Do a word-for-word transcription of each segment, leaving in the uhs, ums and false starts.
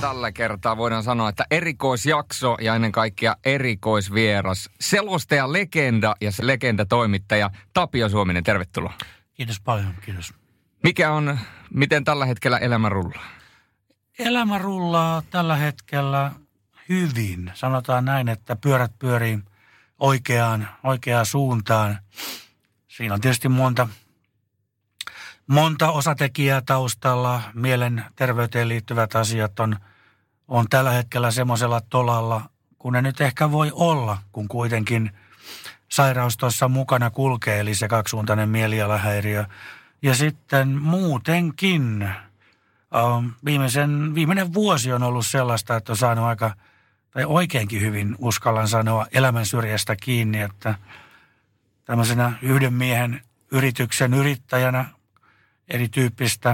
tällä kertaa voidaan sanoa, että erikoisjakso ja ennen kaikkea erikoisvieras. Selostaja legenda ja se legenda-toimittaja Tapio Suominen, tervetuloa. Kiitos paljon, kiitos. Mikä on, miten tällä hetkellä elämä rullaa? Elämä rullaa tällä hetkellä hyvin. Sanotaan näin, että pyörät pyörii oikeaan, oikeaan suuntaan. Siinä on tietysti monta, monta osatekijää taustalla. Mielenterveyteen liittyvät asiat on, on tällä hetkellä semmoisella tolalla, kun ne nyt ehkä voi olla, kun kuitenkin sairaus tuossa mukana kulkee, eli se kaksisuuntainen mielialahäiriö. Ja sitten muutenkin viimeisen, viimeinen vuosi on ollut sellaista, että on saanut aika, tai oikeinkin hyvin uskallan sanoa, elämän syrjästä kiinni, että tämmöisenä yhden miehen yrityksen yrittäjänä erityyppistä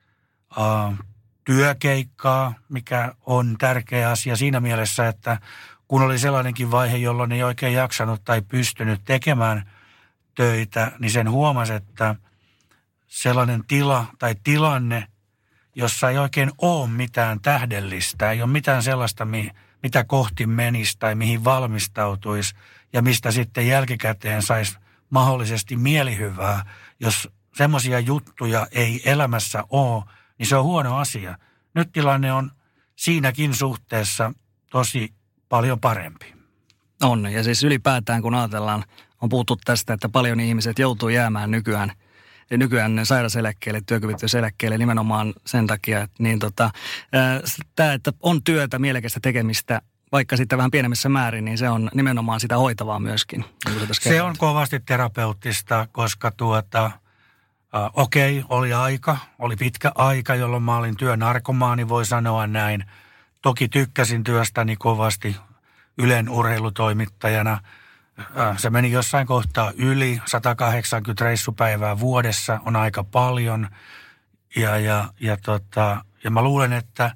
uh, työkeikkaa, mikä on tärkeä asia siinä mielessä, että kun oli sellainenkin vaihe, jolloin ei oikein jaksanut tai pystynyt tekemään töitä, niin sen huomasi, että sellainen tila tai tilanne, jossa ei oikein ole mitään tähdellistä, ei ole mitään sellaista, mitä kohti menisi tai mihin valmistautuisi ja mistä sitten jälkikäteen saisi mahdollisesti mielihyvää. Jos semmoisia juttuja ei elämässä ole, niin se on huono asia. Nyt tilanne on siinäkin suhteessa tosi paljon parempi. On, ja siis ylipäätään kun ajatellaan, on puhuttu tästä, että paljon ihmiset joutuu jäämään nykyään nykyään sairauseläkkeelle, työkyvyttömyyseläkkeelle nimenomaan sen takia, että niin tota, tämä, että on työtä, mielekästä tekemistä, vaikka sitten vähän pienemmissä määrin, niin se on nimenomaan sitä hoitavaa myöskin. Niin se on kovasti terapeuttista, koska tuota, äh, okei, okay, oli aika, oli pitkä aika, jolloin mä olin työnarkomaani, voi sanoa näin. Toki tykkäsin työstäni kovasti Ylen urheilutoimittajana. Se meni jossain kohtaa yli, sata kahdeksankymmentä reissupäivää vuodessa on aika paljon. Ja, ja, ja, tota, ja mä luulen, että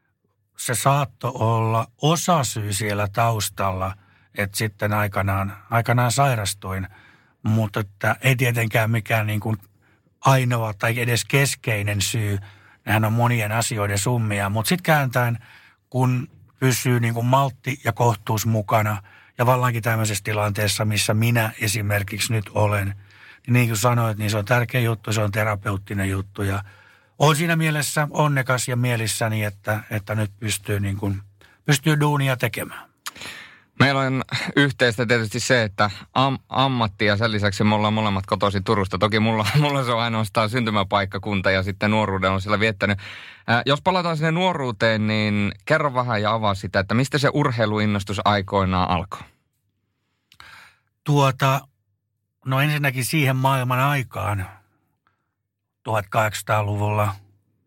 se saattoi olla osasyy siellä taustalla, että sitten aikanaan, aikanaan sairastuin. Mutta että ei tietenkään mikään niin kuin ainoa tai edes keskeinen syy. Nehän on monien asioiden summia. Mutta sitten kääntäen, kun pysyy niin kuin maltti ja kohtuus mukana, ja vallankin tämmöisessä tilanteessa, missä minä esimerkiksi nyt olen, niin niin kuin sanoit, niin se on tärkeä juttu, se on terapeuttinen juttu. Ja olen siinä mielessä onnekas ja mielissäni, että, että nyt pystyy, niin kuin, pystyy duunia tekemään. Meillä on yhteistä tietysti se, että am, ammatti ja sen lisäksi me ollaan molemmat kotoisin Turusta. Toki mulla, mulla se on ainoastaan syntymäpaikkakunta ja sitten nuoruuden on siellä viettänyt. Ää, jos palataan sinne nuoruuteen, niin kerro vähän ja avaa sitä, että mistä se urheiluinnostus aikoinaan alkoi? Tuota, no ensinnäkin siihen maailman aikaan, tuhatkahdeksansataaluvulla.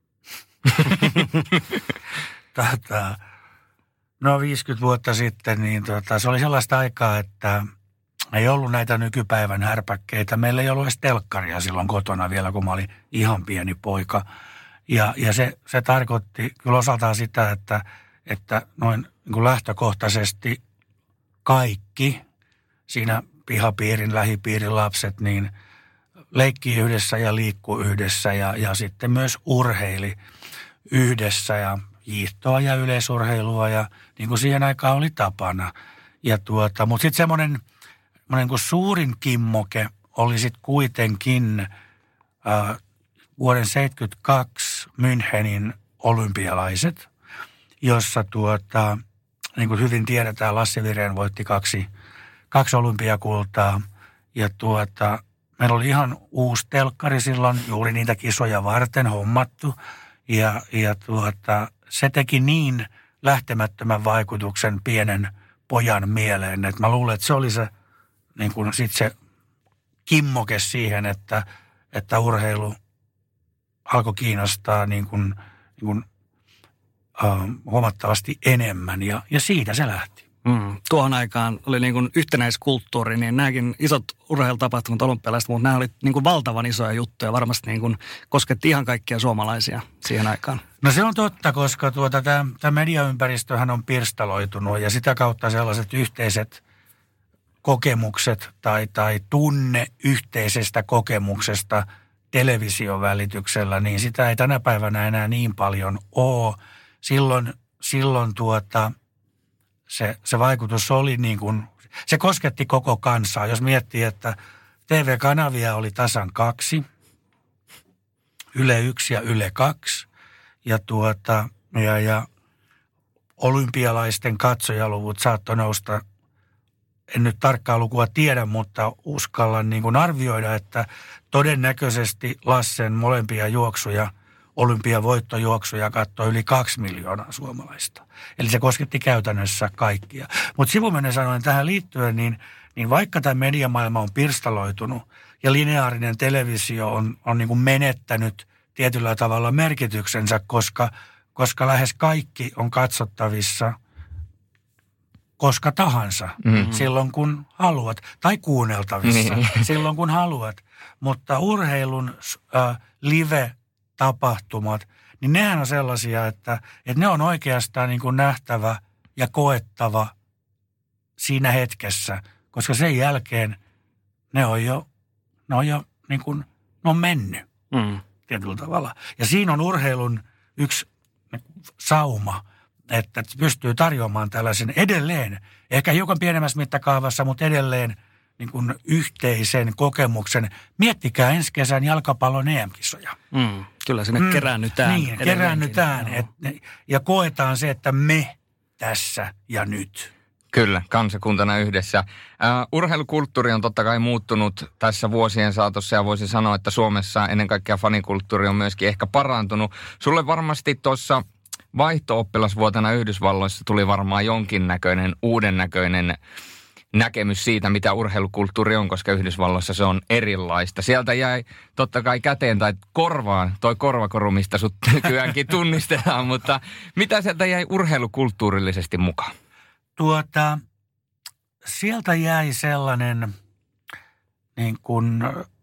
Tätä... No viisikymmentä vuotta sitten, niin tota, se oli sellaista aikaa, että ei ollut näitä nykypäivän härpäkkeitä. Meillä ei ollut edes telkkaria silloin kotona vielä, kun mä olin ihan pieni poika. Ja, ja se, se tarkoitti kyllä osaltaan sitä, että, että noin niin kuin lähtökohtaisesti kaikki siinä pihapiirin, lähipiirin lapset, niin leikkii yhdessä ja liikkuu yhdessä ja, ja sitten myös urheili yhdessä ja hiihtoa ja yleisurheilua ja niin kuin siihen aikaan oli tapana. Ja tuota, mutta sitten semmoinen niin suurin kimmoke oli sitten kuitenkin äh, vuoden seitsemänkymmentäkaksi Münchenin olympialaiset, jossa tuota, niin kuin hyvin tiedetään, Lasse Viren voitti kaksi, kaksi olympiakultaa. Ja tuota, meillä oli ihan uusi telkkari silloin, juuri niitä kisoja varten hommattu. Ja, ja tuota, se teki niin lähtemättömän vaikutuksen pienen pojan mieleen, että mä luulen, että se oli se, niin kuin sit se kimmoke siihen, että, että urheilu alkoi kiinnostaa niin kuin, niin kuin, uh, huomattavasti enemmän ja, ja siitä se lähti. Mm. Tuohon aikaan oli niin kuin yhtenäiskulttuuri, niin nämäkin isot urheilutapahtumat olympialaiset, mutta nämä oli niin kuin valtavan isoja juttuja. Varmasti niin kuin kosketti ihan kaikkia suomalaisia siihen aikaan. No se on totta, koska tuota, tämä, tämä mediaympäristöhän on pirstaloitunut ja sitä kautta sellaiset yhteiset kokemukset tai, tai tunne yhteisestä kokemuksesta television välityksellä, niin sitä ei tänä päivänä enää niin paljon ole. Silloin silloin tuota, se, se vaikutus oli niin kuin, se kosketti koko kansaa. Jos miettii, että T V-kanavia oli tasan kaksi, Yle yksi ja Yle kaksi, ja, tuota, ja, ja olympialaisten katsojaluvut saattoi nousta, en nyt tarkkaa lukua tiedä, mutta uskallan niin kuin arvioida, että todennäköisesti Lassen molempia juoksuja, olympiavoittojuoksuja katsoi yli kaksi miljoonaa suomalaista. Eli se kosketti käytännössä kaikkia. Mutta sivumennen sanoen tähän liittyen, niin, niin vaikka tämä mediamaailma on pirstaloitunut ja lineaarinen televisio on, on niin kuin menettänyt tietyllä tavalla merkityksensä, koska, koska lähes kaikki on katsottavissa koska tahansa, mm-hmm. silloin kun haluat, tai kuunneltavissa niin. silloin kun haluat. Mutta urheilun äh, live-tapahtumat, niin nehän on sellaisia, että, että ne on oikeastaan niin kuin nähtävä ja koettava siinä hetkessä, koska sen jälkeen ne on jo, ne on jo niin kuin, ne on mennyt mm. tietyllä tavalla. Ja siinä on urheilun yksi sauma, että pystyy tarjoamaan tällaisen edelleen, ehkä hiukan pienemmässä mittakaavassa, mutta edelleen niin kuin yhteisen kokemuksen. Miettikää ensi kesän jalkapallon E M-kisoja. Mm, kyllä sinne mm, keräännytään. Niin, keräännytään et, ja koetaan se, että me tässä ja nyt. Kyllä, kansakuntana yhdessä. Uh, urheilukulttuuri on totta kai muuttunut tässä vuosien saatossa ja voisi sanoa, että Suomessa ennen kaikkea fanikulttuuri on myöskin ehkä parantunut. Sulle varmasti tuossa vaihto-oppilasvuotena Yhdysvalloissa tuli varmaan jonkinnäköinen, uuden näköinen näkemys siitä, mitä urheilukulttuuri on, koska Yhdysvalloissa se on erilaista. Sieltä jäi totta kai käteen tai korvaan, toi korvakoru, mistä sut nykyäänkin tunnistetaan, mutta mitä sieltä jäi urheilukulttuurillisesti mukaan? Tuota, sieltä jäi sellainen niin kuin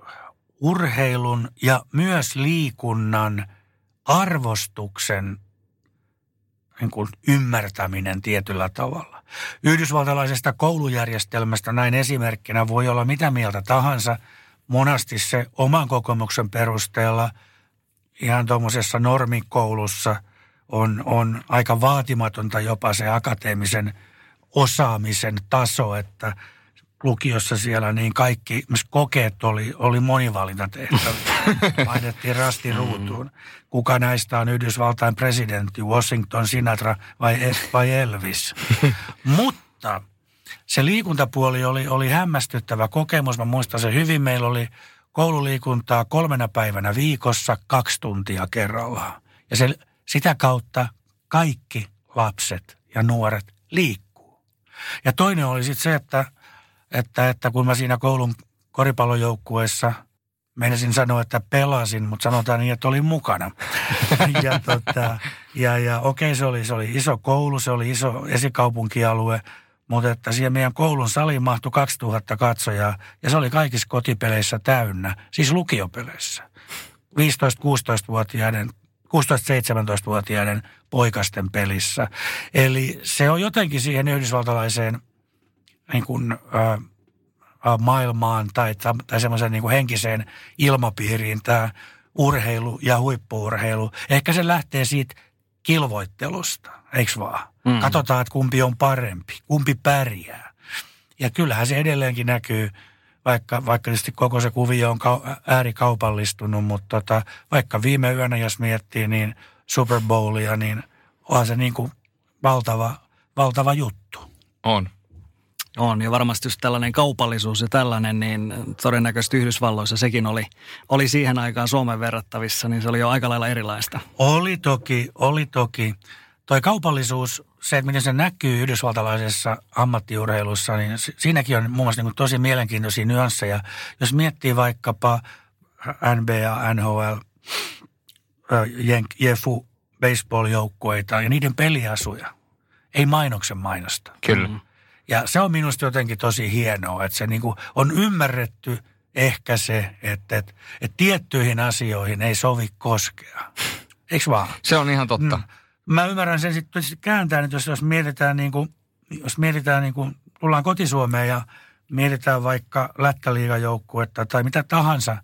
urheilun ja myös liikunnan arvostuksen niin kuin ymmärtäminen tietyllä tavalla. Yhdysvaltalaisesta koulujärjestelmästä näin esimerkkinä voi olla mitä mieltä tahansa. Monasti se oman kokemuksen perusteella ihan tuommoisessa normikoulussa on, on aika vaatimatonta jopa se akateemisen osaamisen taso, että lukiossa siellä niin kaikki, myös kokeet oli, oli monivalintatehtäviä. Painettiin rastin ruutuun. Kuka näistä on Yhdysvaltain presidentti, Washington, Sinatra vai, vai Elvis? Mutta se liikuntapuoli oli, oli hämmästyttävä kokemus. Mä muistan sen hyvin. Meillä oli koululiikuntaa kolmena päivänä viikossa, kaksi tuntia kerrallaan. Ja se, sitä kautta kaikki lapset ja nuoret liikkuu. Ja toinen oli sitten se, että Että, että kun mä siinä koulun koripallojoukkueessa meinasin sanoa, että pelasin, mutta sanotaan niin, että olin mukana. ja, tota, ja, ja okei, se oli, se oli iso koulu, se oli iso esikaupunkialue, mutta että siihen meidän koulun saliin mahtui kaksituhatta katsojaa ja se oli kaikissa kotipeleissä täynnä, siis lukiopeleissä. viisitoista-kuusitoista-vuotiaiden, kuusitoista-seitsemäntoista-vuotiaiden poikasten pelissä. Eli se on jotenkin siihen yhdysvaltalaiseen niin kuin, ä, maailmaan tai, tai semmoiseen niin kuin henkiseen ilmapiiriin tämä urheilu ja huippu-urheilu. Ehkä se lähtee siitä kilvoittelusta, eikö vaan? Mm. Katsotaan, että kumpi on parempi, kumpi pärjää. Ja kyllähän se edelleenkin näkyy, vaikka, vaikka tietysti koko se kuvio on ka- äärikaupallistunut, mutta tota, vaikka viime yönä, jos miettii, niin Super Bowlia, niin onhan se niin kuin valtava, valtava juttu. On. On, ja varmasti just tällainen kaupallisuus ja tällainen, niin todennäköisesti Yhdysvalloissa sekin oli, oli siihen aikaan Suomen verrattavissa, niin se oli jo aika lailla erilaista. Oli toki, oli toki. Toi kaupallisuus, se, että miten se näkyy yhdysvaltalaisessa ammattiurheilussa, niin siinäkin on muun muassa niin kuin tosi mielenkiintoisia nyansseja. Jos miettii vaikkapa N B A, N H L, Jefu, baseball-joukkueita ja niiden peliasuja, ei mainoksen mainosta. Kyllä. Mm. Ja se on minusta jotenkin tosi hienoa, että se niin kuin on ymmärretty ehkä se, että, että, että tiettyihin asioihin ei sovi koskea. Eikö vaan? Se on ihan totta. Mä ymmärrän sen sitten kääntää, että jos, jos mietitään, niin kuin, jos mietitään niin kuin, tullaan kotisuomeen ja mietitään vaikka lätkäliigajoukkuetta tai mitä tahansa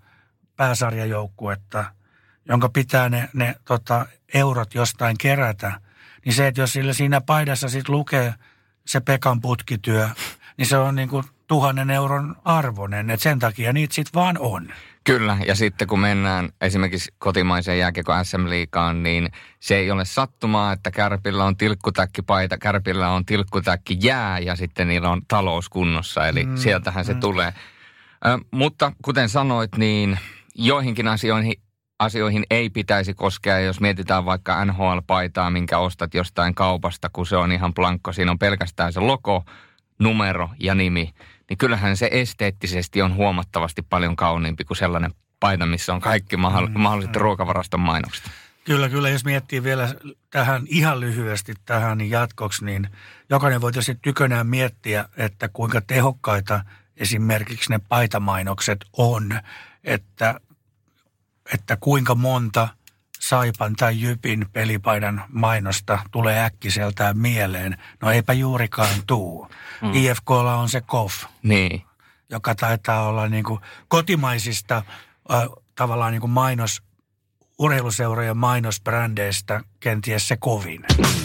pääsarjajoukkuetta, jonka pitää ne, ne tota, eurot jostain kerätä, niin se, että jos sillä siinä paidassa sitten lukee se Pekan putkityö, niin se on niin kuin tuhannen euron arvoinen, että sen takia niitä sitten vaan on. Kyllä, ja sitten kun mennään esimerkiksi kotimaiseen jääkiekon S M-liigaan, niin se ei ole sattumaa, että Kärpillä on tilkkutäkkipaita, Kärpillä on tilkkutäkki jää ja sitten niillä on talous kunnossa, eli mm, sieltähän se mm. tulee. Ö, mutta kuten sanoit, niin joihinkin asioihin, asioihin ei pitäisi koskea, jos mietitään vaikka N H L-paitaa, minkä ostat jostain kaupasta, kun se on ihan blankko, siinä on pelkästään se logo, numero ja nimi, niin kyllähän se esteettisesti on huomattavasti paljon kauniimpi kuin sellainen paita, missä on kaikki mahdolliset mm. ruokavaraston mainokset. Kyllä, kyllä. Jos miettii vielä tähän ihan lyhyesti tähän niin jatkoksi, niin jokainen voi tietysti tykönään miettiä, että kuinka tehokkaita esimerkiksi ne paitamainokset on, että, että kuinka monta Saipan tai Jypin pelipaidan mainosta tulee äkkiseltään mieleen. No eipä juurikaan tuu. Mm. I F K:lla on se K O F, niin. joka taitaa olla niin kuin kotimaisista äh, tavallaan niin kuin mainos, urheiluseurojen mainosbrändeistä kenties se kovin.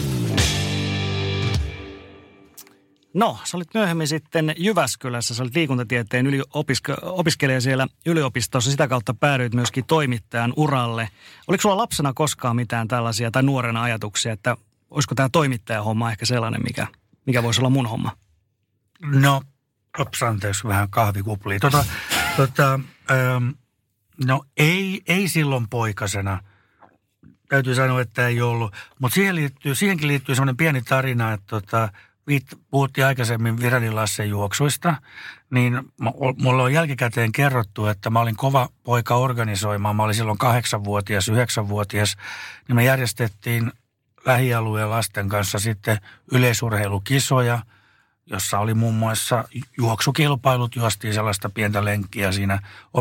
No, sä olit myöhemmin sitten Jyväskylässä, sä olit liikuntatieteen yliopiske- opiskelija siellä yliopistossa, sitä kautta päädyit myöskin toimittajan uralle. Oliko sulla lapsena koskaan mitään tällaisia tai nuorena ajatuksia, että olisiko tämä toimittajahomma ehkä sellainen, mikä, mikä voisi olla mun homma? No, ops, anteeksi, vähän kahvikuplia. Tota, tota, ähm, no ei, ei silloin poikasena. Täytyy sanoa, että ei ollut. Mutta siihen liittyy, siihenkin liittyy semmoinen pieni tarina, että tota, puhuttiin aikaisemmin Viradin Lassen juoksuista, niin mulla on jälkikäteen kerrottu, että mä olin kova poika organisoimaan. Mä olin silloin kahdeksanvuotias, yhdeksänvuotias, niin me järjestettiin lähialueen lasten kanssa sitten yleisurheilukisoja, jossa oli muun muassa juoksukilpailut, juostiin sellaista pientä lenkkiä siinä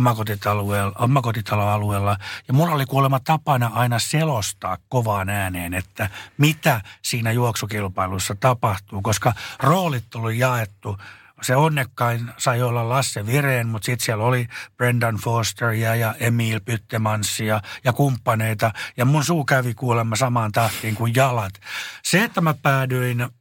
omakotitaloalueella. Ja mulla oli kuulemma tapana aina selostaa kovaan ääneen, että mitä siinä juoksukilpailussa tapahtuu, koska roolit oli jaettu. Se onnekkain sai olla Lasse Virén, mutta sitten siellä oli Brendan Fosteria ja Emil Pyttemansia ja kumppaneita. Ja mun suu kävi kuulemma samaan tahtiin kuin jalat. Se, että mä päädyin Äh,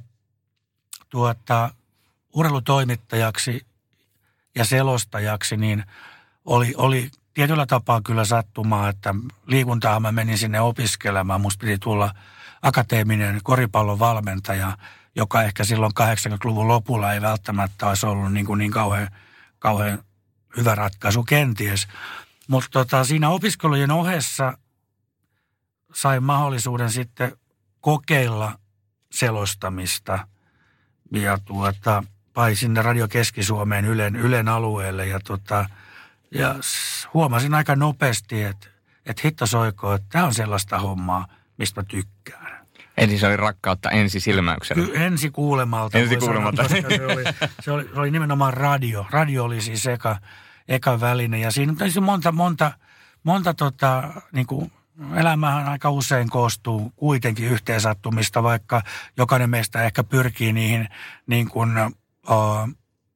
tuota, urheilutoimittajaksi ja selostajaksi, niin oli, oli tietyllä tapaa kyllä sattumaa, että liikuntaa mä menin sinne opiskelemaan. Musta piti tulla akateeminen koripallon valmentaja, joka ehkä silloin kahdeksankymmentäluvun lopulla ei välttämättä olisi ollut niin, kuin niin kauhean, kauhean hyvä ratkaisu kenties. Mutta tota, siinä opiskelujen ohessa sain mahdollisuuden sitten kokeilla selostamista. Ja tuota, pai sinne Radio Keski-Suomeen Ylen, Ylen alueelle ja, tota, ja huomasin aika nopeasti, että, että hitto soikoo, että tämä on sellaista hommaa, mistä mä tykkään. Eli se oli rakkautta ensisilmäyksellä. Ky- ensi kuulemalta. Ensi kuulemalta. Sanoa, se, oli, se, oli, se oli nimenomaan radio. Radio oli siis eka, eka väline ja siinä on monta, monta, monta tota, niin kuin elämähän aika usein koostuu kuitenkin yhteensattumista, vaikka jokainen meistä ehkä pyrkii niihin niin kuin, uh,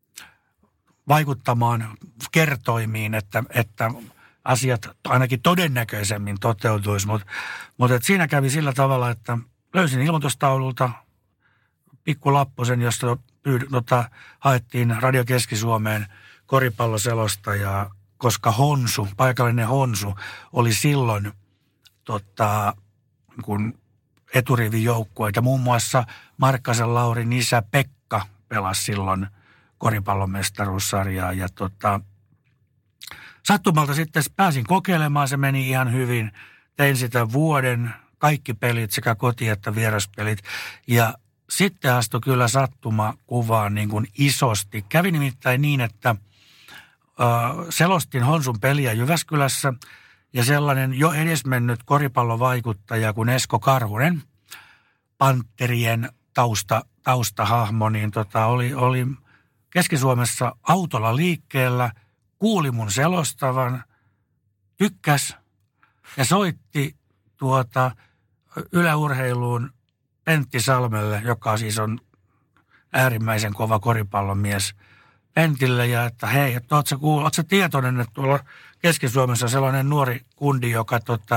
vaikuttamaan kertoimiin, että, että asiat ainakin todennäköisemmin toteutuisi. Mutta mut siinä kävi sillä tavalla, että löysin ilmoitustaululta pikkulappusen, josta pyyd, tota, haettiin Radio Keski-Suomeen koripalloselostajaa, koska Honsu, paikallinen Honsu, oli silloin Tota, kun eturivin joukkueita. Muun muassa Markkasen Laurin isä Pekka pelasi silloin koripallon mestaruussarjaa. Ja tota, sattumalta sitten pääsin kokeilemaan, se meni ihan hyvin. Tein sitä vuoden, kaikki pelit, sekä koti- että vieraspelit. Ja sitten astui kyllä sattuma kuvaan niin kuin isosti. Kävi nimittäin niin, että äh, selostin Honsun peliä Jyväskylässä. Ja sellainen jo edesmennyt koripallovaikuttaja kuin Esko Karhunen, Pantterien tausta, taustahahmo, niin tota, oli, oli Keski-Suomessa autolla liikkeellä, kuuli mun selostavan, tykkäs ja soitti tuota yläurheiluun Pentti Salmelle, joka siis on äärimmäisen kova koripallomies, Pentille, ja että hei, ootko sä, kuul, ootko sä tietoinen, että tuolla Keski-Suomessa on sellainen nuori kundi, joka tota,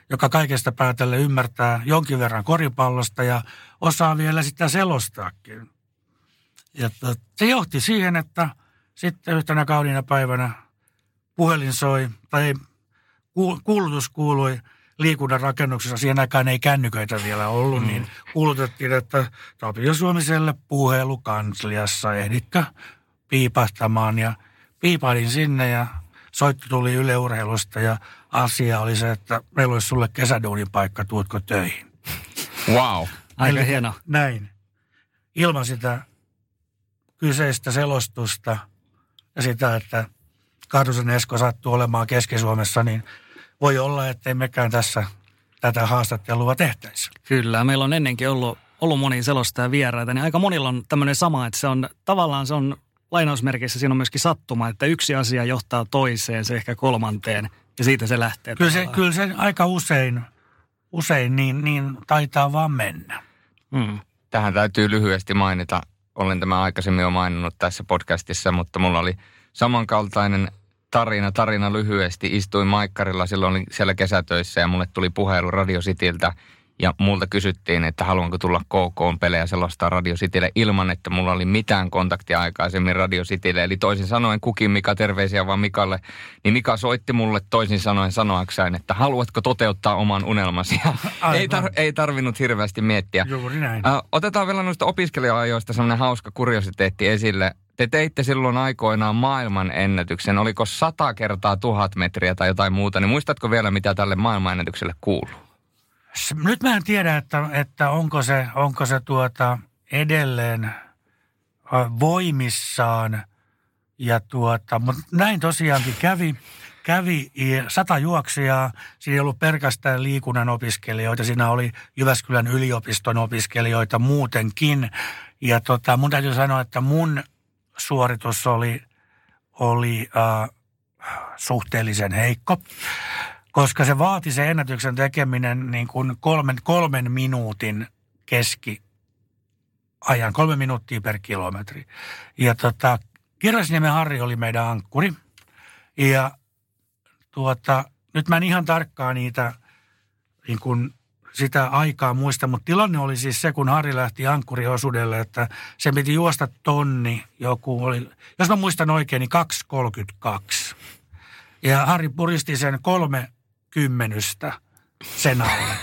joka kaikesta päätellen ymmärtää jonkin verran koripallosta ja osaa vielä sitä selostaakin. Ja se johti siihen, että sitten yhtenä kauniina päivänä puhelin soi, tai kuulutus kuului liikunnan rakennuksessa. Siihen aikaan ei kännyköitä vielä ollut, mm. niin kuulutettiin, että Tapio Suomiselle puhelu kansliassa, ehditkö piipahtamaan. Ja piipahdin sinne ja soitto tuli Yle Urheilusta ja asia oli se, että meillä olisi sulle kesäduunipaikka, tuutko töihin. Wow. Aika Eli, hieno. Näin. Ilman sitä kyseistä selostusta ja sitä, että Kartusen Esko sattuu olemaan Keski-Suomessa, niin voi olla, ettei mekään tässä tätä haastattelua tehtäisi. Kyllä, meillä on ennenkin ollut, ollut monia selostajia vieraita, niin aika monilla on tämmöinen sama, että se on tavallaan se on lainausmerkeissä, siinä on myöskin sattuma, että yksi asia johtaa toiseen, se ehkä kolmanteen, ja siitä se lähtee. Kyllä se, kyllä se aika usein, usein niin, niin taitaa vaan mennä. Mm. Tähän täytyy lyhyesti mainita, olen tämä aikaisemmin jo maininnut tässä podcastissa, mutta mulla oli samankaltainen tarina, tarina lyhyesti. Istuin maikkarilla, silloin oli siellä kesätöissä ja mulle tuli puhelu Radio Cityltä ja multa kysyttiin, että haluanko tulla K K-pelejä selostaa Radio Citylle ilman, että mulla oli mitään kontaktia aikaisemmin Radio Citylle. Eli toisin sanoen kukin Mika, terveisiä vaan Mikalle, niin Mika soitti mulle toisin sanoen sanoakseen, että haluatko toteuttaa oman unelmasi. ei, tar- ei tarvinnut hirveästi miettiä. Juuri näin. Äh, otetaan vielä noista opiskelija-ajoista sellainen hauska kuriositeetti esille. Te teitte silloin aikoinaan maailman ennätyksen. Oliko sata kertaa tuhat metriä tai jotain muuta? Niin muistatko vielä, mitä tälle maailmanennätykselle kuuluu? Nyt mä en tiedä, että, että onko se, onko se tuota edelleen voimissaan. Ja tuota, mutta näin tosiaankin kävi. Kävi sata juoksijaa. Siinä ei ollut pelkästään liikunnan opiskelijoita. Siinä oli Jyväskylän yliopiston opiskelijoita muutenkin. Ja tota, mun täytyy sanoa, että mun suoritus oli, oli äh, suhteellisen heikko, koska se vaati se ennätyksen tekeminen niin kuin kolmen, kolmen minuutin keskiajan, kolme minuuttia per kilometri. Ja tota, Kirvesniemen Harri oli meidän ankkuri. Ja tuota, nyt mä en ihan tarkkaan niitä niin kuin sitä aikaa muista, mutta tilanne oli siis se, kun Harri lähti ankkuriosuudelle, että se piti juosta tonni, joku oli, jos mä muistan oikein, niin kaksi kolmekymmentäkaksi. Ja Harri puristi sen kolme kymmenystä sen alle.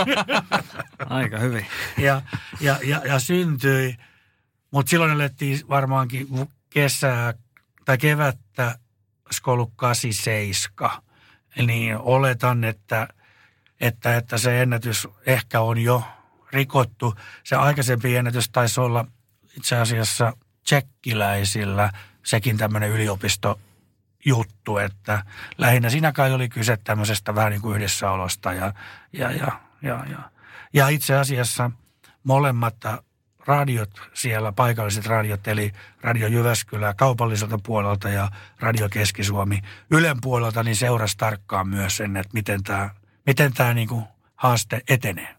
Aika hyvin. Ja, ja, ja, ja syntyi, mutta silloin elettiin varmaankin kesää tai kevättä, olisiko ollut kahdeksankymmentäseitsemän. Niin oletan, että Että, että se ennätys ehkä on jo rikottu. Se aikaisempi ennätys taisi olla itse asiassa tsekkiläisillä sekin tämmöinen yliopistojuttu, että lähinnä siinä kai oli kyse tämmöisestä vähän niin kuin yhdessäolosta. Ja, ja, ja, ja, ja. ja itse asiassa molemmat radiot siellä, paikalliset radiot, eli Radio Jyväskylä kaupalliselta puolelta ja Radio Keski-Suomi Ylen puolelta, niin seurasi tarkkaan myös sen, että miten tämä Miten tämä niinku haaste etenee?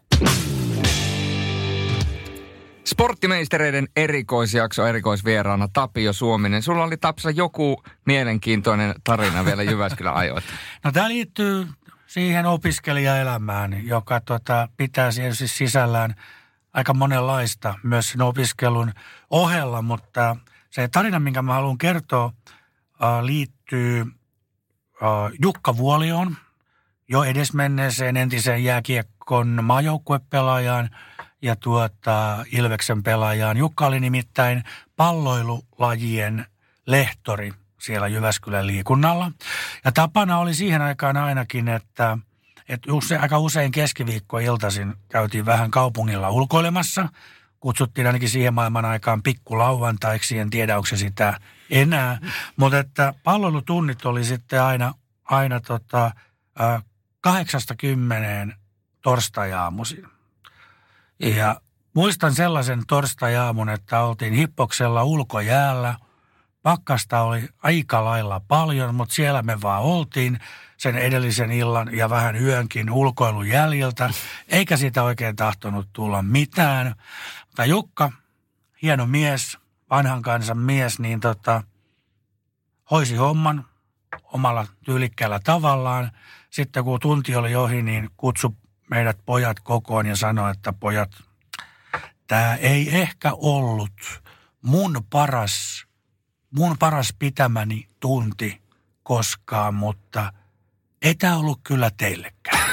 Sporttimeistereiden erikoisjakso, erikoisvieraana Tapio Suominen. Sulla oli, Tapsa, joku mielenkiintoinen tarina vielä Jyväskylän ajoilta. No tämä liittyy siihen opiskelijaelämään, joka tota, pitää siis sisällään aika monenlaista myös sen opiskelun ohella, mutta se tarina, minkä mä haluan kertoa, liittyy Jukka Vuolioon, jo edesmenneeseen entiseen jääkiekkon maajoukkuepelaajaan ja tuota, Ilveksen pelaajaan. Jukka oli nimittäin palloilulajien lehtori siellä Jyväskylän liikunnalla. Ja tapana oli siihen aikaan ainakin, että, että use, aika usein keskiviikkoiltaisin käytiin vähän kaupungilla ulkoilemassa. Kutsuttiin ainakin siihen maailman aikaan pikkulauantaiksi, en tiedä onko se sitä enää. Mutta että palloilutunnit oli sitten aina, aina tota, äh, kahdeksasta kymmeneen torstai-aamuisin. Ja muistan sellaisen torstai-aamun, että oltiin Hippoksella ulkojäällä. Pakkasta oli aika lailla paljon, mutta siellä me vaan oltiin sen edellisen illan ja vähän yönkin ulkoilun jäljiltä. Eikä siitä oikein tahtonut tulla mitään. Mutta Jukka, hieno mies, vanhan kansan mies, niin tota, hoisi homman. omalla tyylikkäällä tavallaan. Sitten kun tunti oli ohi, niin kutsu meidät pojat kokoon ja sanoi, että pojat, tämä ei ehkä ollut mun paras, mun paras pitämäni tunti koskaan, mutta ei tämä ollut kyllä teillekään.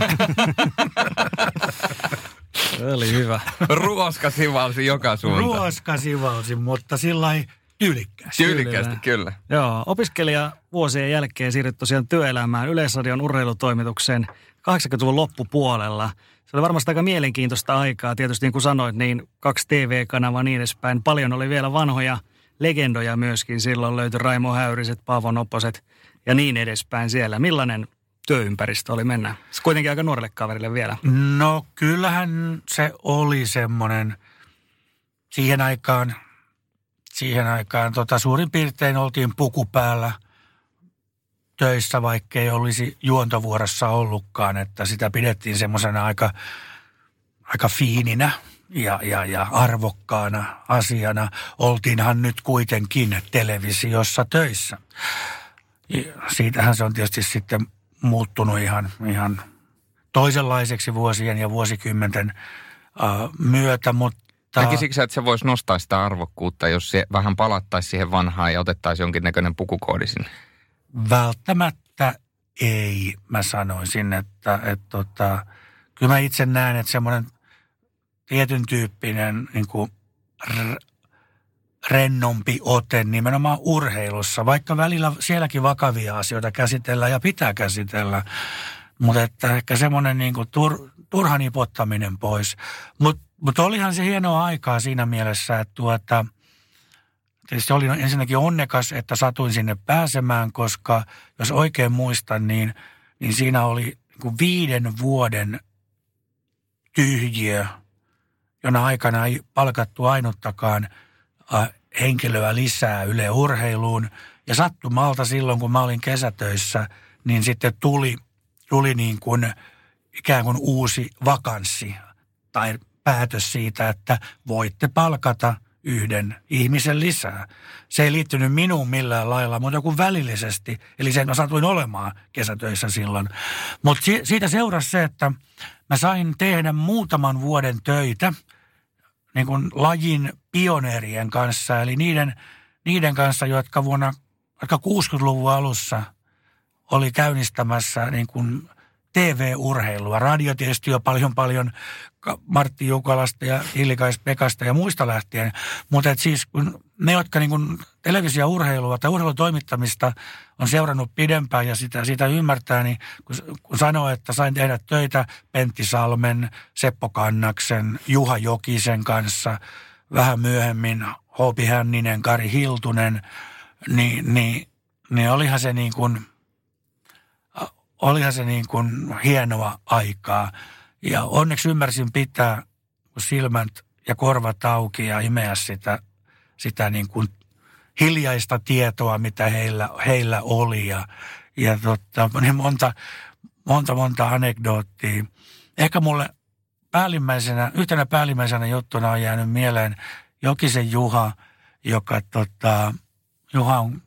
Oli hyvä. Ruoska sivalsi joka suuntaan. Ruoska sivalsi, mutta sillä lailla tyylikkäästi. Tyylikkäästi, kyllä. Joo, opiskelija vuosien jälkeen siirryt tosiaan työelämään Yleisradion urheilutoimitukseen kahdeksankymmentäluvun loppupuolella. Se oli varmasti aika mielenkiintoista aikaa. Tietysti niin kuin sanoit, niin kaksi T V-kanavaa ja niin edespäin. Paljon oli vielä vanhoja legendoja myöskin. Silloin löytyi Raimo Häyriset, Paavo Noposet ja niin edespäin siellä. Millainen työympäristö oli mennä? Se kuitenkin aika nuorelle kaverille vielä. No kyllähän se oli semmoinen siihen aikaan, siihen aikaan tota, suurin piirtein oltiin puku päällä töissä, vaikkei olisi juontovuorossa ollutkaan, että sitä pidettiin semmoisena aika, aika fiininä ja, ja, ja arvokkaana asiana. Oltiinhan nyt kuitenkin televisiossa töissä. Ja siitähän se on tietysti sitten muuttunut ihan, ihan toisenlaiseksi vuosien ja vuosikymmenten uh, myötä, mutta näkisikö sä, että se voisi nostaa sitä arvokkuutta, jos se vähän palattaisi siihen vanhaan ja otettaisiin jonkinnäköinen pukukoodi sinne? Välttämättä ei, mä sanoisin, että, että tota, kyllä mä itse näen, että semmoinen tietyn tyyppinen niin kuin r- rennompi ote nimenomaan urheilussa, vaikka välillä sielläkin vakavia asioita käsitellään ja pitää käsitellä, mutta että ehkä semmoinen niin kuin tur, turhan ipottaminen pois. Mutta mut olihan se hienoa aikaa siinä mielessä, että tuota, tietysti oli ensinnäkin onnekas, että satuin sinne pääsemään, koska jos oikein muistan, niin, niin siinä oli niin kuin viiden vuoden tyhjiö, jona aikana ei palkattu ainuttakaan henkilöä lisää Yle Urheiluun. Ja sattumalta silloin, kun mä olin kesätöissä, niin sitten tuli, tuli niin kuin ikään kuin uusi vakanssi tai päätös siitä, että voitte palkata yhden ihmisen lisää. Se ei liittynyt minuun millään lailla, mutta kuin välillisesti. Eli sen mä satuin olemaan kesätöissä silloin. Mutta si- siitä seurasi se, että mä sain tehdä muutaman vuoden töitä niin kuin lajin pioneerien kanssa, eli niiden, niiden kanssa, jotka vuonna jotka kuusikymmentäluvun alussa oli käynnistämässä niin kuin T V-urheilua. Radio tietysti jo paljon paljon Martti Jukalasta ja Hillikais-Pekasta ja muista lähtien, mutta et siis kun ne, jotka niin kuin televisio-urheilua tai urheilutoimittamista on seurannut pidempään ja sitä, sitä ymmärtää, niin kun, kun sanoo, että sain tehdä töitä Pentti Salmen, Seppo Kannaksen, Juha Jokisen kanssa, vähän myöhemmin Hoopi Hänninen, Kari Hiltunen, niin, niin, niin olihan se niin kuin, olihan se niin kuin hienoa aikaa. Ja onneksi ymmärsin pitää silmät ja korvat auki ja imeä sitä, sitä niin kuin hiljaista tietoa, mitä heillä, heillä oli. Ja, ja totta, niin monta, monta, monta anekdoottia. Ehkä mulle päällimmäisenä, yhtenä päällimmäisenä juttuna on jäänyt mieleen Jokisen Juha, joka tota, Juha on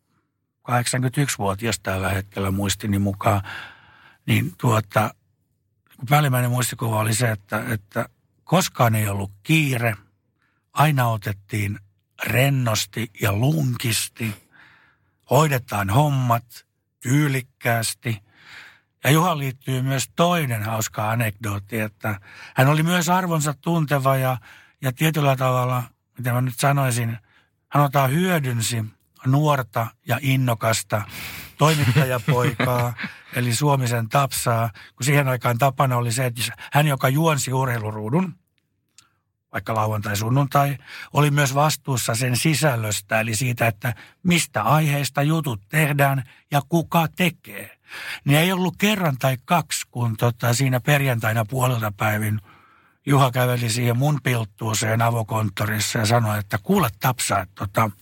kahdeksankymmentäyksivuotias tällä hetkellä muistini mukaan, niin tuota, päällimmäinen muistikuva oli se, että, että koskaan ei ollut kiire, aina otettiin rennosti ja lunkisti, hoidetaan hommat tyylikkäästi. Ja Juha liittyy myös toinen hauska anekdootti, että hän oli myös arvonsa tunteva ja, ja tietyllä tavalla, mitä mä nyt sanoisin, hän ottaa hyödynsi nuorta ja innokasta toimittajapoikaa, eli Suomisen Tapsaa, kun siihen aikaan tapana oli se, että hän, joka juonsi urheiluruudun, vaikka lauantai, sunnuntai, oli myös vastuussa sen sisällöstä, eli siitä, että mistä aiheesta jutut tehdään ja kuka tekee. Niin ei ollut kerran tai kaksi, kun tota, siinä perjantaina puolelta päivin Juha käveli siihen mun pilttuuseen avokonttorissa ja sanoi, että kuule Tapsa, että tota,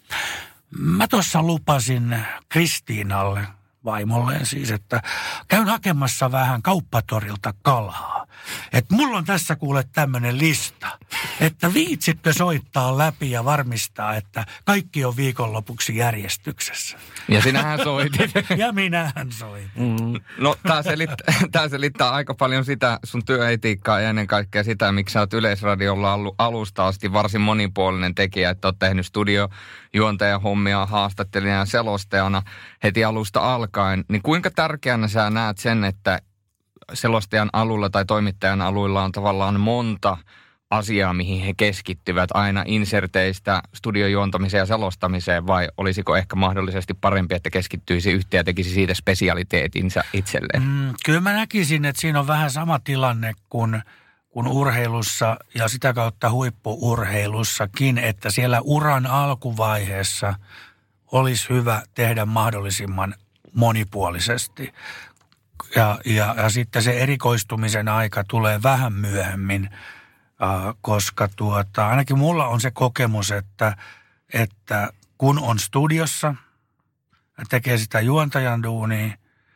mä tuossa lupasin Kristiinalle, vaimolleen siis, että käyn hakemassa vähän kauppatorilta kalaa. Että mulla on tässä kuule tämmöinen lista. että viitsitkö soittaa läpi ja varmistaa, että kaikki on viikonlopuksi järjestyksessä. Ja sinähän soitit. Ja minähän soitin. Mm. No tämä selittää, tämä selittää aika paljon sitä sun työetiikkaa ja ennen kaikkea sitä, miksi sä oot Yleisradiolla ollut alusta asti varsin monipuolinen tekijä, että oot tehnyt studiojuontajan hommia, haastattelijana ja selostajana heti alusta alkaen. Niin kuinka tärkeänä sä näet sen, että selostajan alulla tai toimittajan aluilla on tavallaan monta asiaa, mihin he keskittyvät aina inserteistä studiojuontamiseen ja selostamiseen, vai olisiko ehkä mahdollisesti parempi, että keskittyisi yhteen ja tekisi siitä spesialiteetinsa itselleen? Mm, kyllä mä näkisin, että siinä on vähän sama tilanne kuin, kuin urheilussa ja sitä kautta huippu-urheilussakin, että siellä uran alkuvaiheessa olisi hyvä tehdä mahdollisimman monipuolisesti. Ja, ja, ja sitten se erikoistumisen aika tulee vähän myöhemmin, äh, koska tuota, ainakin mulla on se kokemus, että, että kun on studiossa ja tekee sitä juontajan duunia,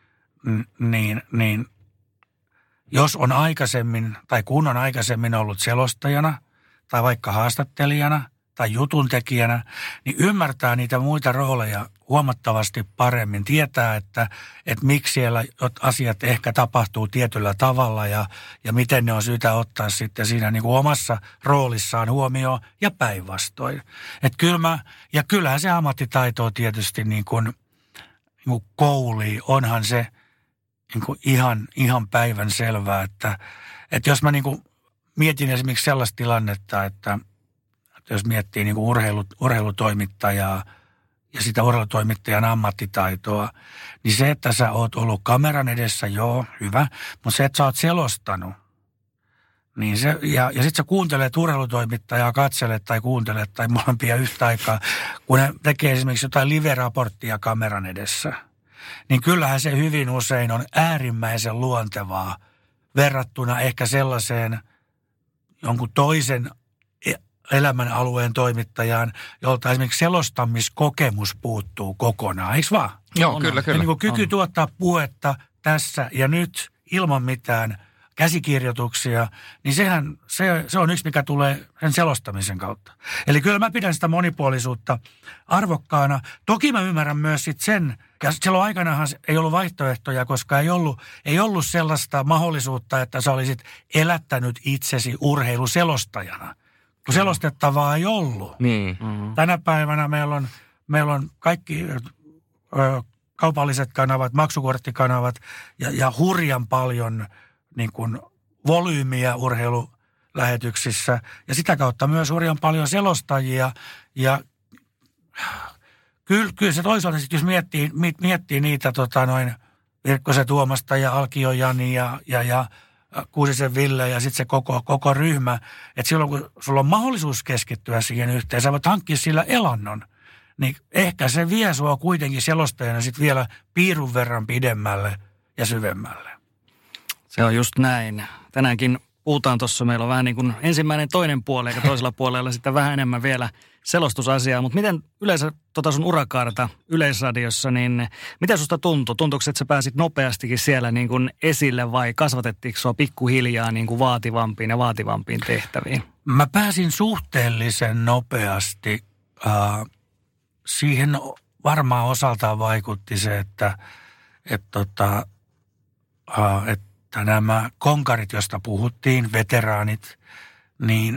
niin, niin jos on aikaisemmin tai kun on aikaisemmin ollut selostajana tai vaikka haastattelijana tai jutuntekijänä, niin ymmärtää niitä muita rooleja huomattavasti paremmin. Tietää, että, että miksi siellä asiat ehkä tapahtuu tietyllä tavalla ja, ja miten ne on syytä ottaa sitten siinä niin kuin omassa roolissaan huomioon ja päinvastoin. Että kyllä mä, ja kyllähän se ammattitaito on tietysti niin kuin, niin kuin kouli. Onhan se niin kuin ihan, ihan päivän selvää, että, että jos mä niin kuin mietin esimerkiksi sellaista tilannetta, että jos miettii niin kuin urheilu, urheilutoimittajaa ja sitä urheilutoimittajan ammattitaitoa, niin se, että sä oot ollut kameran edessä, joo, hyvä, mutta se, että sä oot selostanut, niin se, ja, ja sit sä kuuntelet urheilutoimittajaa, katselet tai kuuntelet tai molempia yhtä aikaa, kun ne tekee esimerkiksi jotain live-raporttia kameran edessä, niin kyllähän se hyvin usein on äärimmäisen luontevaa verrattuna ehkä sellaiseen jonkun toisen elämän alueen toimittajaan, jolta esimerkiksi selostamiskokemus puuttuu kokonaan, eikö vaan? Joo, on, kyllä, kyllä. Ja niin kuin kyky on. Tuottaa puhetta tässä ja nyt ilman mitään käsikirjoituksia, niin sehän, se, se on yksi, mikä tulee sen selostamisen kautta. Eli kyllä mä pidän sitä monipuolisuutta arvokkaana. Toki mä ymmärrän myös sit sen, ja silloin aikanaanhan ei ollut vaihtoehtoja, koska ei ollut, ei ollut sellaista mahdollisuutta, että sä olisit elättänyt itsesi urheiluselostajana. Kun selostettavaa ei ollut. Niin. Mm-hmm. Tänä päivänä meillä on, meillä on kaikki ö, kaupalliset kanavat, maksukorttikanavat ja, ja hurjan paljon niin kuin volyymiä urheilulähetyksissä. Ja sitä kautta myös hurjan paljon selostajia. Ja kyllä, kyllä se toisaalta sitten, jos miettii, miettii niitä tota noin Virkkosen Tuomasta ja Alkio Jani ja, ja, ja Kuusisen Ville ja sitten se koko, koko ryhmä, että silloin kun sulla on mahdollisuus keskittyä siihen yhteen, sä voit hankkia sillä elannon, niin ehkä se vie sua kuitenkin selostajana sitten vielä piirun verran pidemmälle ja syvemmälle. Se on just näin. Tänäänkin puhutaan tuossa, meillä on vähän niin kuin ensimmäinen toinen puoli, eikä toisella puolella sitten vähän enemmän vielä selostusasiaa. Mutta miten yleensä tota sun urakaarta Yleisradiossa, niin miten susta tuntui? Tuntuuko, että sä pääsit nopeastikin siellä niin kuin esille vai kasvatettiinko sua pikkuhiljaa niin kuin vaativampiin ja vaativampiin tehtäviin? Mä pääsin suhteellisen nopeasti. Äh, siihen varmaan osaltaan vaikutti se, että, että, tota, äh, että nämä konkarit, joista puhuttiin, veteraanit, niin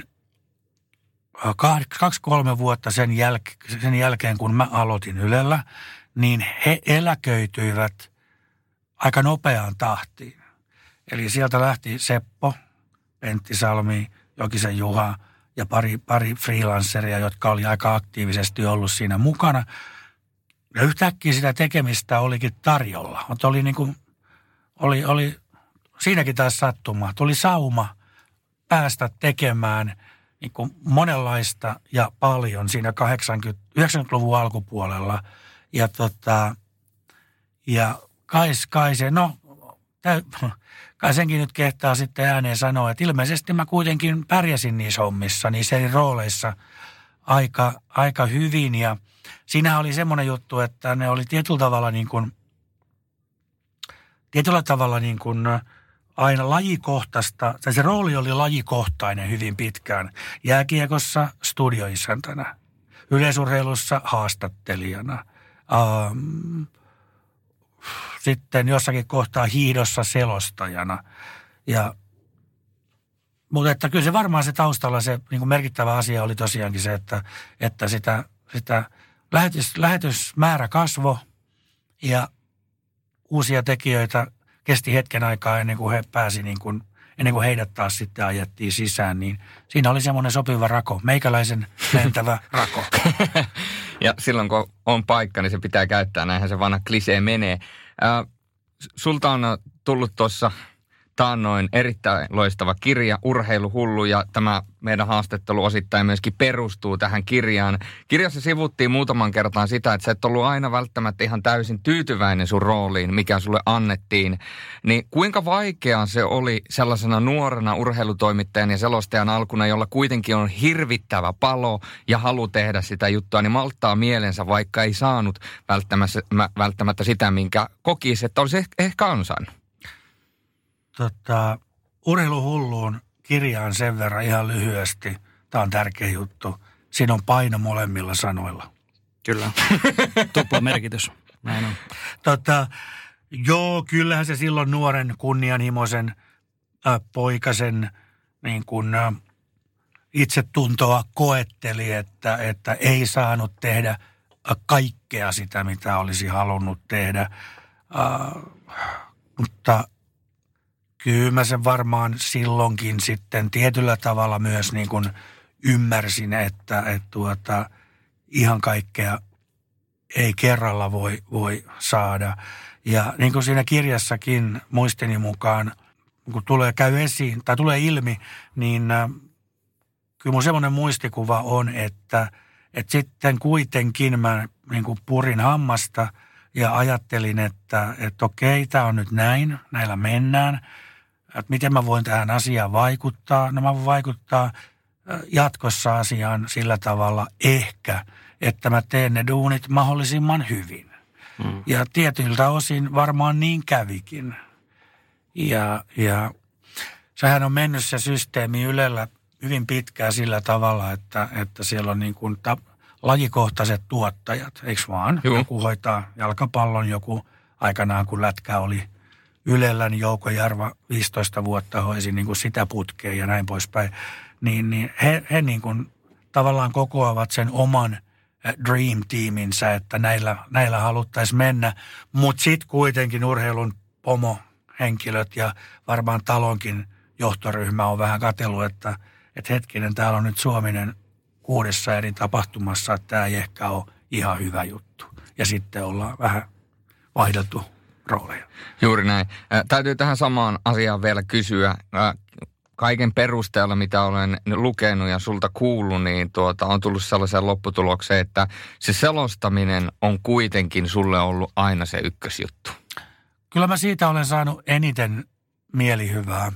kaksi, kolme vuotta sen, jäl- sen jälkeen, kun mä aloitin Ylellä, niin he eläköityivät aika nopeaan tahtiin. Eli sieltä lähti Seppo, Pentti Salmi, Jokisen Juha ja pari, pari freelanceria, jotka oli aika aktiivisesti ollut siinä mukana. Ja yhtäkkiä sitä tekemistä olikin tarjolla. Mutta oli niin kuin, oli, oli siinäkin taas sattuma. Tuli sauma päästä tekemään niin kuin monenlaista ja paljon siinä kahdeksankymmentä, yhdeksänkymmentäluvun alkupuolella. Ja, tota, ja kai, kai se, no, täy, kai senkin nyt kehtaa sitten ääneen sanoa, että ilmeisesti mä kuitenkin pärjäsin niissä hommissa, niissä eri rooleissa aika, aika hyvin. Ja siinä oli semmoinen juttu, että ne oli tietyllä tavalla niin kuin, tietyllä tavalla niin kuin aina lajikohtaista, tai se rooli oli lajikohtainen hyvin pitkään. Jääkiekossa studioisäntänä, yleisurheilussa haastattelijana, ähm, sitten jossakin kohtaa hiihdossa selostajana. Ja, mutta että kyllä se varmaan se taustalla se niin kuin merkittävä asia oli tosiaankin se, että, että sitä, sitä lähetys, lähetysmäärä kasvoi ja uusia tekijöitä kesti hetken aikaa ennen kuin he pääsi, niin kuin, ennen kuin heidät taas sitten ajettiin sisään, niin siinä oli semmoinen sopiva rako, meikäläisen lentävä rako. Ja silloin kun on paikka, niin se pitää käyttää, näinhän se vanha klisee menee. Äh, sulta on tullut tuossa taannoin erittäin loistava kirja, Urheiluhullu, ja tämä meidän haastattelu osittain myöskin perustuu tähän kirjaan. Kirjassa sivuttiin muutaman kertaan sitä, että sä et ollut aina välttämättä ihan täysin tyytyväinen sun rooliin, mikä sulle annettiin. Niin kuinka vaikeaa se oli sellaisena nuorena urheilutoimittajan ja selostajan alkuna, jolla kuitenkin on hirvittävä palo ja halu tehdä sitä juttua, niin malttaa mielensä, vaikka ei saanut välttämättä, välttämättä sitä, minkä kokisi, että olisi ehkä ansainnut. Tota, Urheiluhulluun kirjaan sen verran ihan lyhyesti. Tämä on tärkeä juttu. Siinä on paino molemmilla sanoilla. Kyllä. Tupla merkitys. Näin on. Tota, joo, kyllähän se silloin nuoren kunnianhimoisen äh, poikasen niin kun, äh, itsetuntoa koetteli, että, että ei saanut tehdä äh, kaikkea sitä, mitä olisi halunnut tehdä. Äh, mutta kyllä mä sen varmaan silloinkin sitten tietyllä tavalla myös niin kuin ymmärsin, että, että tuota, ihan kaikkea ei kerralla voi, voi saada. Ja niin kuin siinä kirjassakin muistini mukaan, kun tulee käy esiin tai tulee ilmi, niin äh, kyllä mun semmoinen muistikuva on, että, että sitten kuitenkin mä niin kuin purin hammasta ja ajattelin, että, että okei, tämä on nyt näin, näillä mennään. Että miten mä voin tähän asiaan vaikuttaa? No mä voin vaikuttaa jatkossa asiaan sillä tavalla ehkä, että mä teen ne duunit mahdollisimman hyvin. Mm. Ja tietyiltä osin varmaan niin kävikin. Ja, ja sehän on mennyt se systeemi Ylellä hyvin pitkään sillä tavalla, että, että siellä on niin kuin ta, lajikohtaiset tuottajat, eikö vaan? Joo. Joku hoitaa jalkapallon, joku aikanaan kun lätkä oli Ylellä, niin Jouko Jarva viisitoista vuotta hoisi niin kuin sitä putkea ja näin poispäin. Niin, niin he, he niin kuin tavallaan kokoavat sen oman dream-tiiminsä, että näillä, näillä haluttaisiin mennä. Mutta sitten kuitenkin urheilun pomohenkilöt ja varmaan talonkin johtoryhmä on vähän katsellut, että, että hetkinen, täällä on nyt Suominen kuudessa eri tapahtumassa, että tämä ei ehkä ole ihan hyvä juttu. Ja sitten ollaan vähän vaihdettu rooleja. Juuri näin. Äh, täytyy tähän samaan asiaan vielä kysyä. Äh, kaiken perusteella, mitä olen lukenut ja sulta kuullut, niin tuota, on tullut sellaiseen lopputulokseen, että se selostaminen on kuitenkin sulle ollut aina se ykkösjuttu. Kyllä mä siitä olen saanut eniten mielihyvää.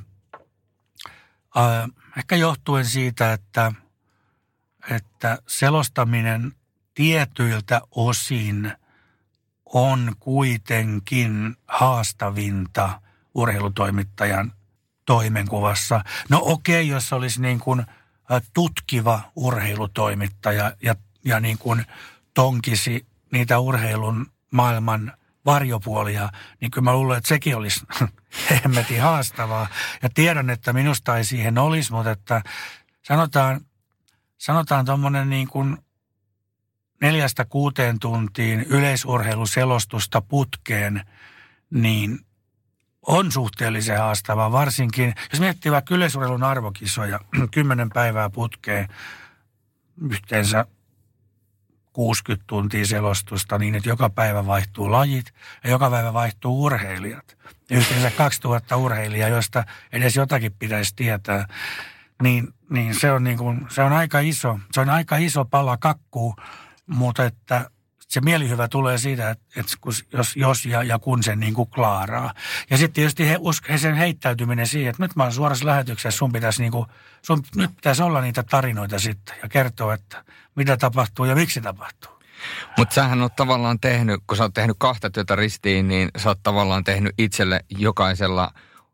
Äh, ehkä johtuen siitä, että, että selostaminen tietyiltä osin on kuitenkin haastavinta urheilutoimittajan toimenkuvassa. No okei, okay, jos olisi niin kuin tutkiva urheilutoimittaja ja, ja niin kuin tonkisi niitä urheilun maailman varjopuolia, niin kyllä mä luulen, että sekin olisi hemmetin haastavaa. Ja tiedän, että minusta ei siihen olisi, mutta että sanotaan, sanotaan tuommoinen niin kuin neljästä kuuteen tuntiin yleisurheiluselostusta putkeen, niin on suhteellisen haastavaa. Varsinkin, jos miettii vaikka yleisurheilun arvokisoja, kymmenen päivää putkeen, yhteensä kuusikymmentä tuntia selostusta niin, että joka päivä vaihtuu lajit ja joka päivä vaihtuu urheilijat. Yhteensä kaksituhatta urheilijaa, joista edes jotakin pitäisi tietää. Niin, niin se on niin kuin, se on aika iso, se on aika iso pala kakkuu. Mutta että se mielihyvä tulee siitä, että, että jos, jos ja, ja kun sen niin kuin klaaraa. Ja sitten tietysti he, he sen heittäytyminen siihen, että nyt mä oon suorassa lähetyksessä, sun pitäisi, niin kuin, sun, nyt pitäisi olla niitä tarinoita sitten ja kertoa, että mitä tapahtuu ja miksi tapahtuu. Mutta sähän oot tavallaan tehnyt, kun sä oot tehnyt kahta työtä ristiin, niin sä oot tavallaan tehnyt itselle jokaisella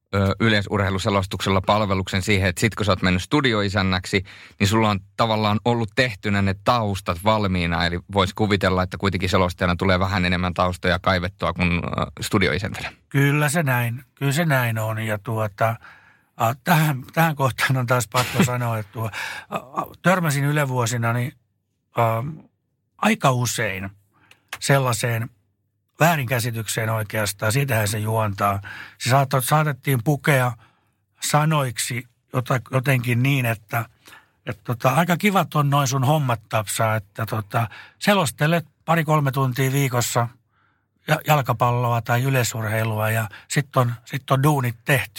ö, yleisurheiluselostuksella palveluksen siihen, että sit kun sä oot mennyt studioisännäksi, niin sulla on tavallaan ollut tehtynä ne taustat valmiina. Eli voisi kuvitella, että kuitenkin selostajana tulee vähän enemmän taustoja kaivettua kuin ö, studioisäntänä. Kyllä se näin, kyllä se näin on ja tuota... Tähän, tähän kohtaan on taas pakko sanoa, että tuo, törmäsin Yle vuosina niin, äh, aika usein sellaiseen väärinkäsitykseen oikeastaan. Siitähän se juontaa. Se saatot, saatettiin pukea sanoiksi jotenkin niin, että, että tota, aika kivat on noin sun hommat tapsaa, että tota, selostelet pari-kolme tuntia viikossa jalkapalloa tai yleisurheilua ja sitten on, sit on duunit tehty.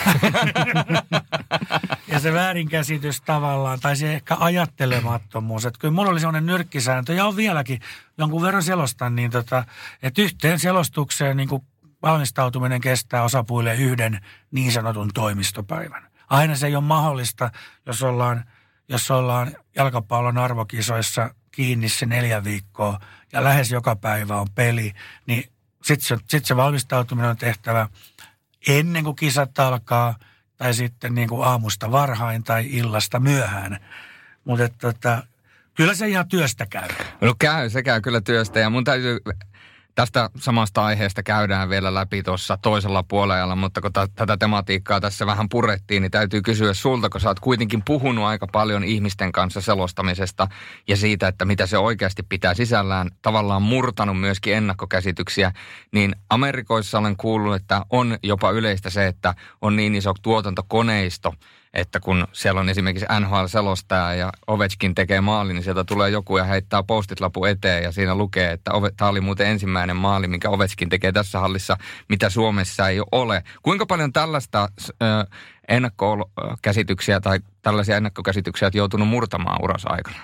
Ja se väärinkäsitys tavallaan, tai se ehkä ajattelemattomuus, että kyllä mulla oli sellainen nyrkkisääntö, ja on vieläkin jonkun verran selostan, niin tota, että yhteen selostukseen niin kuin valmistautuminen kestää osapuille yhden niin sanotun toimistopäivän. Aina se ei ole mahdollista, jos ollaan, jos ollaan jalkapallon arvokisoissa kiinni se neljä viikkoa, ja lähes joka päivä on peli, niin sitten se, sit se valmistautuminen on tehtävä ennen kuin kisat alkaa, tai sitten niin kuin aamusta varhain tai illasta myöhään. Mutta tota, kyllä se ihan työstä käy. No käy, se käy kyllä työstä, ja mun täytyy... Tästä samasta aiheesta käydään vielä läpi tuossa toisella puolella, mutta kun t- tätä tematiikkaa tässä vähän purettiin, niin täytyy kysyä sulta, kun sä oot kuitenkin puhunut aika paljon ihmisten kanssa selostamisesta ja siitä, että mitä se oikeasti pitää sisällään, tavallaan murtanut myöskin ennakkokäsityksiä, niin Amerikoissa olen kuullut, että on jopa yleistä se, että on niin iso tuotantokoneisto, että kun siellä on esimerkiksi N H L-selostaja ja Ovechkin tekee maali, niin sieltä tulee joku ja heittää postit-lapu eteen ja siinä lukee, että tämä oli muuten ensimmäinen maali, minkä Ovechkin tekee tässä hallissa, mitä Suomessa ei ole. Kuinka paljon tällaista äh, ennakkokäsityksiä tai tällaisia ennakkokäsityksiä olet joutunut murtamaan uransa aikana?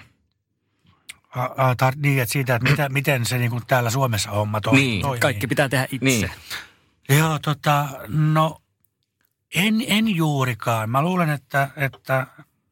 A, a, tar- niin, että siitä, että mitä, miten se niin kuin täällä Suomessa homma toi, niin. toimii. Kaikki pitää tehdä itse. Niin. Joo, tota, no... En, en juurikaan. Mä luulen, että, että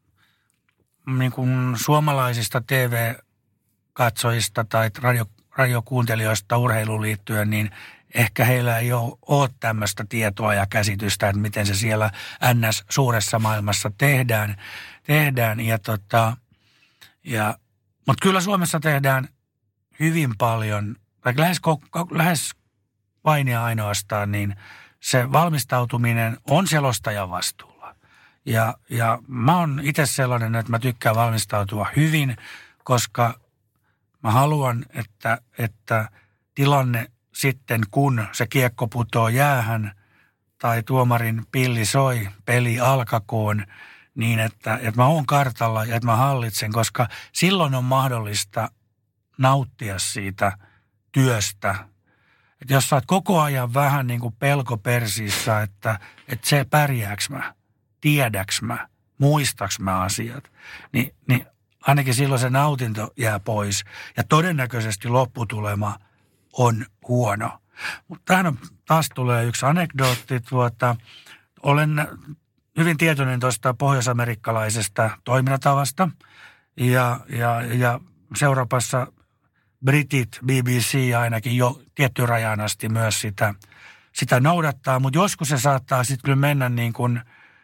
niin kuin suomalaisista T V-katsojista tai radio, radiokuuntelijoista urheiluun liittyen, niin ehkä heillä ei ole, ole tämmöistä tietoa ja käsitystä, että miten se siellä N S-suuressa maailmassa tehdään. tehdään. Ja tota, ja, mutta kyllä Suomessa tehdään hyvin paljon, tai lähes, lähes vain ja ainoastaan, niin se valmistautuminen on selostajan vastuulla. Ja, ja mä oon itse sellainen, että mä tykkään valmistautua hyvin, koska mä haluan, että, että tilanne sitten, kun se kiekko putoo jäähän tai tuomarin pilli soi, peli alkakoon, niin että, että mä oon kartalla ja että mä hallitsen, koska silloin on mahdollista nauttia siitä työstä. Että jos sä oot koko ajan vähän niin kuin pelkopersiissä, että, että se pärjääks mä, tiedäks mä, muistaks mä asiat, niin, niin ainakin silloin se nautinto jää pois. Ja todennäköisesti lopputulema on huono. Mutta tähän on, taas tulee yksi anekdootti. Tuota, olen hyvin tietoinen tuosta pohjoisamerikkalaisesta toiminnatavasta ja, ja, ja Euroopassa britit, B B C ainakin jo tiettyyn rajaan asti myös sitä, sitä noudattaa, mutta joskus se saattaa sitten kyllä mennä niin kuin,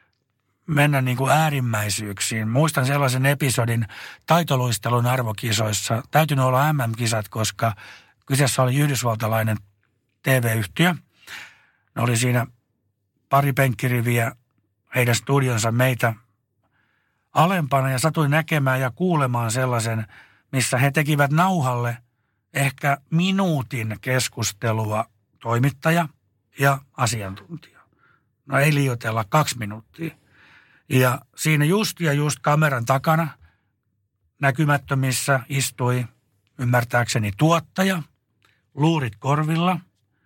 mennä niin kuin äärimmäisyyksiin. Muistan sellaisen episodin taitoluistelun arvokisoissa. Täytynyt olla M M-kisat, koska kyseessä oli yhdysvaltalainen T V-yhtiö. Ne oli siinä pari penkkiriviä heidän studionsa meitä alempana ja satuin näkemään ja kuulemaan sellaisen, missä he tekivät nauhalle ehkä minuutin keskustelua toimittaja ja asiantuntija. No ei liioitella, kaksi minuuttia. Ja siinä just ja just kameran takana näkymättömissä istui ymmärtääkseni tuottaja, luurit korvilla,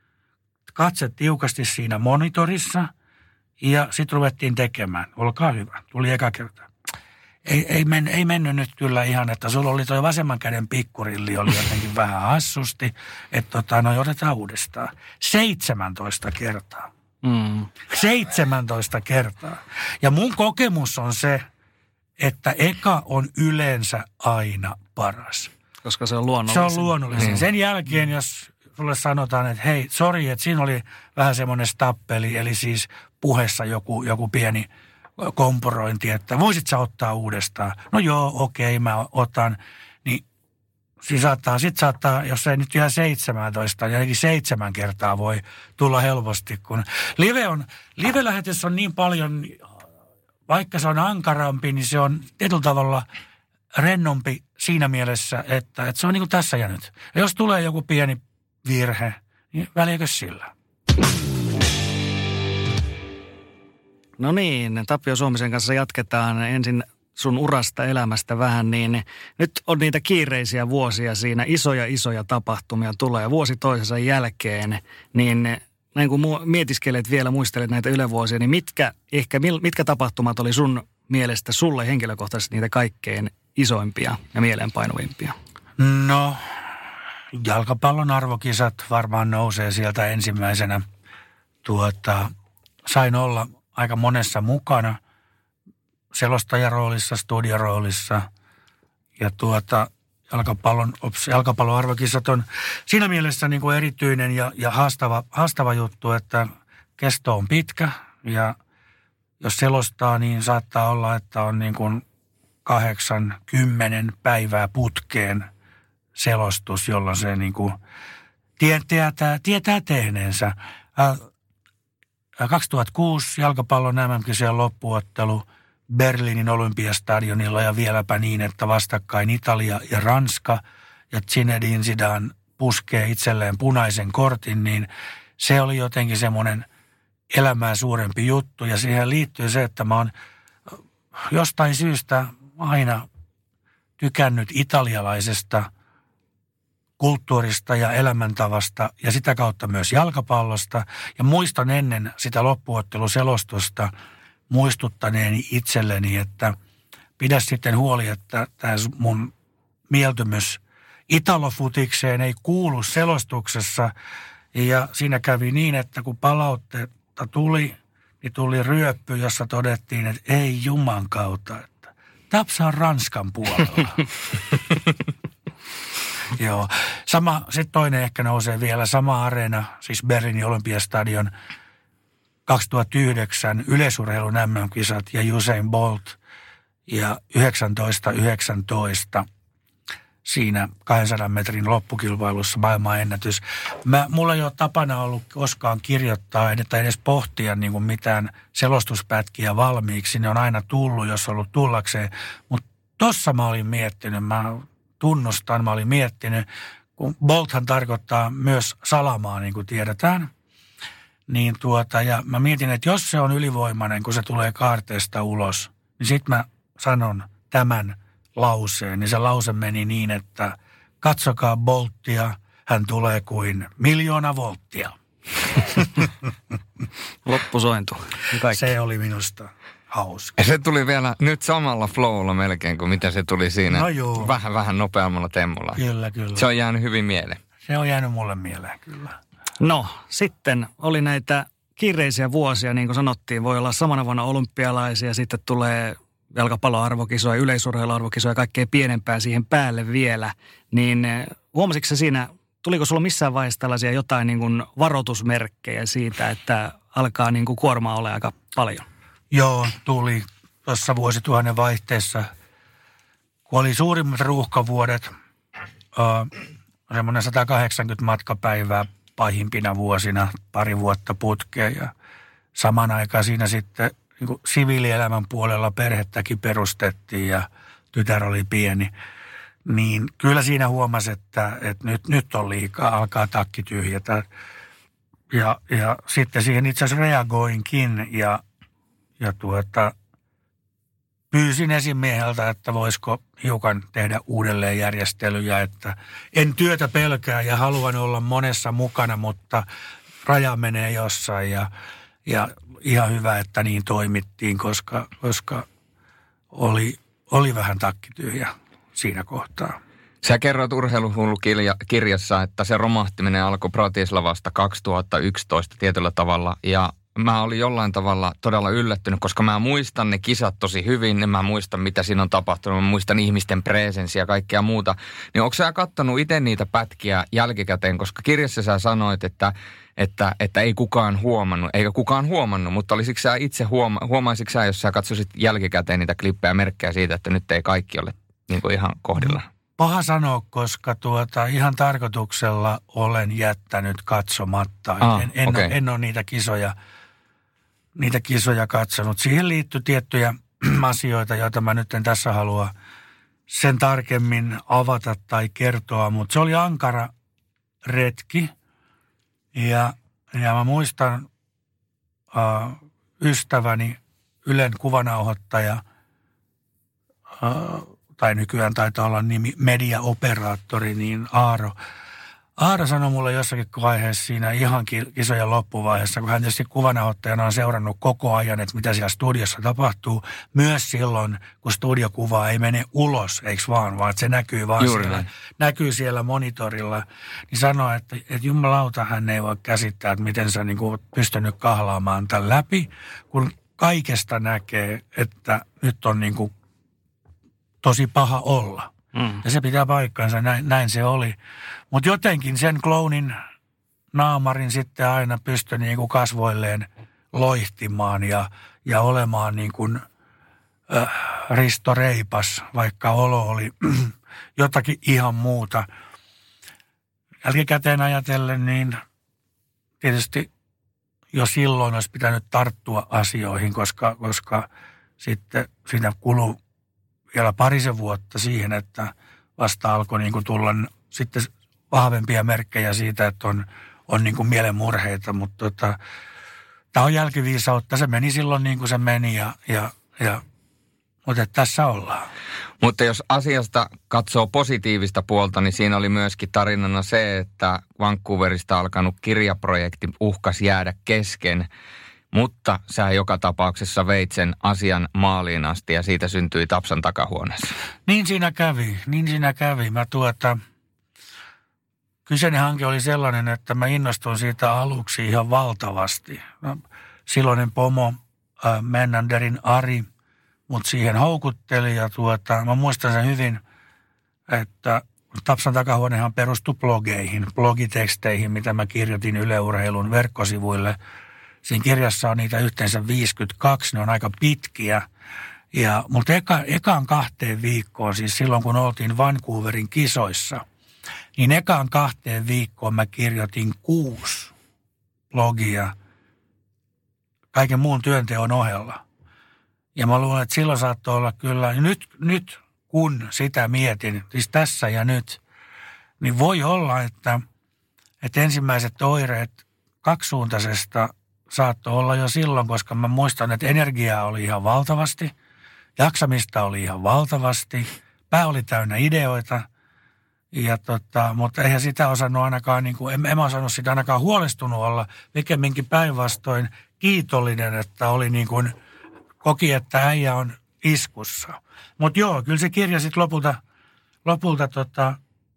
katse tiukasti siinä monitorissa ja sitten ruvettiin tekemään. Olkaa hyvä, tuli eka kerta. Ei, ei, men, ei mennyt nyt kyllä ihan, että sulla oli toi vasemman käden pikkurilli, oli jotenkin vähän hassusti, että tota, no otetaan uudestaan. seitsemäntoista kertaa. Mm. seitsemäntoista kertaa. Ja mun kokemus on se, että eka on yleensä aina paras. Koska se on luonnollista. Se on luonnollista. Mm. Sen jälkeen, jos sulle sanotaan, että hei, sori, että siinä oli vähän semmoinen stappeli, eli siis puheessa joku, joku pieni kompurointi, että voisit sä ottaa uudestaan. No joo, okei, mä otan. Niin siis saattaa, sit saattaa, jos ei nyt ihan seitsemäntoista, niin ainakin seitsemän kertaa voi tulla helposti, kun live on, live-lähetys on niin paljon, vaikka se on ankarampi, niin se on tietyllä tavalla rennompi siinä mielessä, että, että se on niin kuin tässä ja nyt. Ja jos tulee joku pieni virhe, niin väliäkö sillä? No niin, Tapio Suomisen kanssa jatketaan ensin sun urasta elämästä vähän, niin nyt on niitä kiireisiä vuosia siinä, isoja isoja tapahtumia tulee vuosi toisensa jälkeen, niin näin kun mietiskelet vielä, muistelet näitä ylevuosia, niin mitkä, ehkä, mitkä tapahtumat oli sun mielestä sulle henkilökohtaisesti niitä kaikkein isoimpia ja mieleenpainuvimpia? No, jalkapallon arvokisat varmaan nousee sieltä ensimmäisenä. Tuota, sain olla aika monessa mukana, selostajaroolissa, studioroolissa ja tuota, jalkapallon, ops, jalkapallon arvokisat on siinä mielessä niin kuin erityinen ja, ja haastava, haastava juttu, että kesto on pitkä ja jos selostaa, niin saattaa olla, että on niin kuin kahdeksan, kymmenen päivää putkeen selostus, jolla se niin kuin tietää, tietää tehneensä. kaksituhattakuusi jalkapallon M M-kisojen loppuottelu Berliinin olympiastadionilla ja vieläpä niin, että vastakkain Italia ja Ranska ja Zinedine Zidane puskee itselleen punaisen kortin, niin se oli jotenkin semmoinen elämää suurempi juttu ja siihen liittyy se, että mä oon jostain syystä aina tykännyt italialaisesta kulttuurista ja elämäntavasta ja sitä kautta myös jalkapallosta. Ja muistan ennen sitä loppuotteluselostusta muistuttaneeni itselleni, että pidä sitten huoli, että tämä mun mieltymys italofutikseen ei kuulu selostuksessa. Ja siinä kävi niin, että kun palautteetta tuli, niin tuli ryöppy, jossa todettiin, että ei juman kautta, että Tapsa on Ranskan puolella. Joo. Sama, sitten toinen ehkä nousee vielä, sama areena, siis Berliinin olympiastadion kaksituhattayhdeksän yleisurheilun M M-kisat ja Usain Bolt ja yhdeksäntoista yhdeksäntoista siinä kahdensadan metrin loppukilpailussa maailmanennätys. Mä, mulla ei ole tapana ollut koskaan kirjoittaa tai edes pohtia niin kuin mitään selostuspätkiä valmiiksi. Ne on aina tullut, jos on ollut tullakseen. Mutta tossa mä olin miettinyt, mä tunnustan, mä olin miettinyt, kun Bolthan tarkoittaa myös salamaa, niin kuin tiedetään. Niin tuota, ja mä mietin, että jos se on ylivoimainen, kun se tulee kaarteesta ulos, niin sit mä sanon tämän lauseen. Niin se lause meni niin, että katsokaa Bolttia, hän tulee kuin miljoona volttia. Loppusointu. Se oli minusta hauska. Ja se tuli vielä nyt samalla flowlla melkein kuin mitä se tuli siinä. No joo. Vähän, vähän nopeammalla temmulla. Kyllä, kyllä. Se on jäänyt hyvin mieleen. Se on jäänyt mulle mieleen, kyllä. No, sitten oli näitä kiireisiä vuosia, niin kuin sanottiin. Voi olla samana vuonna olympialaisia, sitten tulee jalkapalloarvokisoja, yleisurheiluarvokisoja ja kaikkea pienempää siihen päälle vielä. Niin huomasitko sä siinä, tuliko sulla missään vaiheessa tällaisia jotain niin kuin varoitusmerkkejä siitä, että alkaa niin kuin kuormaa olla aika paljon? Joo, tuli tuossa vuosituhannen vaihteessa, kun oli suurimmat ruuhkavuodet, äh, semmoinen sata kahdeksankymmentä matkapäivää pahimpina vuosina, pari vuotta putkeen ja saman aikaan siinä sitten niin kuin siviilielämän puolella perhettäkin perustettiin ja tytär oli pieni. Niin kyllä siinä huomasi, että, että nyt, nyt on liikaa, alkaa takki tyhjätä. Ja, ja sitten siihen itse asiassa reagoinkin ja, ja tuota, pyysin esimieheltä, että voisiko hiukan tehdä uudelleenjärjestelyjä, että en työtä pelkää ja haluan olla monessa mukana, mutta raja menee jossain ja, ja ihan hyvä, että niin toimittiin, koska, koska oli, oli vähän takkityhjä siinä kohtaa. Sä kerroit Urheiluhullu-kirjassa, että se romahtiminen alkoi Bratislavasta kaksituhattayksitoista tietyllä tavalla ja mä olin jollain tavalla todella yllättynyt, koska mä muistan ne kisat tosi hyvin, ja mä muistan mitä siinä on tapahtunut, mä muistan ihmisten presenssiä ja kaikkea muuta. Niin onko sä kattonut itse niitä pätkiä jälkikäteen, koska kirjassa sä sanoit, että, että, että ei kukaan huomannut, eikä kukaan huomannut, mutta olisitko sä itse huoma, huomaisitko sä, jos sä katsoisit jälkikäteen niitä klippejä merkkejä siitä, että nyt ei kaikki ole niin kuin ihan kohdilla? Paha sanoa, koska tuota, ihan tarkoituksella olen jättänyt katsomatta. Ah, en, en, okay. ole, en ole niitä kisoja, niitä kisoja katsonut. Siihen liittyy tiettyjä asioita, joita mä nyt en tässä halua sen tarkemmin avata tai kertoa. Mutta se oli ankara retki. Ja, ja mä muistan äh, ystäväni, Ylen kuvanauhoittaja, äh, tai nykyään taitaa olla nimi, mediaoperaattori, niin Aaro. Aaro sanoi mulle jossakin vaiheessa siinä ihan kisojen loppuvaiheessa, kun hän tietysti kuvanauhoittajana on seurannut koko ajan, että mitä siellä studiossa tapahtuu. Myös silloin, kun studiokuva ei mene ulos, eikö vaan, vaan että se näkyy vaan siellä, näkyy siellä monitorilla. Niin sanoi, että, että jumalauta hän ei voi käsittää, että miten sä niin kuin oot pystynyt kahlaamaan tämän läpi, kun kaikesta näkee, että nyt on niin kuin tosi paha olla. Mm. Ja se pitää paikkansa, näin, näin se oli. Mutta jotenkin sen clownin naamarin sitten aina pystyi niinku kasvoilleen loihtimaan ja, ja olemaan niin kuin äh, Risto Reipas, vaikka olo oli jotakin ihan muuta. Jälkikäteen ajatellen, niin tietysti jo silloin olisi pitänyt tarttua asioihin, koska, koska sitten siinä kuluu vielä parisen vuotta siihen, että vasta alkoi niin kuin tulla sitten vahvempia merkkejä siitä, että on, on niin kuin mielenmurheita. Mutta tota, tämä on jälkiviisautta. Se meni silloin niin kuin se meni, ja, ja, ja, mutta tässä ollaan. Mutta jos asiasta katsoo positiivista puolta, niin siinä oli myöskin tarinana se, että Vancouverista alkanut kirjaprojekti uhkasi jäädä kesken. Mutta sä joka tapauksessa veit sen asian maaliin asti ja siitä syntyi Tapsan takahuoneessa. Niin siinä kävi, niin siinä kävi. Mä tuota, kyseinen hanke oli sellainen, että mä innostuin siitä aluksi ihan valtavasti. No, silloinen pomo, äh, Mennanderin Ari, mut siihen houkutteli ja tuota, mä muistan sen hyvin, että Tapsan takahuonehan perustui blogeihin, blogiteksteihin, mitä mä kirjoitin Yle Urheilun verkkosivuille. Siinä kirjassa on niitä yhteensä viisikymmentäkaksi, ne on aika pitkiä. Ja, mutta eka, ekaan kahteen viikkoon, siis silloin kun oltiin Vancouverin kisoissa, niin ekaan kahteen viikkoon mä kirjoitin kuusi blogia kaiken muun työnteon ohella. Ja mä luulen, että silloin saattoi olla kyllä, nyt, nyt kun sitä mietin, siis tässä ja nyt, niin voi olla, että, että ensimmäiset oireet kaksisuuntaisesta saattoi olla jo silloin, koska mä muistan, että energiaa oli ihan valtavasti, jaksamista oli ihan valtavasti, pää oli täynnä ideoita, ja tota, mutta eihän sitä osannut ainakaan, niin kuin, en, en mä osannut sitä ainakaan huolestunut olla, pikemminkin päinvastoin kiitollinen, että oli niin kuin, koki, että äijä on iskussa. Mutta joo, kyllä se kirja sitten lopulta, lopulta tota,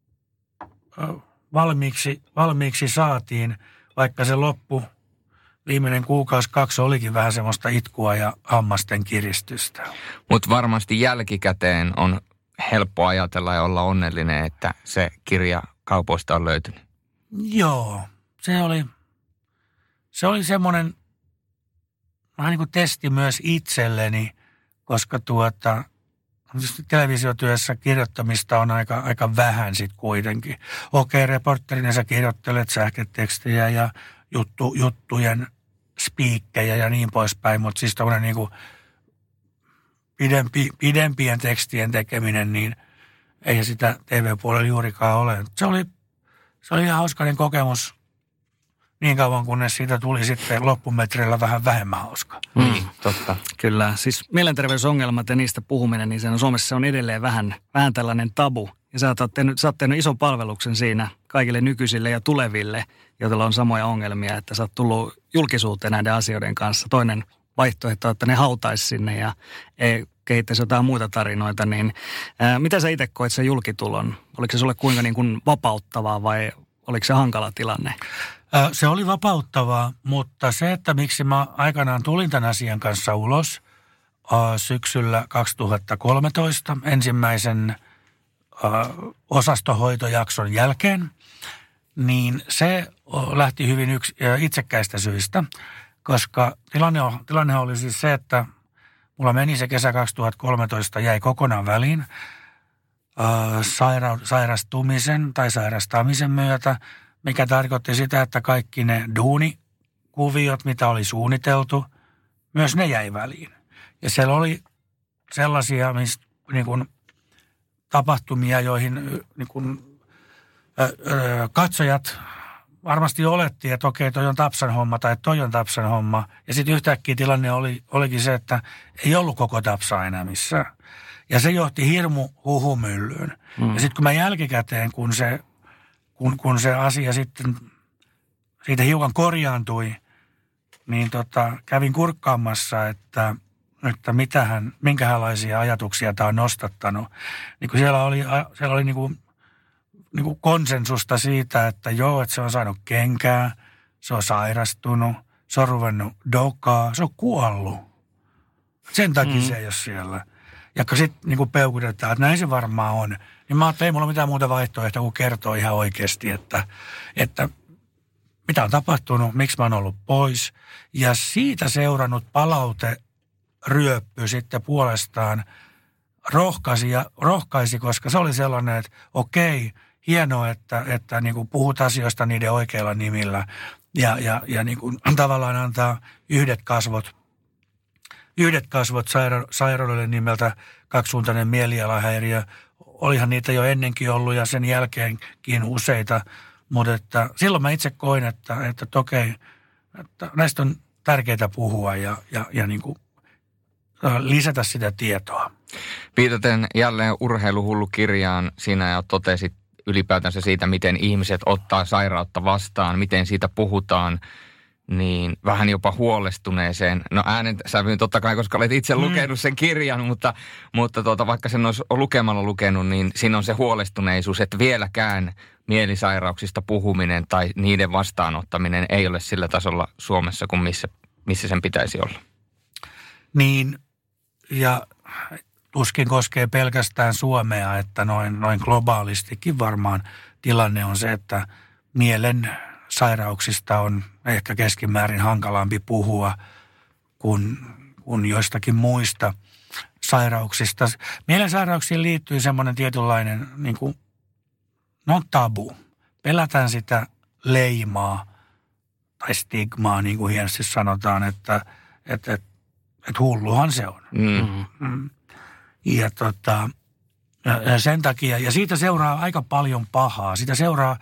valmiiksi, valmiiksi saatiin, vaikka se loppu, viimeinen kuukausi kaksi olikin vähän semmoista itkua ja hammasten kiristystä. Mutta varmasti jälkikäteen on helppo ajatella ja olla onnellinen, että se kirja kaupoista on löytynyt. Joo, se oli, se oli semmoinen vähän niin kuin testi myös itselleni, koska tuota, televisiotyössä kirjoittamista on aika, aika vähän sitten kuitenkin. Okei, reporterina sä kirjoittelet sähkötekstejä ja juttu, juttujen spiikkejä ja niin poispäin, mutta siis tämmöinen niin kuin pidempi, pidempien tekstien tekeminen, niin ei sitä T V-puolella juurikaan ole. Se oli, se oli ihan hauskainen kokemus niin kauan, kunnes siitä tuli sitten loppumetreillä vähän vähemmän hauska. Mm, totta. Kyllä, siis mielenterveysongelmat ja niistä puhuminen, niin sen Suomessa on edelleen vähän, vähän tällainen tabu. Ja sä oot tehnyt, sä oot tehnyt ison palveluksen siinä kaikille nykyisille ja tuleville, joilla on samoja ongelmia, että sä oot tullut julkisuuteen näiden asioiden kanssa. Toinen vaihtoehto, että ne hautaisi sinne ja ei kehittäisi jotain muita tarinoita, niin ää, mitä sä itse koet sen julkitulon? Oliko se sulle kuinka niin kuin vapauttavaa vai oliko se hankala tilanne? Se oli vapauttavaa, mutta se, että miksi mä aikanaan tulin tämän asian kanssa ulos syksyllä kaksituhattakolmetoista ensimmäisen osastohoitojakson jälkeen, niin se lähti hyvin yks, itsekkäistä syistä, koska tilanne, tilanne oli siis se, että mulla meni se kesä kaksituhattakolmetoista, jäi kokonaan väliin saira, sairastumisen tai sairastamisen myötä, mikä tarkoitti sitä, että kaikki ne duunikuviot, mitä oli suunniteltu, myös ne jäi väliin. Ja siellä oli sellaisia mistä, niin kuin, tapahtumia, joihin niin kuin, ö, ö, katsojat varmasti oletti, että okei, toi on Tapsan homma tai toi on Tapsan homma. Ja sitten yhtäkkiä tilanne oli, olikin se, että ei ollut koko Tapsaa enää missään. Ja se johti hirmu huhumyllyyn. Mm. Ja sitten kun mä jälkikäteen, kun se, kun, kun se asia sitten siitä hiukan korjaantui, niin tota, kävin kurkkaamassa, että, että mitähän, minkälaisia ajatuksia tämä on nostattanut. Niin kun siellä oli, siellä oli niin kuin, niin kuin konsensusta siitä, että joo, että se on saanut kenkää, se on sairastunut, se on ruvennut dokaa, se on kuollut. Sen takia mm. se ei ole siellä. Ja kun sitten niin peukutetaan, että näin se varmaan on, niin mä ajattelin, että ei mulla mitään muuta vaihtoehtoa kuin kertoa ihan oikeasti, että, että mitä on tapahtunut, miksi mä oon ollut pois. Ja siitä seurannut palauteryöppy sitten puolestaan rohkaisi, ja, rohkaisi, koska se oli sellainen, että okei, hienoa, että, että niin kuin puhut asioista niiden oikeilla nimillä ja, ja, ja niin kuin tavallaan antaa yhdet kasvot, yhdet kasvot saira- sairaudelle nimeltä kaksisuuntainen mielialahäiriö. Olihan niitä jo ennenkin ollut ja sen jälkeenkin useita, mutta että silloin mä itse koin, että, että okei, että näistä on tärkeää puhua ja, ja, ja niin kuin lisätä sitä tietoa. Viitaten jälleen Urheiluhullu-kirjaan, siinä jo totesit ylipäätänsä siitä, miten ihmiset ottaa sairautta vastaan, miten siitä puhutaan, niin vähän jopa huolestuneeseen. No äänensävyyn totta kai, koska olet itse lukenut sen kirjan, mutta, mutta tuota, vaikka sen olisi lukemalla lukenut, niin siinä on se huolestuneisuus, että vieläkään mielisairauksista puhuminen tai niiden vastaanottaminen ei ole sillä tasolla Suomessa kuin missä, missä sen pitäisi olla. Niin, ja tuskin koskee pelkästään Suomea, että noin, noin globaalistikin varmaan tilanne on se, että mielen sairauksista on ehkä keskimäärin hankalampi puhua kuin, kuin joistakin muista sairauksista. Mielen sairauksiin liittyy semmoinen tietynlainen niin kuin, no tabu. Pelätään sitä leimaa tai stigmaa, niin kuin hienosti sanotaan, että, että, että, että hulluhan se on. Mm. Mm. Ja, tota, ja sen takia, ja siitä seuraa aika paljon pahaa. Siitä seuraa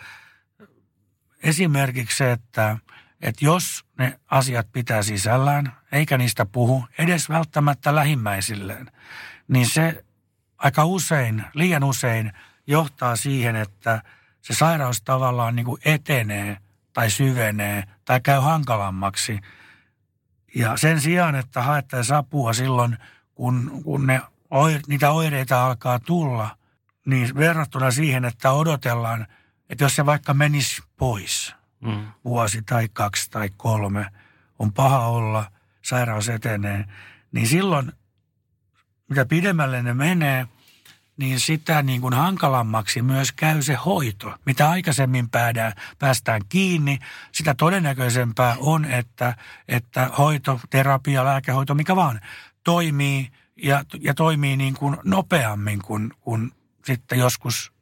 esimerkiksi se, että, että jos ne asiat pitää sisällään, eikä niistä puhu edes välttämättä lähimmäisilleen, niin se aika usein, liian usein johtaa siihen, että se sairaus tavallaan niin kuin etenee tai syvenee tai käy hankalammaksi. Ja sen sijaan, että haettaisiin apua silloin, kun, kun ne, niitä oireita alkaa tulla, niin verrattuna siihen, että odotellaan, että jos se vaikka menisi pois mm. vuosi tai kaksi tai kolme, on paha olla, sairaus etenee, niin silloin, mitä pidemmälle ne menee, niin sitä niin kuin hankalammaksi myös käy se hoito. Mitä aikaisemmin päädään, päästään kiinni, sitä todennäköisempää on, että, että hoito, terapia, lääkehoito, mikä vaan, toimii ja, ja toimii niin kuin nopeammin kuin, kuin sitten joskus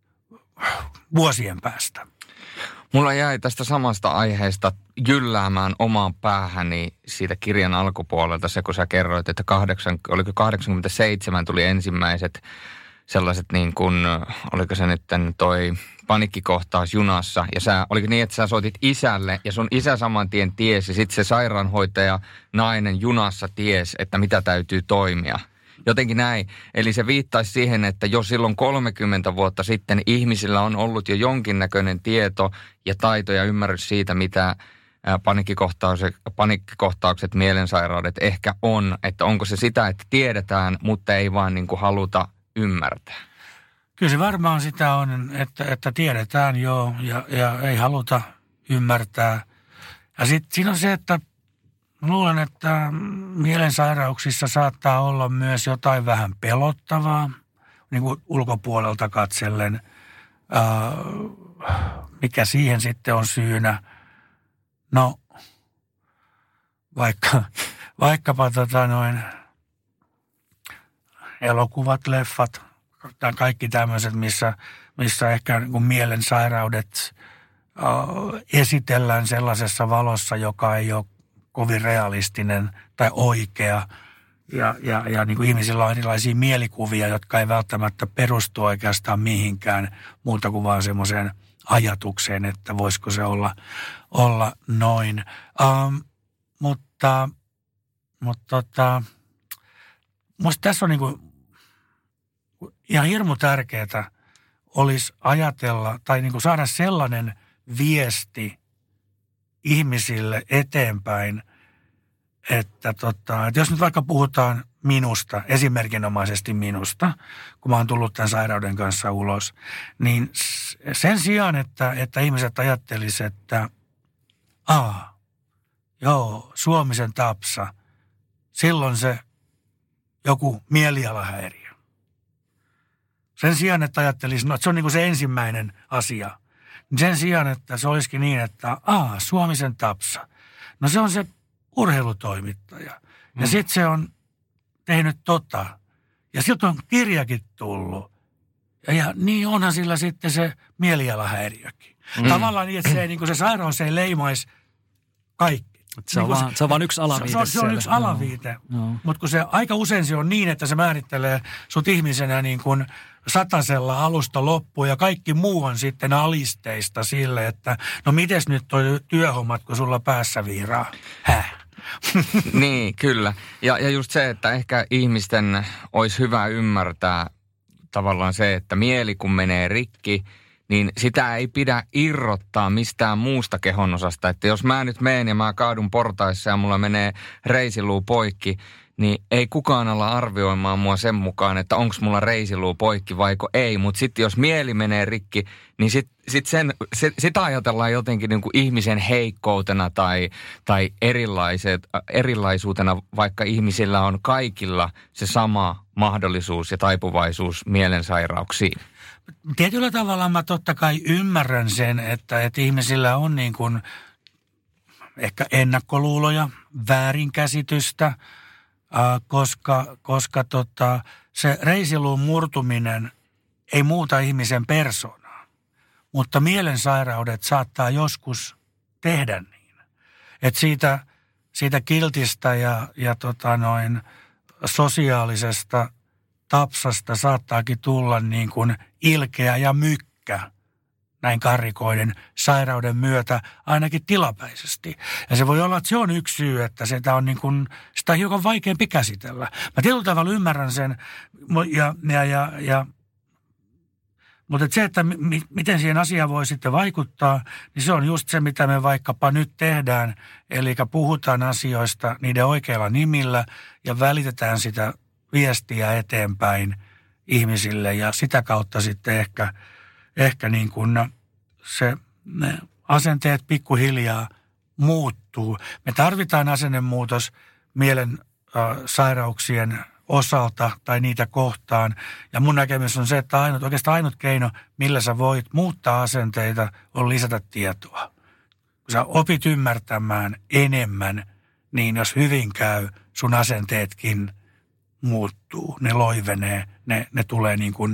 vuosien päästä. Mulla jäi tästä samasta aiheesta jylläämään omaan päähäni siitä kirjan alkupuolelta se, kun sä kerroit, että kahdeksan, oliko kahdeksankymmentäseitsemän tuli ensimmäiset sellaiset niin kuin, oliko se nyt toi paniikkikohtaus junassa. Ja sä, oliko niin, että sä soitit isälle ja sun isä saman tien tiesi. Ja sitten se sairaanhoitaja nainen junassa ties, että mitä täytyy toimia. Jotenkin näin. Eli se viittaisi siihen, että jo silloin kolmekymmentä vuotta sitten ihmisillä on ollut jo jonkinnäköinen tieto ja taito ja ymmärrys siitä, mitä paniikkikohtaukset, paniikkikohtaukset, mielensairaudet ehkä on. Että onko se sitä, että tiedetään, mutta ei vaan niin kuin haluta ymmärtää. Kyllä se varmaan sitä on, että, että tiedetään jo ja, ja ei haluta ymmärtää. Ja sitten siinä on se, että luulen, että mielensairauksissa saattaa olla myös jotain vähän pelottavaa, niin kuin ulkopuolelta katsellen. Mikä siihen sitten on syynä? No, vaikka, vaikkapa tota noin elokuvat, leffat, kaikki tämmöiset, missä, missä ehkä niin kuin mielensairaudet äh, esitellään sellaisessa valossa, joka ei ole kovin realistinen tai oikea. Ja, ja, ja niin kuin ihmisillä on erilaisia mielikuvia, jotka ei välttämättä perustu oikeastaan mihinkään muuta kuin vaan semmoiseen ajatukseen, että voisiko se olla, olla noin. Ähm, mutta mutta tota, musta tässä on niin kuin ihan hirmu tärkeää olisi ajatella tai niin kuin saada sellainen viesti ihmisille eteenpäin, että, tota, että jos nyt vaikka puhutaan minusta, esimerkinomaisesti minusta, kun mä oon tullut tämän sairauden kanssa ulos, niin sen sijaan, että, että ihmiset ajattelisivat, että aa, joo, Suomisen Tapsa, silloin se joku mielialahäiriö. Sen sijaan, että ajattelisi, no, että se on niin kuin se ensimmäinen asia. Sen sijaan, että se olisikin niin, että aa, Suomisen Tapsa, no se on se urheilutoimittaja. Ja mm. sitten se on tehnyt tota. Ja siltä on kirjakin tullut. Ja, ja niin onhan sillä sitten se mielialahäiriökin. Mm. Tavallaan niin, että se, niin kuin se sairaus ei leimaisi kaikki. Se on, niin vaan, se, se on vaan yksi alaviite. Se on, se on yksi alaviite. No. Mutta kun se aika usein se on niin, että se määrittelee sut ihmisenä niin kuin satasella alusta loppuun ja kaikki muu on sitten alisteista sille, että no mites nyt toi työhommat, kun sulla päässä viiraa? Häh? Niin, kyllä. Ja, ja just se, että ehkä ihmisten olisi hyvä ymmärtää tavallaan se, että mieli kun menee rikki, niin sitä ei pidä irrottaa mistään muusta kehonosasta. Että jos mä nyt menen ja mä kaadun portaissa ja mulla menee reisiluu poikki, niin ei kukaan ala arvioimaan mua sen mukaan, että onko mulla reisiluu poikki vaiko ei. Mutta sitten jos mieli menee rikki, niin sit, sit sen, sit, sitä ajatellaan jotenkin niin kuin ihmisen heikkoutena tai, tai erilaiset, erilaisuutena, vaikka ihmisillä on kaikilla se sama mahdollisuus ja taipuvaisuus mielensairauksiin. Tietyllä tavalla mä totta kai ymmärrän sen, että, että ihmisillä on niin kuin ehkä ennakkoluuloja, väärinkäsitystä, äh, koska, koska tota, se reisiluun murtuminen ei muuta ihmisen persoonaa, mutta mielensairaudet saattaa joskus tehdä niin. Että siitä, siitä kiltistä ja, ja tota noin sosiaalisesta Tapsasta saattaakin tulla niin kuin ilkeä ja mykkä näin karrikoiden sairauden myötä ainakin tilapäisesti. Ja se voi olla, että se on yksi syy, että sitä on, niin kuin, sitä on hiukan vaikeampi käsitellä. Mä tietyllä tavalla ymmärrän sen, ja, ja, ja, ja, mutta että se, että mi, miten siihen asiaan voi sitten vaikuttaa, niin se on just se, mitä me vaikkapa nyt tehdään. Eli puhutaan asioista niiden oikeilla nimillä ja välitetään sitä viestiä eteenpäin ihmisille ja sitä kautta sitten ehkä, ehkä niin kuin se, ne asenteet pikkuhiljaa muuttuu. Me tarvitaan asennemuutos mielen äh, sairauksien osalta tai niitä kohtaan. Ja mun näkemys on se, että ainut, oikeastaan ainut keino, millä sä voit muuttaa asenteita, on lisätä tietoa. Kun sä opit ymmärtämään enemmän, niin jos hyvin käy, sun asenteetkin muuttuu, ne loivenee, ne, ne tulee niin kuin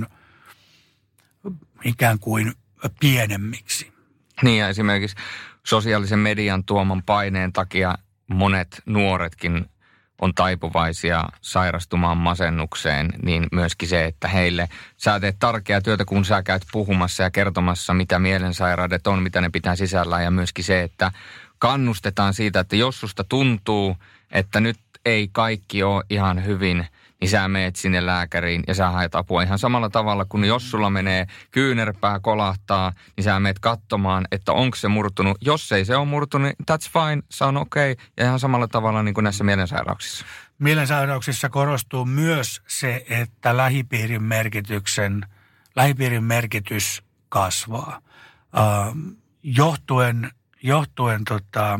ikään kuin pienemmiksi. Niin ja esimerkiksi sosiaalisen median tuoman paineen takia monet nuoretkin on taipuvaisia sairastumaan masennukseen, niin myöskin se, että heille sä teet tärkeää työtä, kun sä käyt puhumassa ja kertomassa, mitä mielensairaudet on, mitä ne pitää sisällään ja myöskin se, että kannustetaan siitä, että jos susta tuntuu, että nyt ei kaikki ole ihan hyvin, niin sä meet sinne lääkäriin ja sä haet apua ihan samalla tavalla, kun jos sulla menee kyynärpää kolahtaa, niin sä meet katsomaan, että onko se murtunut. Jos ei se ole murtunut, that's fine, se on okei. Okay. Ja ihan samalla tavalla niin kuin näissä mielensairauksissa. Mielensairauksissa korostuu myös se, että lähipiirin merkityksen, lähipiirin merkitys kasvaa. Uh, johtuen johtuen tota,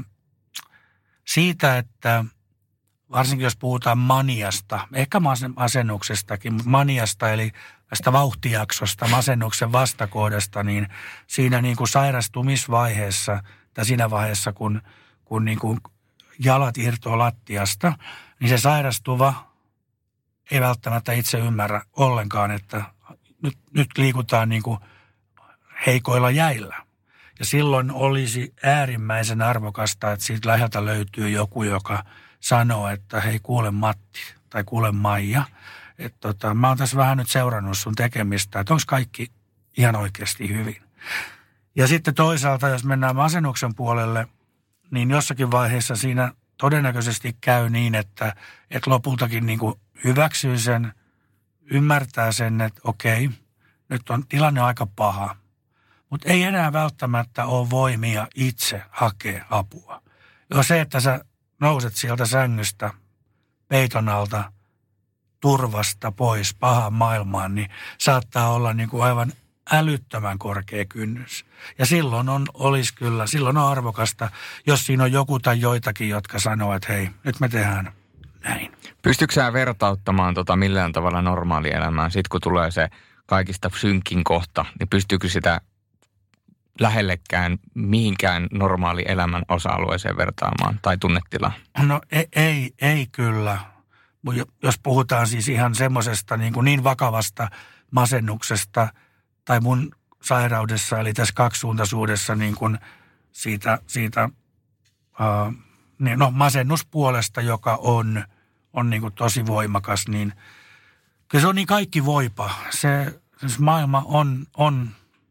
siitä, että varsinkin jos puhutaan maniasta, ehkä masennuksestakin, mutta maniasta eli tästä vauhtijaksosta, masennuksen vastakohdasta, niin siinä niin kuin sairastumisvaiheessa tai siinä vaiheessa, kun, kun niin kuin jalat irtoaa lattiasta, niin se sairastuva ei välttämättä itse ymmärrä ollenkaan, että nyt, nyt liikutaan niin kuin heikoilla jäillä. Ja silloin olisi äärimmäisen arvokasta, että siitä läheltä löytyy joku, joka sanoo, että hei kuule Matti tai kuule Maija. Että tota, mä oon tässä vähän nyt seurannut sun tekemistä, että onko kaikki ihan oikeasti hyvin. Ja sitten toisaalta, jos mennään masennuksen puolelle, niin jossakin vaiheessa siinä todennäköisesti käy niin, että, että lopultakin niin kuin hyväksyy sen, ymmärtää sen, että okei, nyt on tilanne aika paha. Mutta ei enää välttämättä ole voimia itse hakea apua. Jo se, että sä nouset sieltä sängystä, peiton alta, turvasta pois pahaan maailmaan, niin saattaa olla niin kuin aivan älyttömän korkea kynnys. Ja silloin on, olisi kyllä, silloin on arvokasta, jos siinä on joku tai joitakin, jotka sanoo, että hei, nyt me tehdään näin. Pystytkö sä vertauttamaan tota millään tavalla normaalielämään? Sitten kun tulee se kaikista synkin kohta, niin pystyykö sitä lähellekään mihinkään normaali elämän osa-alueeseen vertaamaan tai tunnetilaan? No ei, ei, ei kyllä. Jos puhutaan siis ihan semmoisesta niin, niin vakavasta masennuksesta tai mun sairaudessa, eli tässä kaksisuuntaisuudessa niin kuin siitä, siitä uh, niin, no, masennuspuolesta, joka on, on niin kuin tosi voimakas, niin kyllä se on niin kaikki voipa. Se, se maailma on, on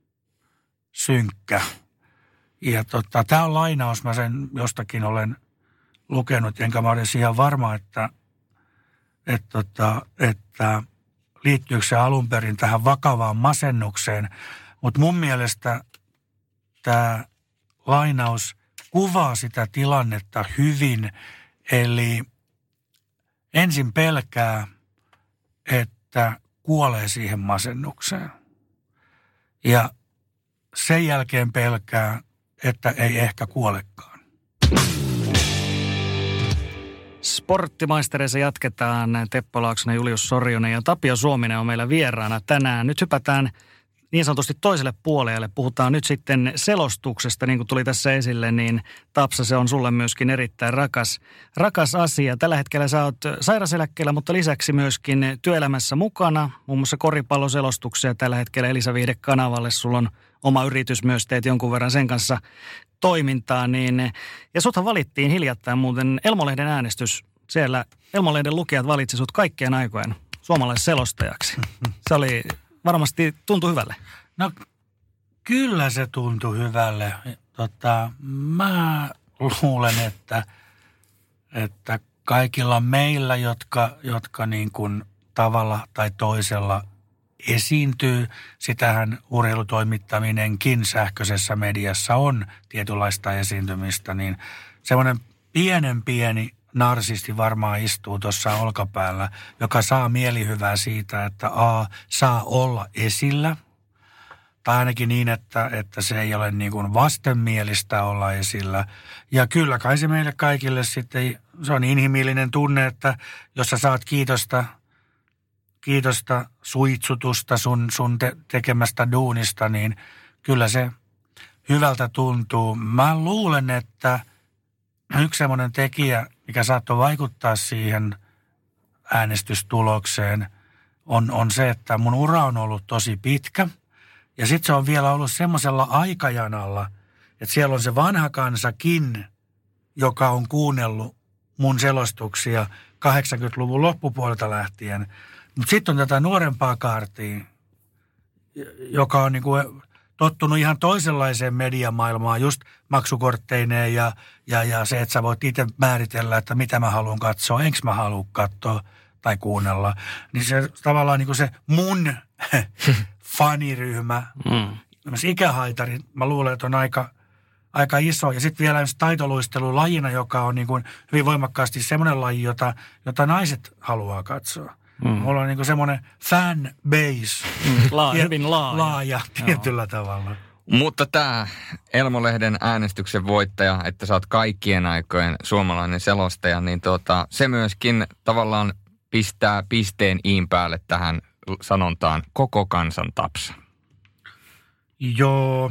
synkkä. Ja tota, tämä on lainaus, mä sen jostakin olen lukenut, enkä mä olisi ihan varma, että, että, tota, että liittyykö se alun perin tähän vakavaan masennukseen. Mutta mun mielestä tämä lainaus kuvaa sitä tilannetta hyvin, eli ensin pelkää, että kuolee siihen masennukseen. Ja sen jälkeen pelkää, että ei ehkä kuolekaan. Sporttimaistereissa jatketaan. Teppo Laaksonen, Julius Sorjonen ja Tapio Suominen on meillä vieraana tänään. Nyt hypätään niin sanotusti toiselle puolelle. Puhutaan nyt sitten selostuksesta, niin kuin tuli tässä esille, niin Tapsa, se on sulle myöskin erittäin rakas, rakas asia. Tällä hetkellä sä oot sairaseläkkeellä, mutta lisäksi myöskin työelämässä mukana. Muun muassa koripalloselostuksia tällä hetkellä Elisa Viihde-kanavalle. Sulla on oma yritys myös, teet jonkun verran sen kanssa toimintaa. Niin, ja suthan valittiin hiljattain muuten Elmo-lehden äänestys. Siellä Elmo-lehden lukijat valitsi sut kaikkien aikojen suomalaisselostajaksi. Se oli... Varmasti tuntui hyvälle. No kyllä se tuntui hyvälle. Tota, mä luulen, että, että kaikilla meillä, jotka, jotka niin kuin tavalla tai toisella esiintyy, sitähän urheilutoimittaminenkin sähköisessä mediassa on tietynlaista esiintymistä, niin semmoinen pienen pieni narsisti varmaan istuu tuossa olkapäällä, joka saa mielihyvää siitä, että A, saa olla esillä, tai ainakin niin, että, että se ei ole niin kuin vastenmielistä olla esillä. Ja kyllä kai se meille kaikille sitten, se on inhimillinen tunne, että jos sä saat kiitosta, kiitosta suitsutusta sun, sun te, tekemästä duunista, niin kyllä se hyvältä tuntuu. Mä luulen, että yksi semmoinen tekijä, mikä saattoi vaikuttaa siihen äänestystulokseen, on, on se, että mun ura on ollut tosi pitkä. Ja sitten se on vielä ollut semmoisella aikajanalla, että siellä on se vanha kansakin, joka on kuunnellut mun selostuksia kahdeksankymmentäluvun loppupuolelta lähtien. Mutta sitten on tätä nuorempaa kaartia, joka on niinku tottunut ihan toisenlaiseen mediamaailmaan, just maksukortteineen ja, ja, ja se, että sä voit itse määritellä, että mitä mä haluan katsoa, enkö mä halua katsoa tai kuunnella. Niin se tavallaan niin kuin se mun faniryhmä, mm. ikähaitari, mä luulen, että on aika, aika iso. Ja sitten vielä taitoluistelu lajina, joka on niin kuin hyvin voimakkaasti semmoinen laji, jota, jota naiset haluaa katsoa. Mm. Mulla on niin kuin semmoinen fan base. Mm. Laa, hyvin laaja. Laaja tietyllä Joo. tavalla. Mutta tämä Elmo-lehden äänestyksen voittaja, että sä oot kaikkien aikojen suomalainen selostaja, niin tuota, se myöskin tavallaan pistää pisteen iin päälle tähän sanontaan koko kansan tapsa. Joo,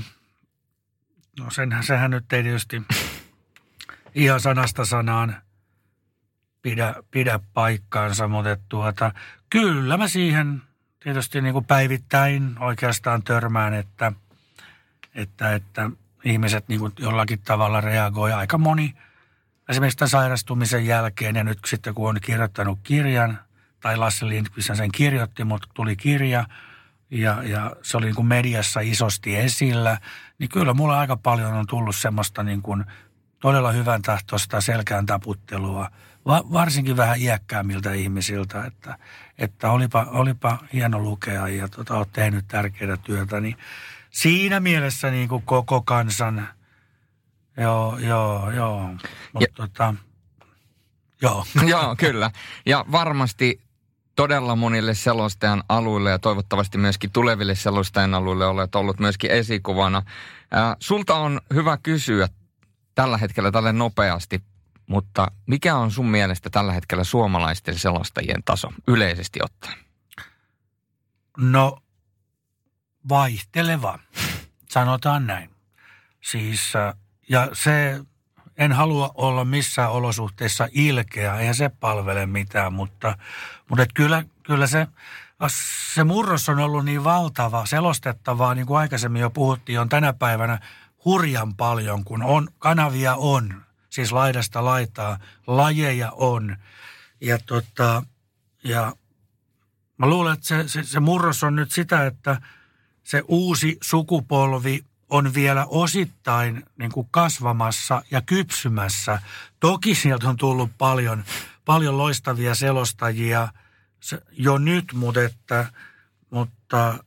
no senhän, sehän nyt ei tietysti ihan sanasta sanaan pidä, pidä paikkaansa, mutta tuota, kyllä mä siihen tietysti niin kuin päivittäin oikeastaan törmään, että, että, että ihmiset niin kuin jollakin tavalla reagoi. Aika moni esimerkiksi tämän sairastumisen jälkeen ja nyt sitten kun on kirjoittanut kirjan, tai Lasse Lindqvist sen kirjoitti, mutta tuli kirja ja, ja se oli niin kuin mediassa isosti esillä, niin kyllä mulla aika paljon on tullut semmoista niin kuin todella hyvän tahtoista selkään taputtelua, va, varsinkin vähän iäkkäämmiltä ihmisiltä, että, että olipa, olipa hieno lukea ja tota, olet tehnyt tärkeää työtä, niin siinä mielessä niin kuin koko kansan, joo, joo, joo, mutta tota, joo. Joo, kyllä. Ja varmasti todella monille selostajan aluille ja toivottavasti myöskin tuleville selostajan aluille olet ollut myöskin esikuvana. Ää, sulta on hyvä kysyä tällä hetkellä tälle nopeasti, mutta mikä on sun mielestä tällä hetkellä suomalaisten selostajien taso yleisesti ottaen? No, vaihteleva. Sanotaan näin. Siis, ja se, en halua olla missään olosuhteissa ilkeä, eihän se palvele mitään, mutta, mutta et kyllä, kyllä se, se murros on ollut niin valtava, selostettavaa, niin kuin aikaisemmin jo puhuttiin, on tänä päivänä hurjan paljon, kun on, kanavia on, siis laidasta laitaa, lajeja on. Ja, tota, ja mä luulen, että se, se, se murros on nyt sitä, että se uusi sukupolvi on vielä osittain niin kuin kasvamassa ja kypsymässä. Toki sieltä on tullut paljon, paljon loistavia selostajia jo nyt, mutta, että, mutta,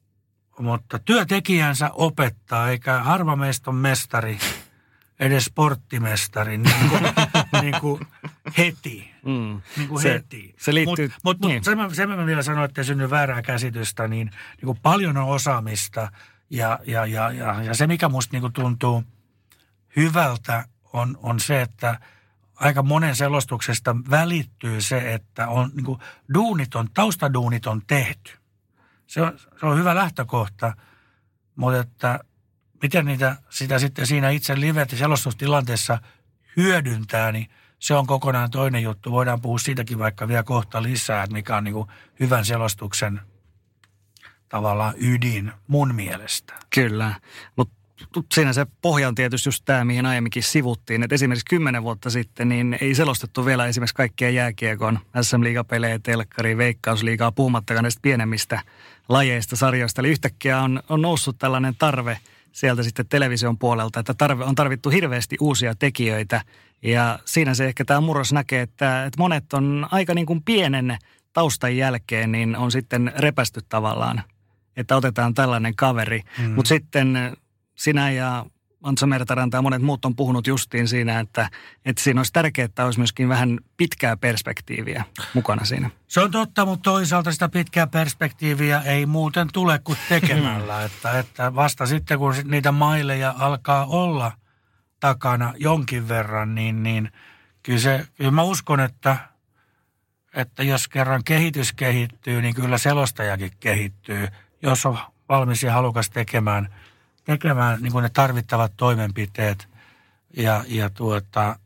mutta työtekijänsä opettaa, eikä harva meistä on mestari, edes sporttimestari, niin kuin, niin kuin heti. Mm. Niin kuin se, heti. Se liittyy... Mutta mut, niin. mut sen, mä, sen mä vielä sanoin, että ei synny väärää käsitystä, niin, niin kuin paljon on osaamista. Ja, ja, ja, ja, ja se, mikä musta niin kuin tuntuu hyvältä, on, on se, että aika monen selostuksesta välittyy se, että on, niin kuin duunit on, taustaduunit on tehty. Se on, se on hyvä lähtökohta, mutta että miten niitä, sitä sitten siinä itse live- ja selostustilanteessa hyödyntää, niin se on kokonaan toinen juttu. Voidaan puhua siitäkin vaikka vielä kohta lisää, että mikä on niin kuin hyvän selostuksen tavallaan ydin mun mielestä. Kyllä, mutta siinä se pohja on tietysti just tämä, mihin aiemminkin sivuttiin, että esimerkiksi kymmenen vuotta sitten niin ei selostettu vielä esimerkiksi kaikkia jääkiekon S M-liigapelejä, telkkari, veikkausliigaa, puhumattakaan näistä pienemmistä lajeista, sarjoista. Eli yhtäkkiä on, on noussut tällainen tarve sieltä sitten television puolelta, että tarve, on tarvittu hirveästi uusia tekijöitä. Ja siinä se ehkä tämä murros näkee, että, että monet on aika niin kuin pienen taustan jälkeen, niin on sitten repästy tavallaan, että otetaan tällainen kaveri. Mm. Mutta sitten sinä ja Antso Mertaranta ja monet muut on puhunut justiin siinä, että, että siinä olisi tärkeää, että olisi myöskin vähän pitkää perspektiiviä mukana siinä. Se on totta, mutta toisaalta sitä pitkää perspektiiviä ei muuten tule kuin tekemällä. että, että vasta sitten, kun niitä maileja alkaa olla takana jonkin verran, niin, niin kyllä, se, kyllä mä uskon, että, että jos kerran kehitys kehittyy, niin kyllä selostajakin kehittyy, jos on valmis ja halukas tekemään tekemään niin kuin ne tarvittavat toimenpiteet ja, ja tuota,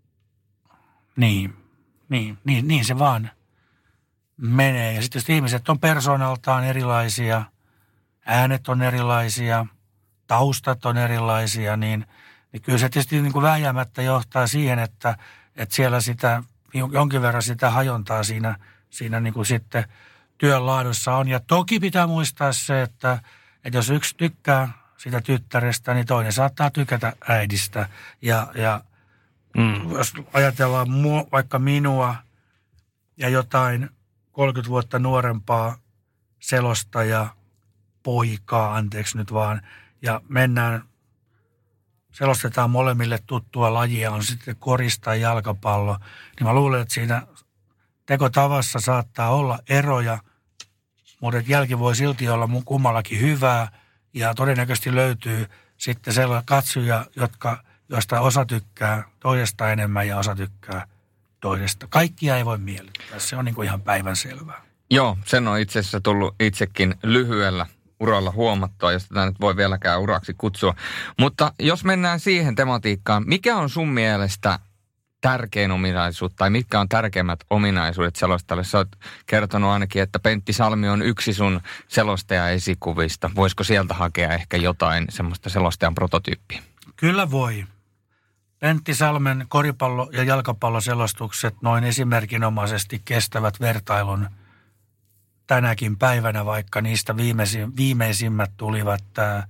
niin, niin, niin, niin se vaan menee. Ja sitten jos ihmiset on persoonaltaan erilaisia, äänet on erilaisia, taustat on erilaisia, niin, niin kyllä se tietysti niin kuin vääjäämättä johtaa siihen, että, että siellä sitä, jonkin verran sitä hajontaa siinä, siinä niin kuin sitten työn laadussa on. Ja toki pitää muistaa se, että, että jos yksi tykkää sitä tyttärestä, niin toinen saattaa tykätä äidistä. Ja, ja mm. jos ajatellaan mua, vaikka minua ja jotain kolmekymmentä vuotta nuorempaa selostajaa, poikaa, anteeksi nyt vaan, ja mennään, selostetaan molemmille tuttua lajia, on sitten korista ja jalkapallo, niin mä luulen, että siinä tekotavassa saattaa olla eroja, mutta jälki voi silti olla kummallakin hyvää. Ja todennäköisesti löytyy sitten sellaisia katsoja, jotka, joista osa tykkää toisesta enemmän ja osa tykkää toisesta. Kaikkia ei voi miellyttää. Se on niin kuin ihan päivänselvää. Joo, sen on itse asiassa tullut itsekin lyhyellä uralla huomattua, jos tätä nyt voi vieläkään uraksi kutsua. Mutta jos mennään siihen tematiikkaan, mikä on sun mielestä tärkein ominaisuus, tai mitkä on tärkeimmät ominaisuudet selostajalle? Sä oot kertonut ainakin, että Pentti Salmi on yksi sun selostaja-esikuvista. Voisiko sieltä hakea ehkä jotain semmoista selostajan prototyyppiä? Kyllä voi. Pentti Salmen koripallo- ja jalkapalloselostukset noin esimerkinomaisesti kestävät vertailun tänäkin päivänä, vaikka niistä viimeisimmät tulivat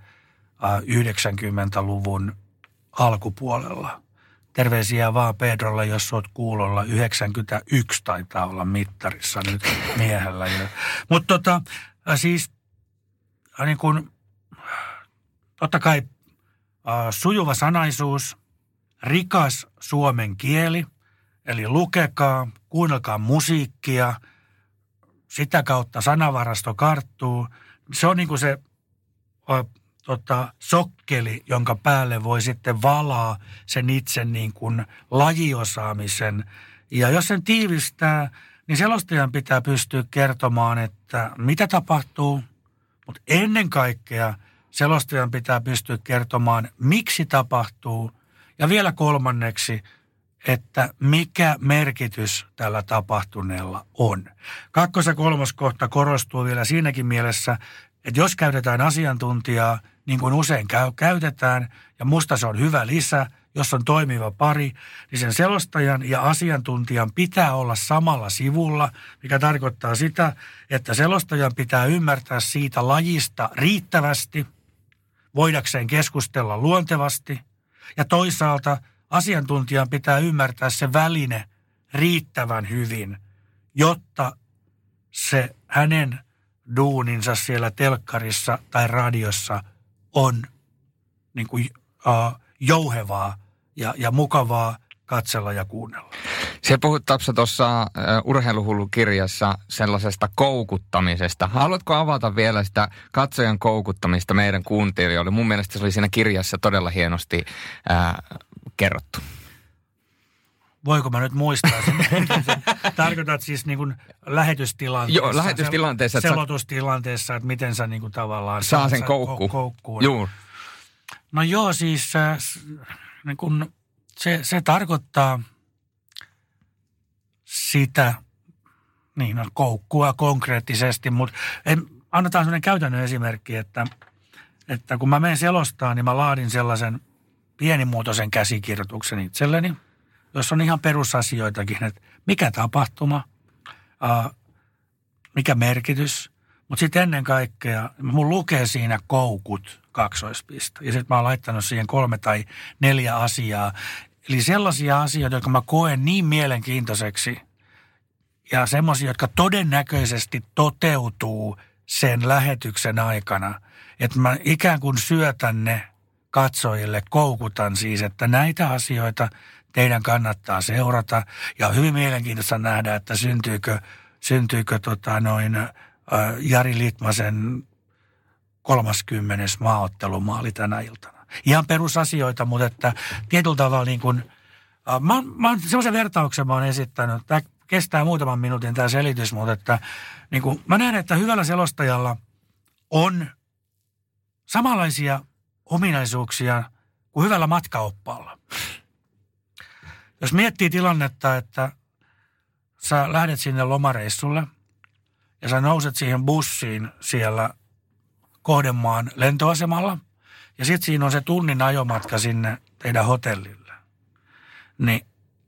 yhdeksänkymmentäluvun alkupuolella. Terveisiä vaan Pedrolle, jos oot kuulolla. yhdeksänkymmentäyksi taitaa olla mittarissa nyt miehellä. Mutta tota, siis niin kun, totta kai äh, sujuva sanaisuus, rikas suomen kieli, eli lukekaa, kuunnelkaa musiikkia, sitä kautta sanavarasto karttuu. Se on niin kuin se äh, tota, sokkeli, jonka päälle voi sitten valaa sen itse niin kuin lajiosaamisen. Ja jos sen tiivistää, niin selostajan pitää pystyä kertomaan, että mitä tapahtuu, mutta ennen kaikkea selostajan pitää pystyä kertomaan, miksi tapahtuu. Ja vielä kolmanneksi, että mikä merkitys tällä tapahtuneella on. Kakkos- ja kolmoskohta korostuu vielä siinäkin mielessä, että jos käytetään asiantuntijaa, niin kuin usein käy, käytetään, ja musta se on hyvä lisä, jos on toimiva pari, niin sen selostajan ja asiantuntijan pitää olla samalla sivulla, mikä tarkoittaa sitä, että selostajan pitää ymmärtää siitä lajista riittävästi, voidakseen keskustella luontevasti, ja toisaalta asiantuntijan pitää ymmärtää se väline riittävän hyvin, jotta se hänen duuninsa siellä telkkarissa tai radiossa on niin kuin, uh, jouhevaa ja, ja mukavaa katsella ja kuunnella. Se puhut Tapsa tuossa uh, Urheiluhullu-kirjassa sellaisesta koukuttamisesta. Haluatko avata vielä sitä katsojan koukuttamista meidän kuuntelijoille? Mun mielestä se oli siinä kirjassa todella hienosti uh, kerrottu. Voiko mä nyt muistaa sen? Tarkoitat siis niin kuin lähetystilanteessa. Joo, lähetystilanteessa. Selotustilanteessa, että miten sä niin kuin tavallaan saa sen koukkuun. koukkuun. Joo. No joo, siis äh, niin kuin se, se tarkoittaa sitä, niin no, koukkua konkreettisesti, mutta en, annetaan sellainen käytännön esimerkki, että, että kun mä menen selostaan, niin mä laadin sellaisen pienimuotoisen käsikirjoituksen itselleni, jossa on ihan perusasioitakin, että mikä tapahtuma, ää, mikä merkitys, mutta sitten ennen kaikkea mun lukee siinä koukut kaksoispiste. Ja sitten mä oon laittanut siihen kolme tai neljä asiaa. Eli sellaisia asioita, jotka mä koen niin mielenkiintoiseksi ja semmoisia, jotka todennäköisesti toteutuu sen lähetyksen aikana, että mä ikään kuin syötän ne katsojille, koukutan siis, että näitä asioita teidän kannattaa seurata. Ja on hyvin mielenkiintoista nähdä, että syntyykö, syntyykö tota noin, ä, Jari Litmasen kolmaskymmenes maaottelumaali tänä iltana. Ihan perusasioita, mutta että tietyllä tavalla niin kuin, ä, mä, mä oon semmoisen vertauksen mä oon esittänyt, tämä kestää muutaman minuutin tämä selitys, mutta että niin kuin, mä näen, että hyvällä selostajalla on samanlaisia ominaisuuksia kuin hyvällä matkaoppaalla. Jos miettii tilannetta, että sä lähdet sinne lomareissulle ja sä nouset siihen bussiin siellä kohdemaan lentoasemalla ja sitten siinä on se tunnin ajomatka sinne teidän hotellille, niin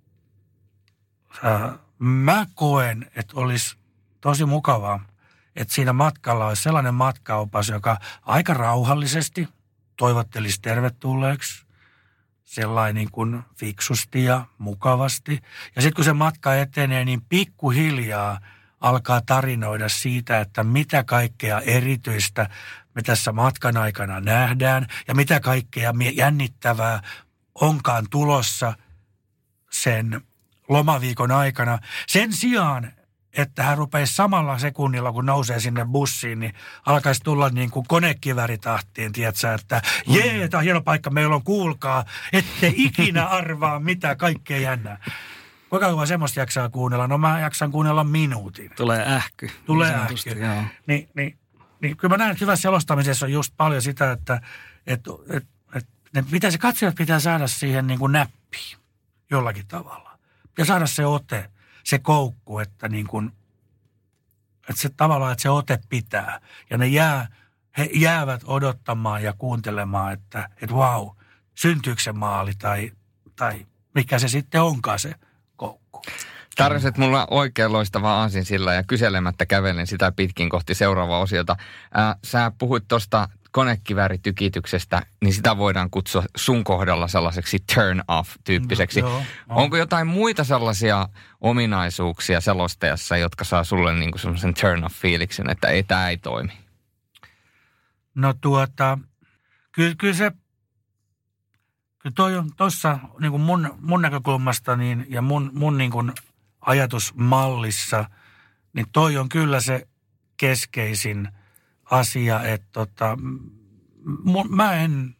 äh, mä koen, että olisi tosi mukavaa, että siinä matkalla olisi sellainen matkaopas, joka aika rauhallisesti toivottelisi tervetulleeksi, sellainen niin kuin fiksusti ja mukavasti. Ja sitten kun se matka etenee, niin pikkuhiljaa alkaa tarinoida siitä, että mitä kaikkea erityistä me tässä matkan aikana nähdään ja mitä kaikkea jännittävää onkaan tulossa sen lomaviikon aikana. Sen sijaan, että hän rupeisi samalla sekunnilla, kun nousee sinne bussiin, niin alkaisi tulla niin kuin konekiväritahtiin, tiedätkö, että jee, tämä on hieno paikka, meillä on, kuulkaa, ette ikinä arvaa mitä, kaikkea jännää. Kuinka kauan semmoista jaksaa kuunnella? No mä jaksan kuunnella minuutin. Tulee ähky. Tulee ähky. Niin, niin, niin kyllä mä näen, että hyvässä selostamisessa on just paljon sitä, että et, et, et, et, pitäisi, katsojat pitää saada siihen niin kuin näppiin jollakin tavalla. Ja saada se ote, se koukku, että, niin kuin, että se tavallaan, että se ote pitää. Ja ne jää, he jäävät odottamaan ja kuuntelemaan, että et vau, syntyykö se maali tai, tai mikä se sitten onkaan se koukku. Tarjosit mulla oikein loistavaa aasinsillan ja kyselemättä kävelen sitä pitkin kohti seuraavaa osiota. Ää, sä puhuit tuosta konekivääritykityksestä, niin sitä voidaan kutsua sun kohdalla sellaiseksi turn off-tyyppiseksi. No, joo, no. Onko jotain muita sellaisia ominaisuuksia selostajassa, jotka saa sulle niinku sellaisen turn off-fiiliksen, että ei, tämä ei toimi? No tuota, kyllä, kyllä se, kyllä toi on tuossa niin mun, mun näkökulmasta niin, ja mun, mun niin kuin ajatusmallissa, niin toi on kyllä se keskeisin asia, että tota, mun, mä en,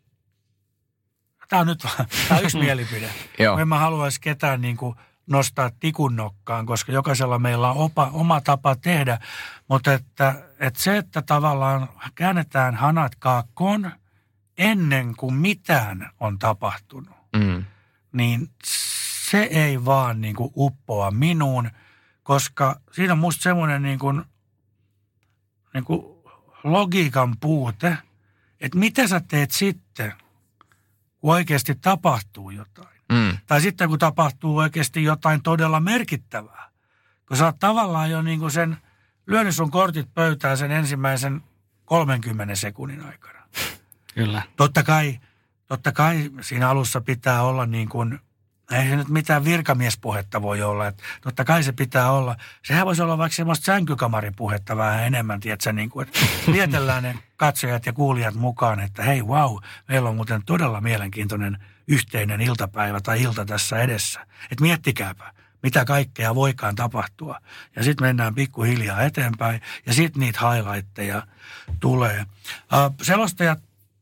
tää on nyt tää on yksi mielipide. En mä haluaisi ketään niin kuin nostaa tikun nokkaan, koska jokaisella meillä on opa, oma tapa tehdä, mutta että, että se, että tavallaan käännetään hanat kaakkoon ennen kuin mitään on tapahtunut, mm. niin se ei vaan niin kuin uppoa minuun, koska siinä on musta semmoinen niin kuin, niin kuin logiikan puute, että mitä sä teet sitten, kun oikeasti tapahtuu jotain. Mm. Tai sitten kun tapahtuu oikeasti jotain todella merkittävää. Kun sä oot tavallaan jo niin kuin sen, lyönyt sun kortit pöytään sen ensimmäisen kolmenkymmenen sekunnin aikana. Kyllä. Totta kai, totta kai siinä alussa pitää olla niin kuin, ei se nyt mitään virkamiespuhetta voi olla. Että totta kai se pitää olla. Sehän voisi olla vaikka semmoista sänkykamaripuhetta vähän enemmän, tiedätkö, niin kuin, että vietellään ne katsojat ja kuulijat mukaan, että hei, vau, meillä on muuten todella mielenkiintoinen yhteinen iltapäivä tai ilta tässä edessä. Että miettikääpä, mitä kaikkea voikaan tapahtua. Ja sitten mennään pikkuhiljaa eteenpäin ja sitten niitä highlightteja tulee. Uh, selostajat,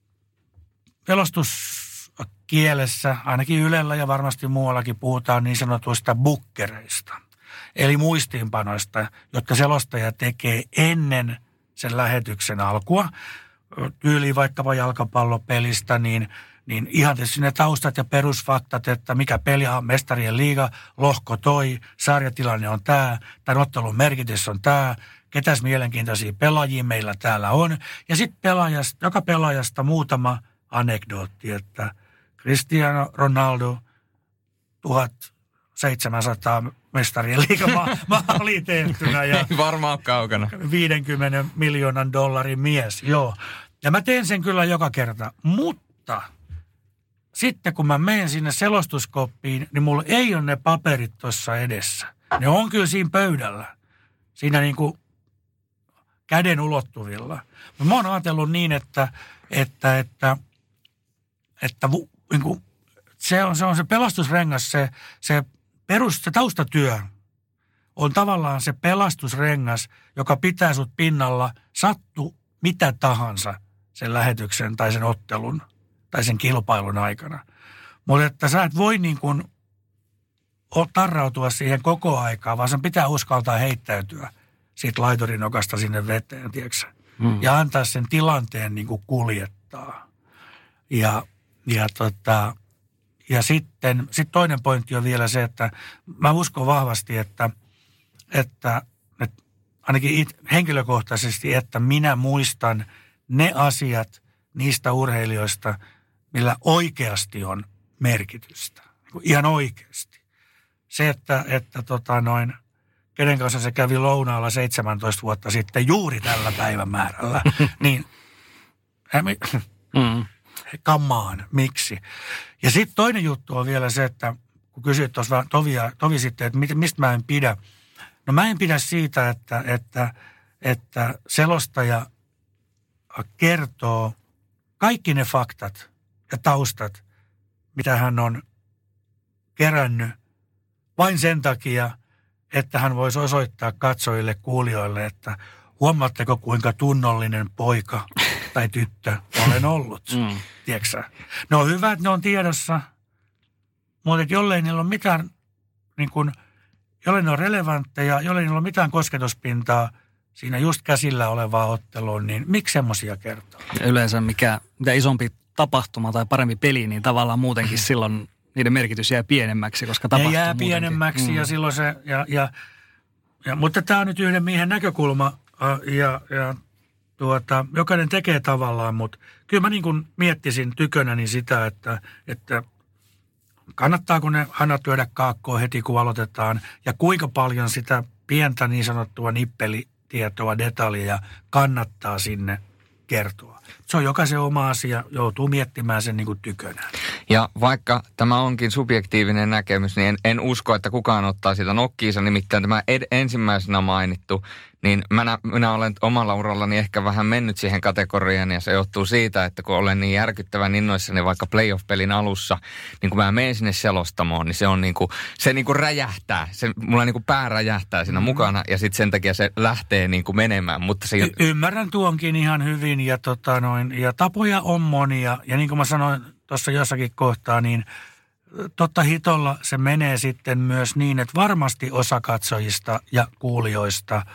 selostuskielessä, ainakin Ylellä ja varmasti muuallakin puhutaan niin sanotuista bukkereista. Eli muistiinpanoista, jotka selostaja tekee ennen sen lähetyksen alkua. Tyyliin vaikkapa jalkapallopelistä, niin Niin ihan tietysti ne taustat ja perusfaktat, että mikä peli on mestarien liiga, lohko toi, sarjatilanne on tämä, tämän ottelun merkitys on tämä, ketäs mielenkiintoisia pelaajia meillä täällä on. Ja sitten pelaajasta, joka pelaajasta muutama anekdootti, että Cristiano Ronaldo tuhatseitsemänsataa mestarien liiga-maali tehtynä ja varmaan kaukana. viidenkymmenen miljoonan dollarin mies, joo. Ja mä teen sen kyllä joka kerta, mutta sitten kun mä menen sinne selostuskoppiin, niin mulla ei ole ne paperit tuossa edessä. Ne on kyllä siinä pöydällä, siinä niin kuin käden ulottuvilla. Mä oon ajatellut niin, että, että, että, että niin kuin, se, on, se on se pelastusrengas, se, se, perus, se taustatyö on tavallaan se pelastusrengas, joka pitää sut pinnalla, sattu mitä tahansa sen lähetyksen tai sen ottelun tai sen kilpailun aikana. Mutta että sä et voi niin kuin tarrautua siihen koko aikaa, vaan sen pitää uskaltaa heittäytyä siitä laiturinokasta sinne veteen, tiedätkö? Mm. Ja antaa sen tilanteen niin kuin kuljettaa. Ja, ja, tota, ja sitten sit toinen pointti on vielä se, että mä uskon vahvasti, että, että, että ainakin it, henkilökohtaisesti, että minä muistan ne asiat niistä urheilijoista, millä oikeasti on merkitystä. Ihan oikeasti. Se, että, että tota noin, kenen kanssa se kävi lounaalla seitsemäntoista vuotta sitten juuri tällä päivämäärällä, niin mm. come on, miksi? Ja sitten toinen juttu on vielä se, että kun kysyit tuossa Tovi, Tovi sitten, että mistä mä en pidä. No mä en pidä siitä, että, että, että selostaja kertoo kaikki ne faktat ja taustat, mitä hän on kerännyt vain sen takia, että hän voisi osoittaa katsojille, kuulijoille, että huomaatteko kuinka tunnollinen poika tai tyttö olen ollut, mm. tiedätkö sä? Ne on hyvä, että ne on tiedossa, mutta jollei niillä ole mitään, niin kuin, jollei ne on relevantteja, jollei niillä ole mitään kosketuspintaa siinä just käsillä olevaa otteluun, niin miksi semmoisia kertoo? Yleensä mikä, mitä isompi tapahtuma tai parempi peli, niin tavallaan muutenkin silloin niiden merkitys jää pienemmäksi, koska tapahtuu ne jää muutenkin. pienemmäksi mm. ja silloin se, ja, ja, ja, mutta tämä on nyt yhden miehen näkökulma ja, ja tuota, jokainen tekee tavallaan, mutta kyllä mä niin kuin miettisin tykönäni sitä, että, että kannattaako ne hanat lyödä kaakkoon heti kun aloitetaan ja kuinka paljon sitä pientä niin sanottua nippelitietoa, detaljia kannattaa sinne kertoa. Se on jokaisen oma asia, joutuu miettimään sen niin kuin tykönään. Ja vaikka tämä onkin subjektiivinen näkemys, niin en, en usko, että kukaan ottaa sitä nokkiinsa. Nimittäin tämä ed- ensimmäisenä mainittu, niin minä, minä olen omalla urallani ehkä vähän mennyt siihen kategoriaan ja se johtuu siitä, että kun olen niin järkyttävän innoissani vaikka playoff-pelin alussa, niin kun mä menen sinne selostamoon, niin se on niin kuin, se niin kuin räjähtää. Se, mulla niin kuin pää räjähtää siinä mm. mukana ja sitten sen takia se lähtee niin kuin menemään. Mutta se... y- ymmärrän tuonkin ihan hyvin ja, tota noin, ja tapoja on monia ja niin kuin mä sanoin tuossa jossakin kohtaa, niin totta hitolla se menee sitten myös niin, että varmasti osa katsojista ja kuulijoista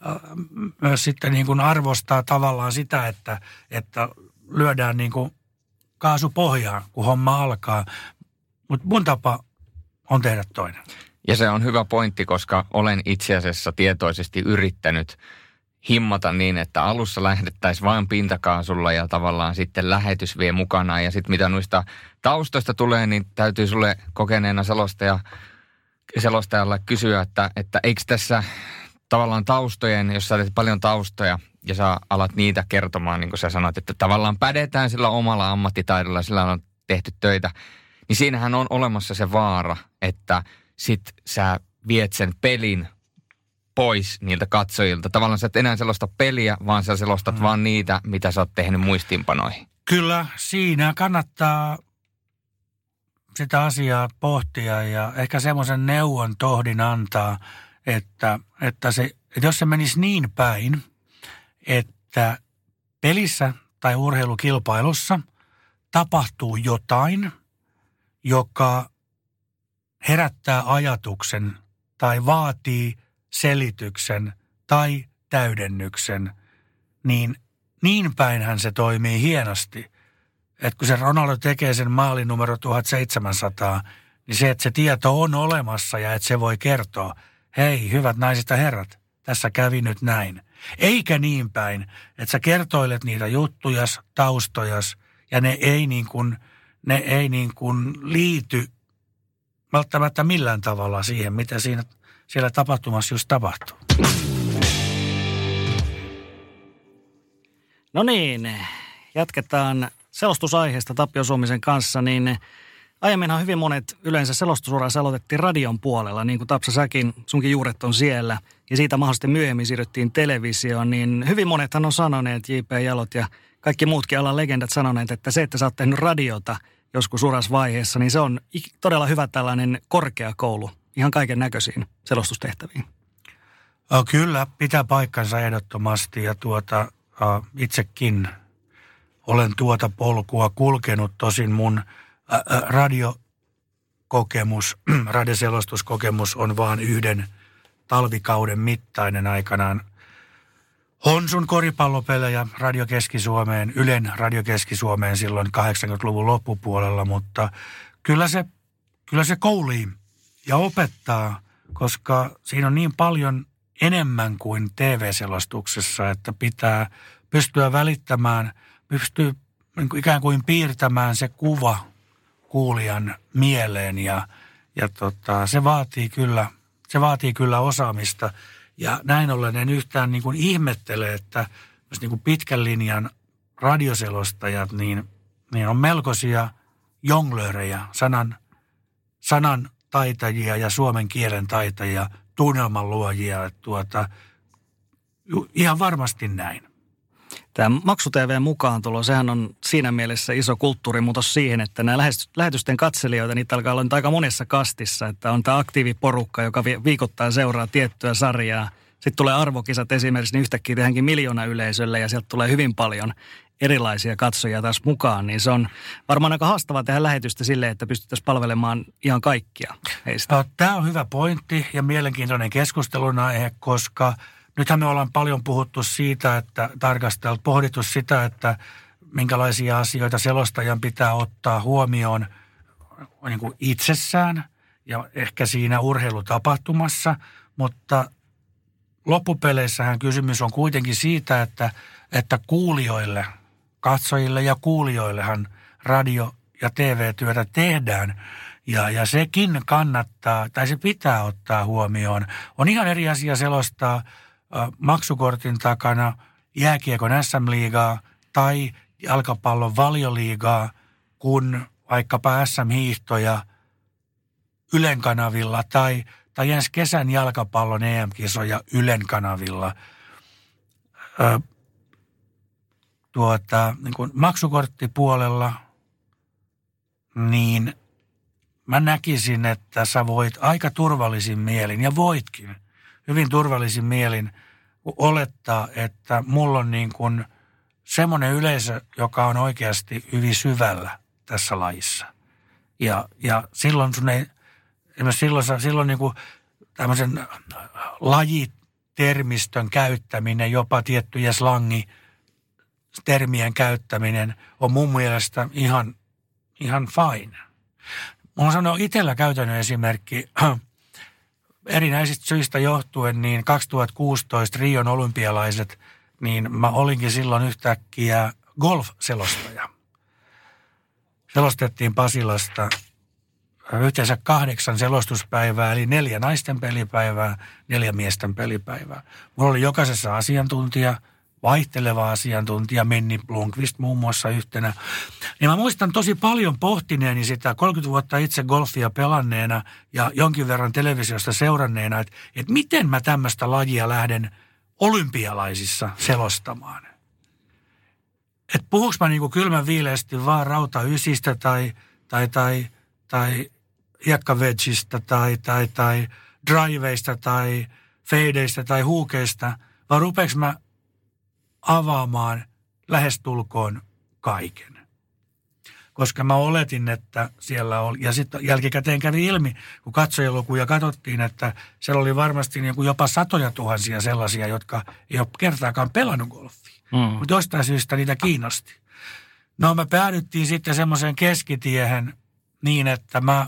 myös sitten niin kuin arvostaa tavallaan sitä, että, että lyödään niin kuin kaasu pohjaan, kun homma alkaa. Mutta mun tapa on tehdä toinen. Ja se on hyvä pointti, koska olen itse asiassa tietoisesti yrittänyt himmata niin, että alussa lähdettäisiin vain pintakaasulla ja tavallaan sitten lähetys vie mukanaan. Ja sitten mitä noista taustoista tulee, niin täytyy sulle kokeneena selostaja, selostajalla kysyä, että, että eikö tässä tavallaan taustojen, jos sä teet paljon taustoja ja sä alat niitä kertomaan, niin kuin sä sanoit, että tavallaan pädetään sillä omalla ammattitaidolla, sillä on tehty töitä, niin siinähän on olemassa se vaara, että sit sä viet sen pelin pois niiltä katsojilta. Tavallaan sä et enää selosta peliä, vaan sä selostat mm. vaan niitä, mitä sä oot tehnyt muistiinpanoihin. Kyllä, siinä kannattaa sitä asiaa pohtia ja ehkä semmoisen neuvon tohdin antaa, että, että, se, että jos se menisi niin päin, että pelissä tai urheilukilpailussa tapahtuu jotain, joka herättää ajatuksen tai vaatii selityksen tai täydennyksen, niin niin päinhän se toimii hienosti. Että kun se Ronaldo tekee sen maalin numero tuhatseitsemänsataa, niin se, että se tieto on olemassa ja että se voi kertoa, hei, hyvät naiset ja herrat, tässä kävi nyt näin. Eikä niin päin, että sä kertoilet niitä juttujas, taustojas, ja ne ei niin kuin, ne ei niin kuin liity välttämättä millään tavalla siihen, mitä siinä, siellä tapahtumassa just tapahtuu. No niin, jatketaan selostusaiheesta Tapio Suomisen kanssa, niin aiemminhan hyvin monet yleensä selostusuransa aloitettiin radion puolella, niin kuin Tapsa säkin, sunkin juuret on siellä, ja siitä mahdollisesti myöhemmin siirryttiin televisioon, niin hyvin monethan on sanoneet, J P Jalot ja kaikki muutkin alan legendat sanoneet, että se, että sä oot tehnyt radiota joskus urasvaiheessa, niin se on todella hyvä tällainen korkeakoulu ihan kaiken näköisiin selostustehtäviin. Oh, kyllä, pitää paikkansa ehdottomasti ja tuota, uh, itsekin olen tuota polkua kulkenut, tosin mun uh, radiokokemus, radioselostuskokemus on vaan yhden talvikauden mittainen aikanaan. Honsun koripallopelejä Radio Keski-Suomeen, Ylen Radio Keski-Suomeen silloin kahdeksankymmentäluvun loppupuolella, mutta kyllä se, kyllä se koulii ja opettaa, koska siinä on niin paljon enemmän kuin T V-selostuksessa, että pitää pystyä välittämään, pystyy ikään kuin piirtämään se kuva kuulijan mieleen ja, ja tota, se vaatii kyllä, se vaatii kyllä osaamista. Ja näin ollen en yhtään niin kuin ihmettele, että jos niin kuin pitkän linjan radioselostajat, niin, niin on melkoisia jonglöörejä, sanan, sanan taitajia ja suomen kielen taitajia, tunnelman luojia. Tuota, ihan varmasti näin. Tämä maksu-T V mukaantulo, sehän on siinä mielessä iso kulttuurimuutos siihen, että nämä lähetysten katselijoita, niitä alkaa olla nyt aika monessa kastissa, että on tämä aktiiviporukka, joka viikoittain seuraa tiettyä sarjaa. Sitten tulee arvokisat esimerkiksi, niin yhtäkkiä tehdäänkin miljoona yleisölle ja sieltä tulee hyvin paljon erilaisia katsojia taas mukaan. Niin se on varmaan aika haastavaa tehdä lähetystä silleen, että pystyttäisiin palvelemaan ihan kaikkia heistä. No, tämä on hyvä pointti ja mielenkiintoinen keskustelun aihe, koska nythän me ollaan paljon puhuttu siitä, että tarkasteltu, pohdittu sitä, että minkälaisia asioita selostajan pitää ottaa huomioon niin kuin itsessään ja ehkä siinä urheilutapahtumassa, mutta loppupeleissähän kysymys on kuitenkin siitä, että, että kuulijoille, katsojille ja kuulijoillehan radio- ja T V-työtä tehdään. Ja, ja sekin kannattaa, tai se pitää ottaa huomioon. On ihan eri asia selostaa äh, maksukortin takana jääkiekon S M-liigaa tai jalkapallon valioliigaa, kun vaikkapa S M-hiihtoja Ylen kanavilla tai tai ensi kesän jalkapallon E M-kisoja Ylen kanavilla. Ö, tuota, niin kuin maksukorttipuolella, niin mä näkisin, että sä voit aika turvallisin mielin, ja voitkin hyvin turvallisin mielin olettaa, että mulla on niin kuin semmoinen yleisö, joka on oikeasti hyvin syvällä tässä lajissa. Ja, ja silloin sun ei... Silloin, silloin niin kuin tämmöisen lajitermistön käyttäminen, jopa tiettyjä slangitermien käyttäminen on mun mielestä ihan, ihan fine. Mulla on sanonut itsellä käytännön esimerkki erinäisistä syistä johtuen, niin kaksituhattakuusitoista Rion olympialaiset, niin mä olinkin silloin yhtäkkiä golf-selostaja. Selostettiin Pasilasta yhteensä kahdeksan selostuspäivää, eli neljä naisten pelipäivää, neljä miesten pelipäivää. Mulla oli jokaisessa asiantuntija, vaihteleva asiantuntija, Minni Blomqvist muun muassa yhtenä. Niin mä muistan tosi paljon pohtineeni sitä kolmekymmentä vuotta itse golfia pelanneena ja jonkin verran televisiosta seuranneena, että, että miten mä tämmöistä lajia lähden olympialaisissa selostamaan. Että puhuks mä niinku kylmän viileästi vaan rautaysistä tai, tai, tai, tai hiekkavedgistä tai, tai, tai driveista tai fadeista tai huukeista, vaan rupeeks mä avaamaan lähestulkoon kaiken. Koska mä oletin, että siellä oli, ja sitten jälkikäteen kävi ilmi, kun katsojalukuja katsottiin, että siellä oli varmasti niin kuin jopa satoja tuhansia sellaisia, jotka ei ole kertaakaan pelannut golfia. Mm. Mutta jostain syystä niitä kiinnosti. No me päädyttiin sitten semmoiseen keskitiehen niin, että mä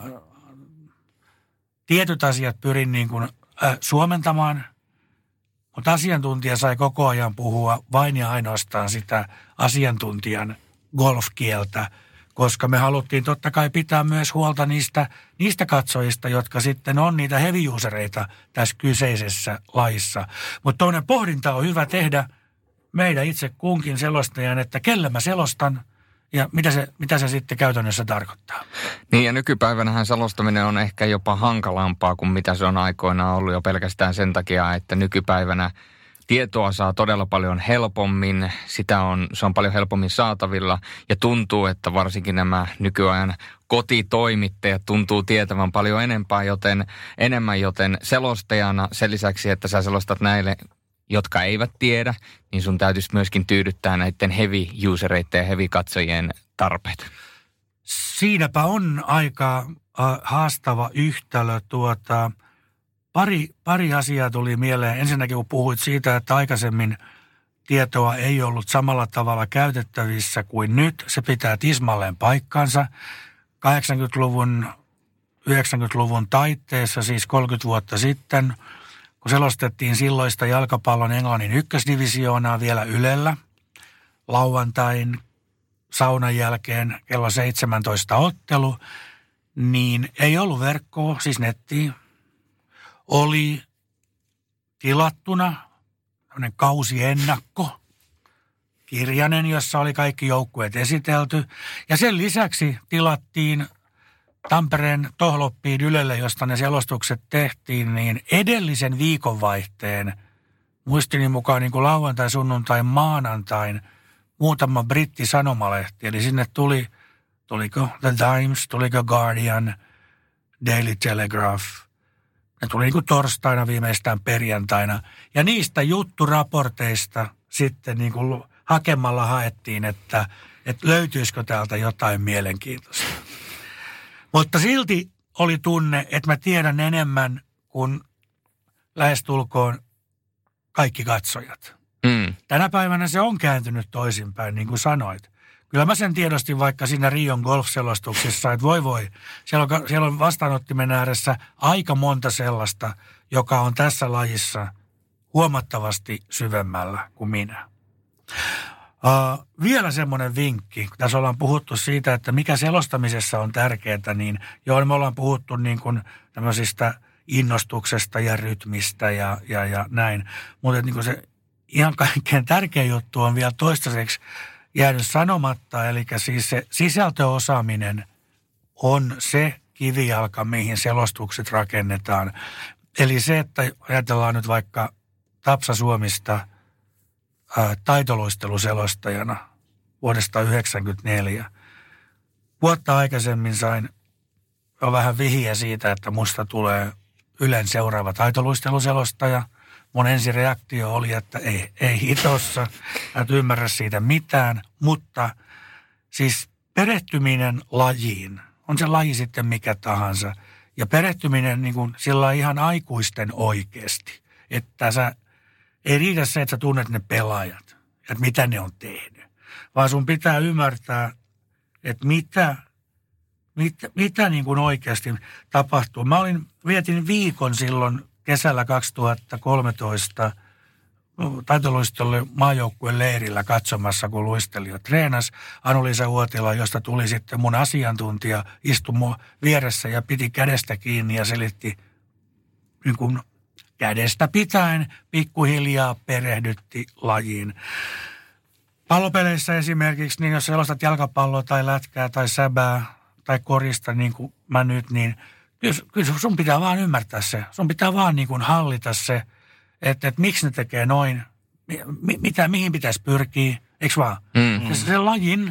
tietyt asiat pyrin niin kuin, äh, suomentamaan, mutta asiantuntija sai koko ajan puhua vain ja ainoastaan sitä asiantuntijan golfkieltä, koska me haluttiin totta kai pitää myös huolta niistä, niistä katsojista, jotka sitten on niitä heavy usereita tässä kyseisessä lajissa. Mutta toinen pohdinta on hyvä tehdä meidän itse kunkin selostajan, että kelle mä selostan ja mitä se, mitä se sitten käytännössä tarkoittaa. Niin ja nykypäivänähän selostaminen on ehkä jopa hankalampaa kuin mitä se on aikoinaan ollut jo pelkästään sen takia, että nykypäivänä tietoa saa todella paljon helpommin, sitä on, se on paljon helpommin saatavilla ja tuntuu, että varsinkin nämä nykyajan kotitoimittajat tuntuu tietävän paljon enempää, joten, enemmän, joten selostajana sen lisäksi, että sä selostat näille, jotka eivät tiedä, niin sun täytyisi myöskin tyydyttää näiden heavy-usereiden ja heavy-katsojien tarpeet. Siinäpä on aika äh, haastava yhtälö. Tuota, pari, pari asiaa tuli mieleen. Ensinnäkin kun puhuit siitä, että aikaisemmin tietoa ei ollut samalla tavalla käytettävissä kuin nyt. Se pitää tismalleen paikkansa. kahdeksankymmentäluvun, yhdeksänkymmentäluvun taitteessa, siis kolmekymmentä vuotta sitten, kun selostettiin silloista jalkapallon Englannin ykkösdivisioonaa vielä Ylellä, lauantain saunan jälkeen kello seitsemäntoista ottelu, niin ei ollut verkkoa, siis nettiin. Oli tilattuna tämmöinen kausiennakko, kirjanen, jossa oli kaikki joukkueet esitelty. Ja sen lisäksi tilattiin Tampereen Tohloppiin Ylelle, josta ne selostukset tehtiin, niin edellisen viikonvaihteen, muistini mukaan niin kuin lauantai, sunnuntai, maanantain muutama brittisanomalehti. Eli sinne tuli, tuliko The Times, tuliko Guardian, Daily Telegraph. Ne tuli niin kuin torstaina viimeistään perjantaina. Ja niistä jutturaporteista sitten niin kuin hakemalla haettiin, että, että löytyisikö täältä jotain mielenkiintoista. Mutta silti oli tunne, että mä tiedän enemmän kuin lähestulkoon kaikki katsojat. Mm. Tänä päivänä se on kääntynyt toisinpäin, niin kuin sanoit. Kyllä mä sen tiedostin vaikka siinä Rion golf-selostuksessa, että voi voi, siellä on, siellä on vastaanottimen ääressä aika monta sellaista, joka on tässä lajissa huomattavasti syvemmällä kuin minä. Uh, vielä semmoinen vinkki, kun tässä ollaan puhuttu siitä, että mikä selostamisessa on tärkeää, niin joo, me ollaan puhuttu niin kuin tämmöisistä innostuksesta ja rytmistä ja, ja, ja näin. Mutta niin kuin se ihan kaikkein tärkein juttu on vielä toistaiseksi jäänyt sanomatta, eli siis se sisältöosaaminen on se kivijalka, mihin selostukset rakennetaan. Eli se, että ajatellaan nyt vaikka Tapsa Suomista ää, taitoluisteluselostajana vuodesta yhdeksänkymmentäneljä. Vuotta aikaisemmin sain jo vähän vihiä siitä, että musta tulee Ylen seuraava taitoluisteluselostaja. Mun ensireaktio oli, että ei, ei hitossa, et ymmärrä siitä mitään, mutta siis perehtyminen lajiin, on se laji sitten mikä tahansa, ja perehtyminen niin kuin sillä ihan aikuisten oikeasti, että sä, ei riitä se, että sä tunnet ne pelaajat, että mitä ne on tehnyt, vaan sun pitää ymmärtää, että mitä, mitä, mitä niin kuin oikeasti tapahtuu. Mä olin, vietin viikon silloin kesällä kaksituhattakolmetoista taitoluistelujen maajoukkueen leirillä katsomassa, kun luistelija treenasi Anu-Liisa Uotila, josta tuli sitten mun asiantuntija, istui mun vieressä ja piti kädestä kiinni ja selitti niin kuin kädestä pitäen pikkuhiljaa perehdytti lajiin. Pallopeleissä esimerkiksi, niin jos selostat jalkapalloa tai lätkää tai säbää tai korista niin kuin mä nyt, niin kyllä sun pitää vaan ymmärtää se. Sun pitää vaan niin kuin hallita se, että, että miksi ne tekee noin, mi, mitä, mihin pitäisi pyrkiä, eikö vaan? Mm-hmm. Se, se lajin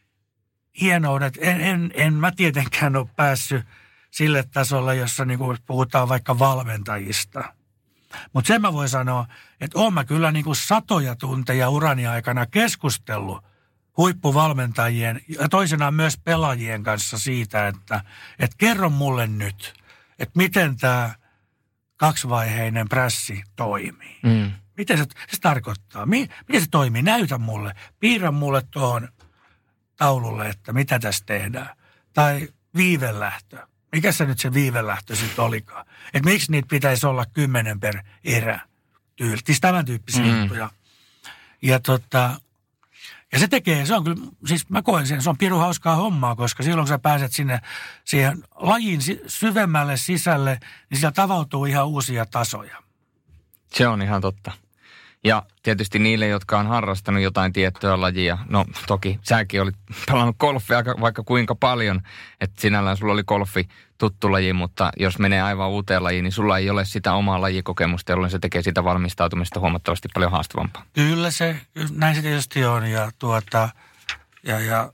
hienoudet, en, en, en mä tietenkään ole päässyt sille tasolle, jossa niin kuin puhutaan vaikka valmentajista. Mutta sen mä voin sanoa, että oon mä kyllä niin kuin satoja tunteja urani aikana keskustellut huippuvalmentajien ja toisenaan myös pelaajien kanssa siitä, että, että kerro mulle nyt, että miten tämä kaksivaiheinen prässi toimii. Mm. Miten se, se tarkoittaa? Mi, miten se toimii? Näytä mulle. Piirrä mulle tuohon taululle, että mitä tässä tehdään. Tai viivelähtö. Mikä se nyt se viivelähtö sitten olikaan? Että miksi niitä pitäisi olla kymmenen per erä tyyltis, tämän tyyppisiä mm. juttuja. Ja tota... Ja se tekee, se on kyllä, siis mä koen sen, se on pirun hauskaa hommaa, koska silloin kun sä pääset sinne siihen lajin syvemmälle sisälle, niin siellä tavautuu ihan uusia tasoja. Se on ihan totta. Ja tietysti niille, jotka on harrastanut jotain tiettyä lajia, no toki säkin olit pelannut golfia vaikka kuinka paljon, että sinällään sulla oli golfi tuttu laji, mutta jos menee aivan uuteen lajiin, niin sulla ei ole sitä omaa lajikokemusta, jolloin se tekee sitä valmistautumista huomattavasti paljon haastavampaa. Kyllä se, näin se tietysti on ja tuota, ja, ja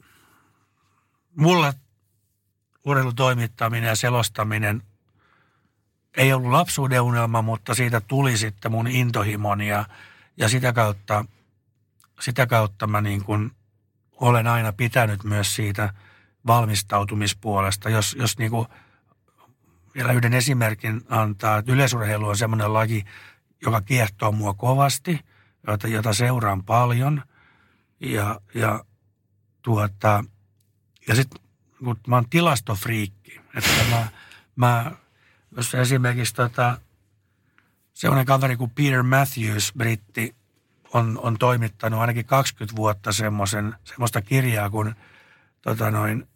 mulle urheilutoimittaminen ja selostaminen ei ollut lapsuuden unelma, mutta siitä tuli sitten mun intohimon ja, ja sitä kautta, sitä kautta mä niin kuin olen aina pitänyt myös siitä valmistautumispuolesta. Jos, jos niin kuin vielä yhden esimerkin antaa, että yleisurheilu on semmoinen laji, joka kiehtoo mua kovasti, jota, jota seuraan paljon ja, ja, tuota, ja sitten kun mä oon tilastofriikki, että mä, mä jos esimerkiksi tota, sellainen kaveri kuin Peter Matthews, britti, on, on toimittanut ainakin kaksikymmentä vuotta semmoisen, semmoista kirjaa kuin tota noin,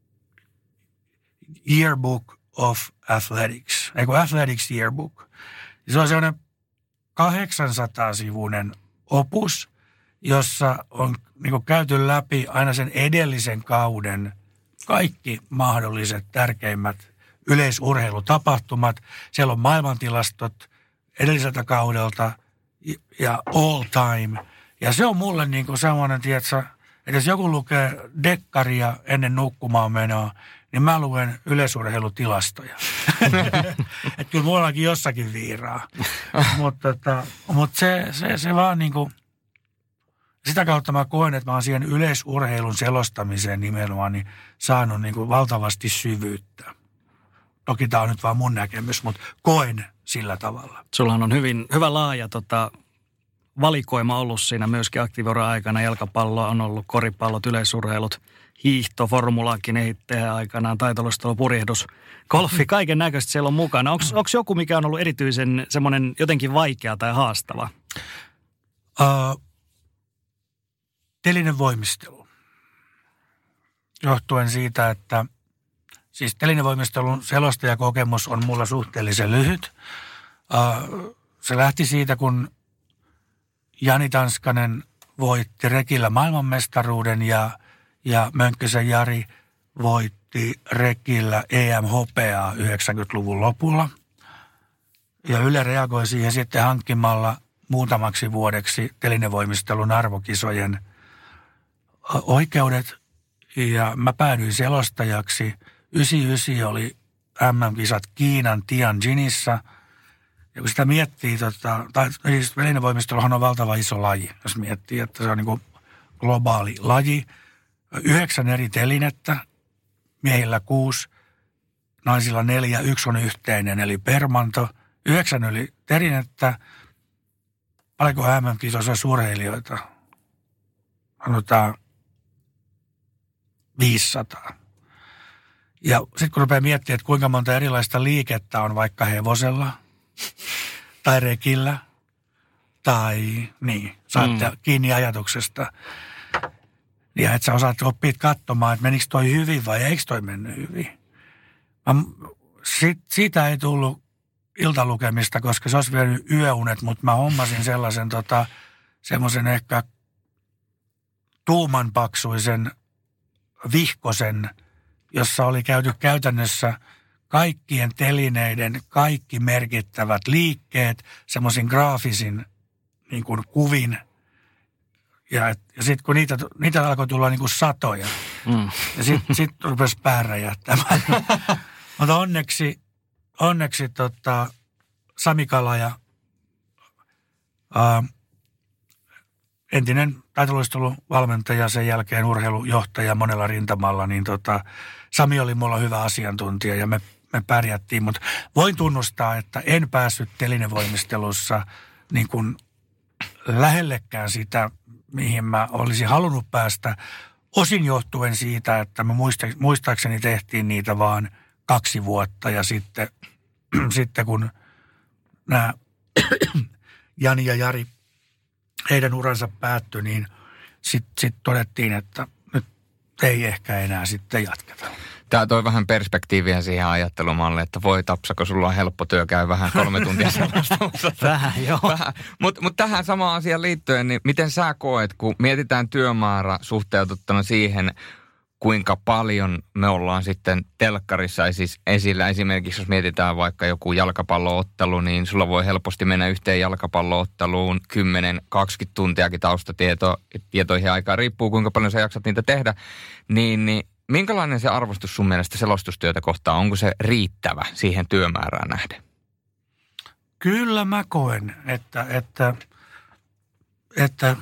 Yearbook of Athletics, ei kun Athletics Yearbook. Se on sellainen kahdeksansataa-sivuinen opus, jossa on niin kuin käyty läpi aina sen edellisen kauden kaikki mahdolliset tärkeimmät yleisurheilutapahtumat. Siellä on maailmantilastot edelliseltä kaudelta ja all time. Ja se on mulle niin kuin semmoinen, tiedätkö, että jos joku lukee dekkaria ennen nukkumaan menoa, niin mä luen yleisurheilutilastoja. Että kyllä mullakin jossakin viiraa. Mutta tota, mut se, se, se vaan niin kuin, sitä kautta mä koen, että mä oon siihen yleisurheilun selostamiseen nimenomaan niin saanut niin kuin valtavasti syvyyttä. Toki tää on nyt vaan mun näkemys, mutta koen sillä tavalla. Sullahan on hyvin, hyvä laaja tota, valikoima ollut siinä myöskin aktiivuuden aikana. Jalkapallo on ollut, koripallot, yleisurheilut, hiihto, formulaakin ehittäjä aikanaan, taitoluistelu, purjehdus, golfi, kaiken näköistä siellä on mukana. Onko joku, mikä on ollut erityisen semmoinen jotenkin vaikea tai haastava? Uh, telinen voimistelu. Johtuen siitä, että siis telinevoimistelun selostajakokemus on mulla suhteellisen lyhyt. Uh, se lähti siitä, kun Jani Tanskanen voitti rekillä maailmanmestaruuden ja, ja Mönkkösen Jari voitti rekillä E M-hopeaa yhdeksänkymmentäluvun lopulla. Ja Yle reagoi siihen sitten hankkimalla muutamaksi vuodeksi telinevoimistelun arvokisojen oikeudet. Ja mä päädyin selostajaksi. yhdeksänkymmentäyhdeksän oli M M-kisat Kiinan Tianjinissa. Ja kun sitä miettii, tota, tai siis telinevoimisteluhan on valtava iso laji, jos miettii, että se on niin kuin globaali laji. Yhdeksän eri telinettä, miehillä kuusi, naisilla neljä, yksi on yhteinen, eli permanto. Yhdeksän oli telinettä, paljonko M M-kisoissa suurheilijoita? Sanotaan viisisataa. Ja sitten kun rupeaa miettimään, että kuinka monta erilaista liikettä on vaikka hevosella tai rekillä tai niin, saatte mm. kiinni ajatuksesta. Ja että sä osaat oppia katsomaan, että menikö toi hyvin vai eikö toi mennyt hyvin. Mä, sit, siitä ei tullut iltalukemista, koska se olisi vienyt yöunet, mutta mä hommasin sellaisen tota, semmoisen ehkä tuumanpaksuisen vihkosen, jossa oli käyty käytännössä kaikkien telineiden, kaikki merkittävät liikkeet, semmoisin graafisin niin kuin kuvin. Ja, ja sitten kun niitä, niitä alkoi tulla niin kuin satoja, mm. ja sitten sit rupesi pää räjähtämään. Mutta onneksi, onneksi tota, Sami Kalaja, ää, entinen taitoluisteluvalmentaja, sen jälkeen urheilujohtaja monella rintamalla, niin tota, Sami oli mulla hyvä asiantuntija ja me, me pärjättiin. Mutta voin tunnustaa, että en päässyt telinevoimistelussa niin kuin lähellekään sitä, mihin mä olisin halunnut päästä. Osin johtuen siitä, että me muista, muistaakseni tehtiin niitä vaan kaksi vuotta ja sitten, sitten kun nämä Jani ja Jari, heidän uransa päättyi, niin sitten sit todettiin, että nyt ei ehkä enää sitten jatketa. Tämä toi vähän perspektiiviä siihen ajattelumalleen, että voi Tapsa, kun sulla on helppo työ, käy vähän kolme tuntia sellaista. Vähän, joo. Mutta mut tähän samaan asiaan liittyen, niin miten sä koet, kun mietitään työmäärä suhteutettuna siihen, kuinka paljon me ollaan sitten telkkarissa siis esillä. Esimerkiksi jos mietitään vaikka joku jalkapalloottelu, niin sulla voi helposti mennä yhteen jalkapallootteluun kymmenen kaksikymmentä tuntiakin taustatietoihin aikaa. Riippuu kuinka paljon sä jaksat niitä tehdä. Niin, niin minkälainen se arvostus sun mielestä selostustyötä kohtaan? Onko se riittävä siihen työmäärään nähden? Kyllä mä koen, että, että, että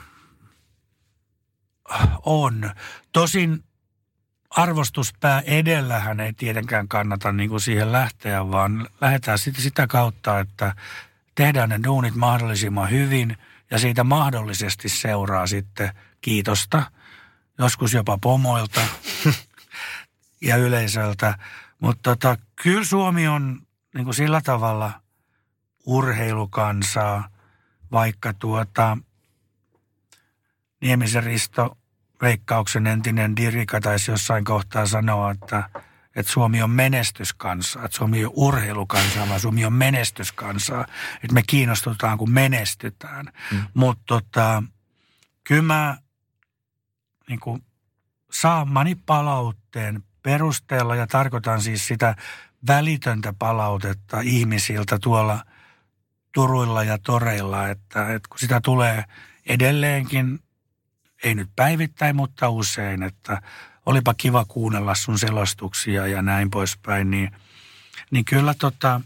on. Tosin arvostuspää edellähän ei tietenkään kannata niin kuin siihen lähteä, vaan lähdetään sitten sitä kautta, että tehdään ne duunit mahdollisimman hyvin ja siitä mahdollisesti seuraa sitten kiitosta, joskus jopa pomoilta ja yleisöltä. Mutta tota, kyllä Suomi on niin kuin sillä tavalla urheilukansaa, vaikka tuota Niemisen Risto, Veikkauksen entinen dirika, taisi jossain kohtaa sanoa, että, että Suomi on menestyskansa, että Suomi on urheilukansa, vaan Suomi on menestyskansa, että me kiinnostutaan, kun menestytään. Mm. Mutta tota, kyllä mä niin kuin saamani palautteen perusteella, ja tarkoitan siis sitä välitöntä palautetta ihmisiltä tuolla turuilla ja toreilla, että, että kun sitä tulee edelleenkin, ei nyt päivittäin, mutta usein, että olipa kiva kuunnella sun selostuksia ja näin poispäin, niin, niin kyllä tota,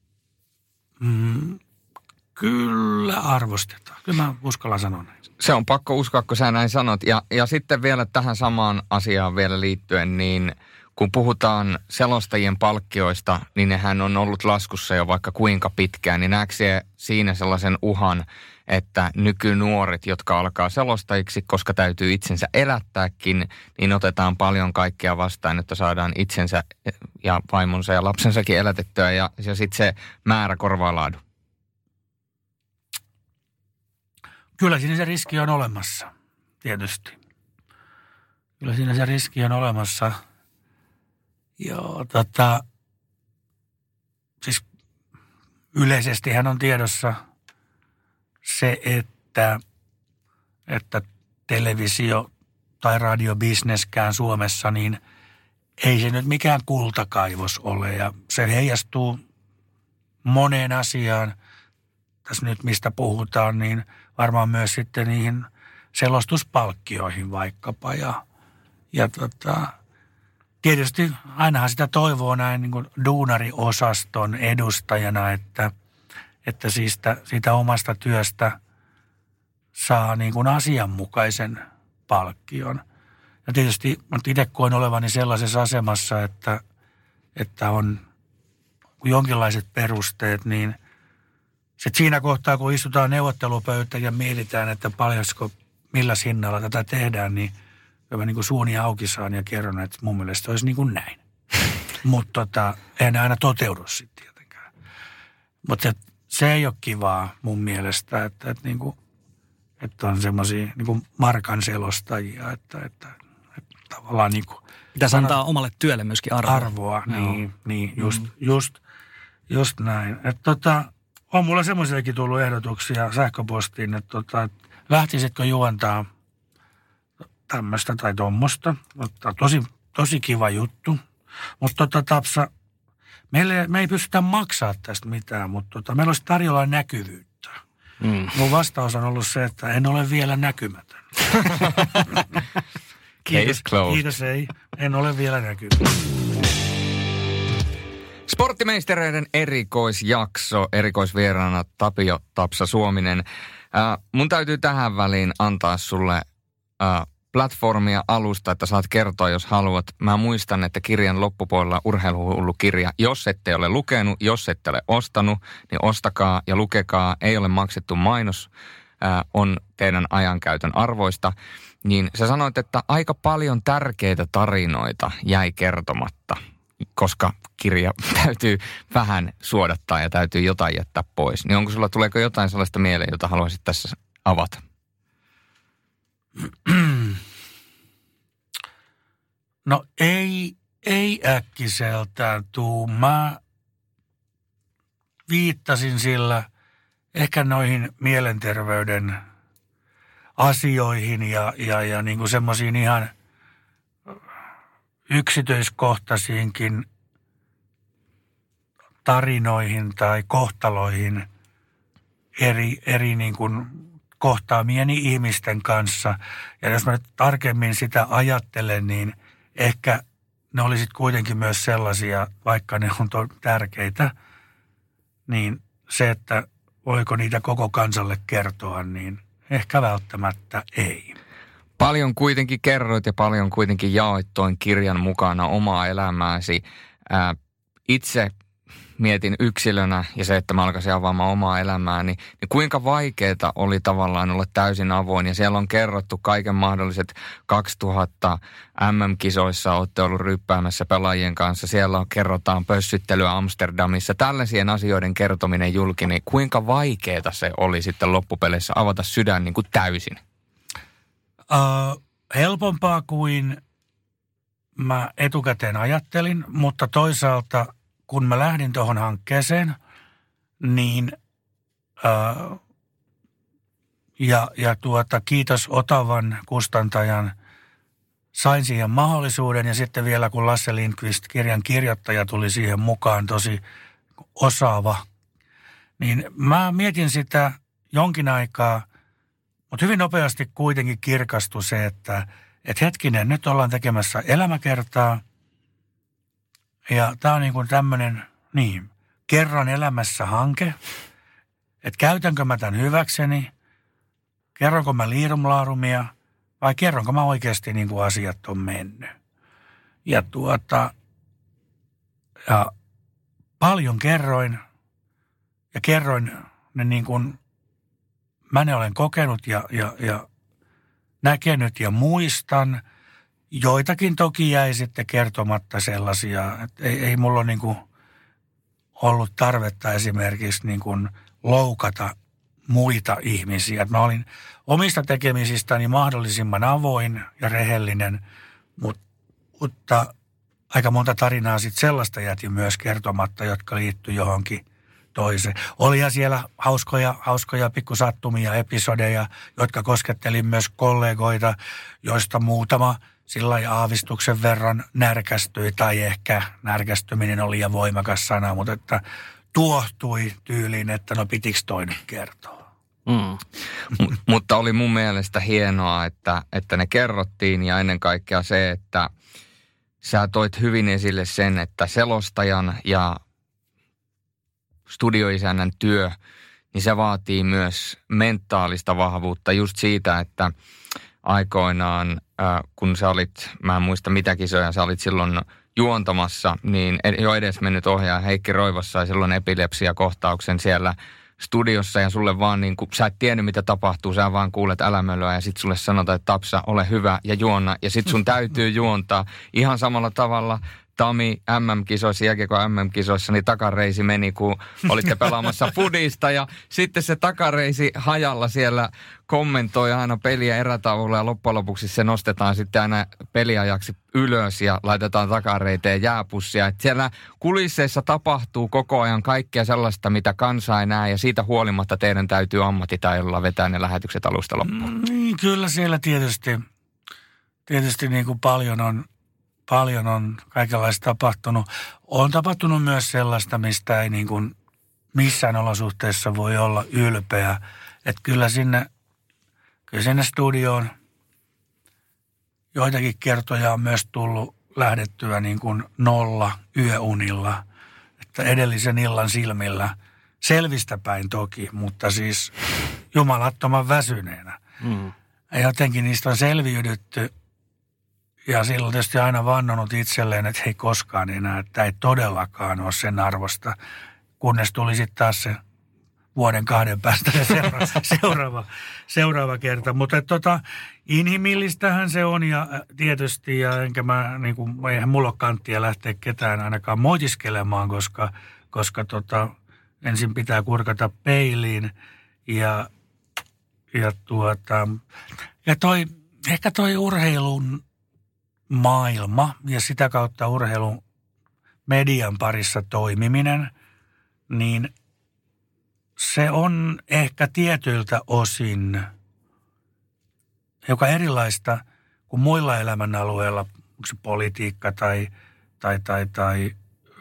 mm, kyllä arvostetaan. Kyllä mä uskallan sanoa näin. Se on pakko uskoa, kun sä näin sanot. Ja, ja sitten vielä tähän samaan asiaan vielä liittyen, niin kun puhutaan selostajien palkkioista, niin nehän on ollut laskussa jo vaikka kuinka pitkään. Niin näetkö siinä sellaisen uhan, että nykynuoret, jotka alkaa selostajiksi, koska täytyy itsensä elättääkin, niin otetaan paljon kaikkea vastaan, että saadaan itsensä ja vaimonsa ja lapsensakin elätettyä ja, ja sitten se määrä korvaa laadu. Kyllä siinä se riski on olemassa, tietysti. Kyllä siinä se riski on olemassa. Joo, tota, siis yleisestihän on tiedossa se, että, että televisio- tai radiobisneskään Suomessa, niin ei se nyt mikään kultakaivos ole. Ja se heijastuu moneen asiaan. Tässä nyt mistä puhutaan, niin varmaan myös sitten niihin selostuspalkkioihin vaikkapa. Ja, ja tota, tietysti ainahan sitä toivoo näin niin kuin duunariosaston edustajana, että, että siitä, siitä omasta työstä saa niin kuin asianmukaisen palkkion. Ja tietysti itse koen olevani sellaisessa asemassa, että, että on jonkinlaiset perusteet, niin sitten siinä kohtaa, kun istutaan neuvottelupöytään ja mietitään, että paljonko, millä hinnalla tätä tehdään, niin mä niin kuin suuni auki saan ja kerron, että mun mielestä olisi niin kuin näin. Mutta tota, eihän ne aina toteudu sitten tietenkään. Mutta se, se ei ole kivaa mun mielestä, että, että, niin kuin, että on semmoisia niin kuin markan selostajia, että, että, että tavallaan niin kuin pitäisi antaa omalle työlle myöskin arvoa. Arvoa, niin, niin just, mm. just, just näin. Että tota, on mulla semmoisiakin tullut ehdotuksia sähköpostiin, että, tota, että lähtisitkö juontaa tämmöistä tai tuommoista. Tosi, tosi kiva juttu. Mutta tota, Tapsa, meille, me ei pystytä maksaa tästä mitään, mutta tota, meillä olisi tarjolla näkyvyyttä. Mm. Mun vastaus on ollut se, että en ole vielä näkymätön. Kiitos, kiitos, ei. En ole vielä näkymätön. Sporttimeistereiden erikoisjakso, erikoisvieraana Tapio Tapsa Suominen. Äh, mun täytyy tähän väliin antaa sulle äh, platformia alusta, että saat kertoa, jos haluat. Mä muistan, että kirjan loppupuolella Urheiluhullu kirja, jos ette ole lukenut, jos ette ole ostanut, niin ostakaa ja lukekaa. Ei ole maksettu mainos, äh, on teidän ajankäytön arvoista. Niin sä sanoit, että aika paljon tärkeitä tarinoita jäi kertomatta, koska kirja täytyy vähän suodattaa ja täytyy jotain jättää pois. Niin onko sulla, tuleeko jotain sellaista mieleen, jota haluaisit tässä avata? No ei, ei äkkiseltään tuu. Mä viittasin sillä ehkä noihin mielenterveyden asioihin ja, ja, ja niin kuin semmoisiin ihan yksityiskohtaisiinkin tarinoihin tai kohtaloihin eri, eri niin kuin kohtaamieni ihmisten kanssa. Ja jos mä nyt tarkemmin sitä ajattelen, niin ehkä ne olisit kuitenkin myös sellaisia, vaikka ne on tärkeitä, niin se, että voiko niitä koko kansalle kertoa, niin ehkä välttämättä ei. Paljon kuitenkin kerroit ja paljon kuitenkin jaoit tuon kirjan mukana omaa elämääsi. Ää, itse mietin yksilönä ja se, että mä alkaisin avaamaan omaa elämääni, niin kuinka vaikeaa oli tavallaan olla täysin avoin. Ja siellä on kerrottu kaiken mahdolliset kaksituhatta M M-kisoissa, olette ollut ryppäämässä pelaajien kanssa. Siellä kerrotaan pössyttelyä Amsterdamissa. Tällaisien asioiden kertominen julki, niin kuinka vaikeaa se oli sitten loppupeleissä avata sydän niin kuin täysin? Uh, helpompaa kuin mä etukäteen ajattelin, mutta toisaalta kun mä lähdin tuohon hankkeeseen, niin uh, ja, ja tuota, kiitos Otavan kustantajan, sain siihen mahdollisuuden ja sitten vielä kun Lasse Lindqvist, kirjan kirjoittaja, tuli siihen mukaan tosi osaava, niin mä mietin sitä jonkin aikaa, Mutta hyvin nopeasti kuitenkin kirkastui se, että et hetkinen, nyt ollaan tekemässä elämäkertaa. Ja tämä on niin kuin tämmöinen, niin, kerran elämässä hanke. Että käytänkö mä tämän hyväkseni, kerronko mä liirumlaarumia vai kerronko mä oikeasti niin kuin asiat on mennyt. Ja tuota, ja paljon kerroin ja kerroin ne niin kuin mä ne olen kokenut ja, ja, ja näkenyt ja muistan. Joitakin toki jäi sitten kertomatta sellaisia, että ei, ei mulla ole niin kuin ollut tarvetta esimerkiksi niin kuin loukata muita ihmisiä. Mä olin omista tekemisistäni mahdollisimman avoin ja rehellinen, mutta, mutta aika monta tarinaa sitten sellaista jätin myös kertomatta, jotka liittyi johonkin toiseen. Olihan siellä hauskoja, hauskoja pikkusattumia episodeja, jotka kosketteli myös kollegoita, joista muutama sillä lailla aavistuksen verran närkästyi, tai ehkä närkästyminen oli liian voimakas sana, mutta että tuohtui tyyliin, että no pitikö toi nyt kertoa. Mm. M- mutta oli mun mielestä hienoa, että, että ne kerrottiin ja ennen kaikkea se, että sä toit hyvin esille sen, että selostajan ja studioisännän työ, niin se vaatii myös mentaalista vahvuutta just siitä, että aikoinaan, äh, kun sä olit, mä en muista mitä kisoja, sä olit silloin juontamassa, niin jo edes mennyt ohjaaja Heikki Roivos sai silloin epilepsiakohtauksen siellä studiossa ja sulle vaan niin kuin, sä et tiennyt mitä tapahtuu, sä vaan kuulet älämölyä ja sit sulle sanotaan, että Tapsa, ole hyvä ja juona ja sit sun täytyy juontaa ihan samalla tavalla. Tami M M-kisoissa, jääkiekon M M-kisoissa, niin takareisi meni, kun olitte pelaamassa fudista ja sitten se takareisi hajalla siellä kommentoi aina peliä erätauolla ja loppujen lopuksi se nostetaan sitten aina peliajaksi ylös ja laitetaan takareiteen jääpussia. Et siellä kulisseissa tapahtuu koko ajan kaikkea sellaista, mitä kansa ei näe ja siitä huolimatta teidän täytyy ammattitaidolla vetää ne lähetykset alusta loppuun. Mm, kyllä siellä tietysti, tietysti niin kuin paljon on. Paljon on kaikenlaista tapahtunut. On tapahtunut myös sellaista, mistä ei niin kuin missään olosuhteessa voi olla ylpeä. Että kyllä sinne, kyllä sinne studioon joitakin kertoja on myös tullut lähdettyä niin kuin nolla yöunilla. Että edellisen illan silmillä selvistä päin toki, mutta siis jumalattoman väsyneenä. Mm. Ja jotenkin niistä on selviydytty. Ja silloin tietysti aina vannonut itselleen, että ei koskaan enää, että ei todellakaan ole sen arvosta, kunnes tuli sitten taas se vuoden kahden päästä seuraava, seuraava, seuraava kerta. Mutta tota, inhimillistähän se on ja tietysti, ja enkä mä, niin kuin, eihän mulla ole kanttia lähteä ketään ainakaan moitiskelemaan, koska, koska tota, ensin pitää kurkata peiliin ja, ja, tuota, ja toi, ehkä toi urheilun maailma ja sitä kautta urheilun median parissa toimiminen, niin se on ehkä tietyiltä osin joka erilaista kuin muilla elämänalueilla, onko se politiikka tai, tai, tai, tai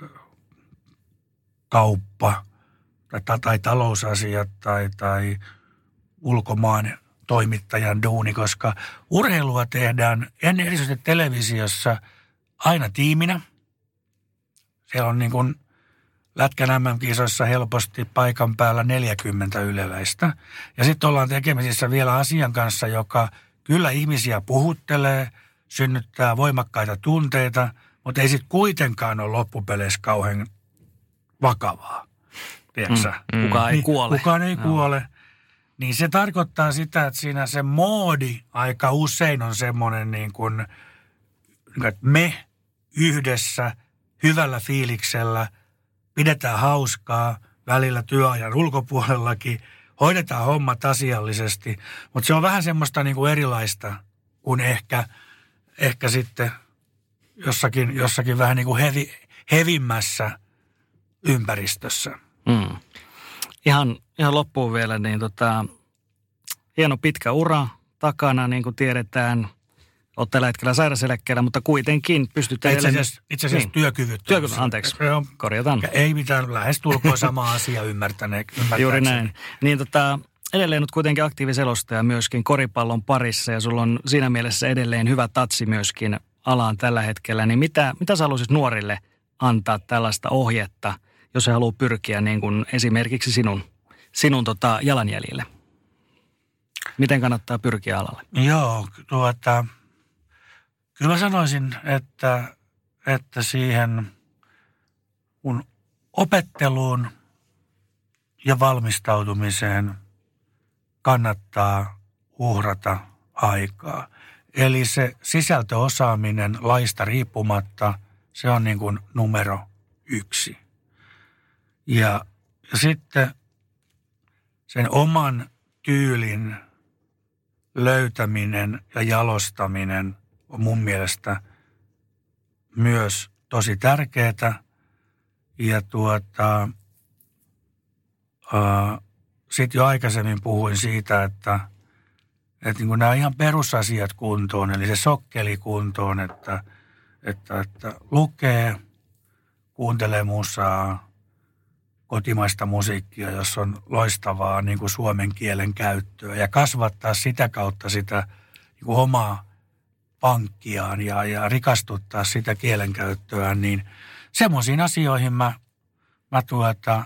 kauppa tai, tai, tai talousasiat tai, tai ulkomaan toimittajan duuni, koska urheilua tehdään ennen erityisesti televisiossa aina tiiminä. Siellä on niin kuin Lätkän M M-kisoissa helposti paikan päällä neljäkymmentä yleläistä. Ja sitten ollaan tekemisissä vielä asian kanssa, joka kyllä ihmisiä puhuttelee, synnyttää voimakkaita tunteita, mutta ei sitten kuitenkaan ole loppupeleissä kauhean vakavaa. Tiedätkö? Mm, mm. Kukaan ei kuole. Kukaan ei no. kuole. Niin se tarkoittaa sitä, että siinä se moodi aika usein on semmoinen niin kuin, että me yhdessä hyvällä fiiliksellä pidetään hauskaa välillä työajan ulkopuolellakin, hoidetaan hommat asiallisesti, mutta se on vähän semmoista niin kuin erilaista kuin ehkä, ehkä sitten jossakin, jossakin vähän niin kuin hevi, hevimmässä ympäristössä. Mm. Ihan, ihan loppuun vielä, niin tota, hieno pitkä ura takana, niin kuin tiedetään. Olet tällä hetkellä sairauseläkkeellä, mutta kuitenkin pystytään... Itse asiassa, itse asiassa niin. työkyvyttömyys. Työkyvyttömyys, anteeksi, korjataan. Ei mitään, lähestulkoon sama asia ymmärtäneet. Juuri näin. Niin tota, edelleen nyt kuitenkin aktiiviselostaja myöskin koripallon parissa ja sulla on siinä mielessä edelleen hyvä tatsi myöskin alaan tällä hetkellä. Niin mitä, mitä sä haluaisit nuorille antaa tällaista ohjetta, jos he haluaa pyrkiä niin kuin esimerkiksi sinun, sinun tota jalanjäljille? Miten kannattaa pyrkiä alalle? Joo, tuota, kyllä mä sanoisin, että, että siihen kun opetteluun ja valmistautumiseen kannattaa uhrata aikaa. Eli se sisältöosaaminen laista riippumatta, se on niin kuin numero yksi. Ja, ja sitten sen oman tyylin löytäminen ja jalostaminen on mun mielestä myös tosi tärkeää. Ja tuota, sitten jo aikaisemmin puhuin siitä, että, että niin nämä ihan perusasiat kuntoon, eli se sokkeli kuntoon, että, että, että lukee, kuuntelee musaa, kotimaista musiikkia, jos on loistavaa niin kuin suomen kielen käyttöä ja kasvattaa sitä kautta sitä niin kuin omaa pankkiaan ja, ja rikastuttaa sitä kielenkäyttöään, niin semmoisiin asioihin mä, mä tuota,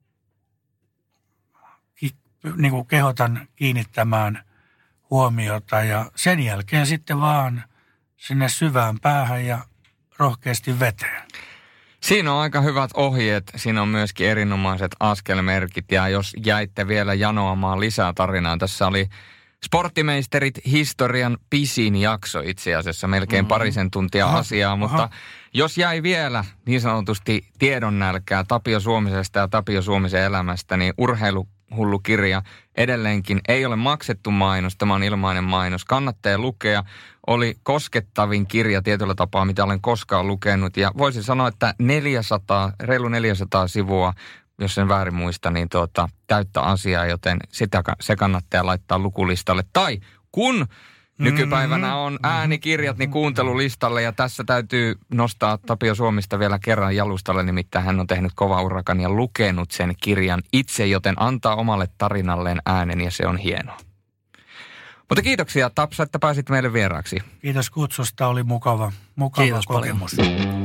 ki, niin kuin kehotan kiinnittämään huomiota ja sen jälkeen sitten vaan sinne syvään päähän ja rohkeasti veteen. Siinä on aika hyvät ohjeet, siinä on myöskin erinomaiset askelmerkit ja jos jäitte vielä janoamaan lisää tarinaa, tässä oli Sporttimeisterit historian pisin jakso itse asiassa, melkein parisen tuntia aha, asiaa, mutta aha. Jos jäi vielä niin sanotusti tiedonnälkää Tapio Suomisesta ja Tapio Suomisen elämästä, niin urheiluhullu kirja edelleenkin ei ole maksettu mainos, tämä on ilmainen mainos, kannattaa lukea. Oli koskettavin kirja tietyllä tapaa, mitä olen koskaan lukenut ja voisin sanoa, että neljäsataa, reilu neljäsataa sivua, jos en väärin muista, niin tuota, täyttä asiaa, joten sitä, se kannattaa laittaa lukulistalle. Tai kun nykypäivänä on äänikirjat, niin kuuntelulistalle ja tässä täytyy nostaa Tapio Suomista vielä kerran jalustalle, nimittäin hän on tehnyt kova urakan ja lukenut sen kirjan itse, joten antaa omalle tarinalleen äänen ja se on hienoa. Mutta kiitoksia Tapsa, että pääsit meille vieraaksi. Kiitos kutsusta, oli mukava, mukava Kiitos kokemus. Paljon.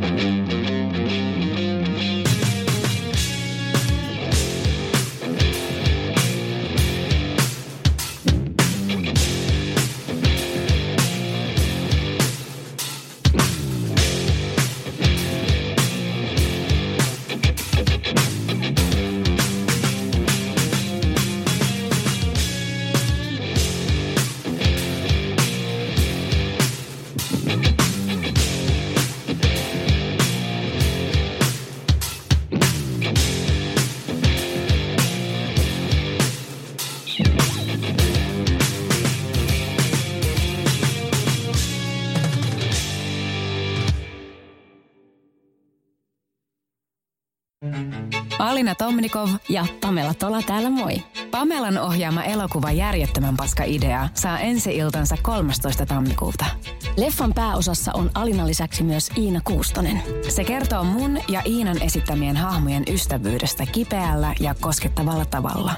Alina Tomnikov ja Pamela Tola täällä moi. Pamelan ohjaama elokuva Järjettömän paska idea saa ensi-iltansa kolmastoista tammikuuta. Leffan pääosassa on Alinan lisäksi myös Iina Kuustonen. Se kertoo mun ja Iinan esittämien hahmojen ystävyydestä kipeällä ja koskettavalla tavalla.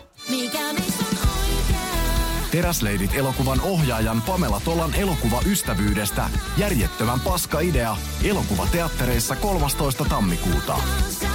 Teräsleidit-elokuvan ohjaajan Pamela Tolan elokuva ystävyydestä Järjettömän paska idea. Elokuva teattereissa kolmastoista tammikuuta.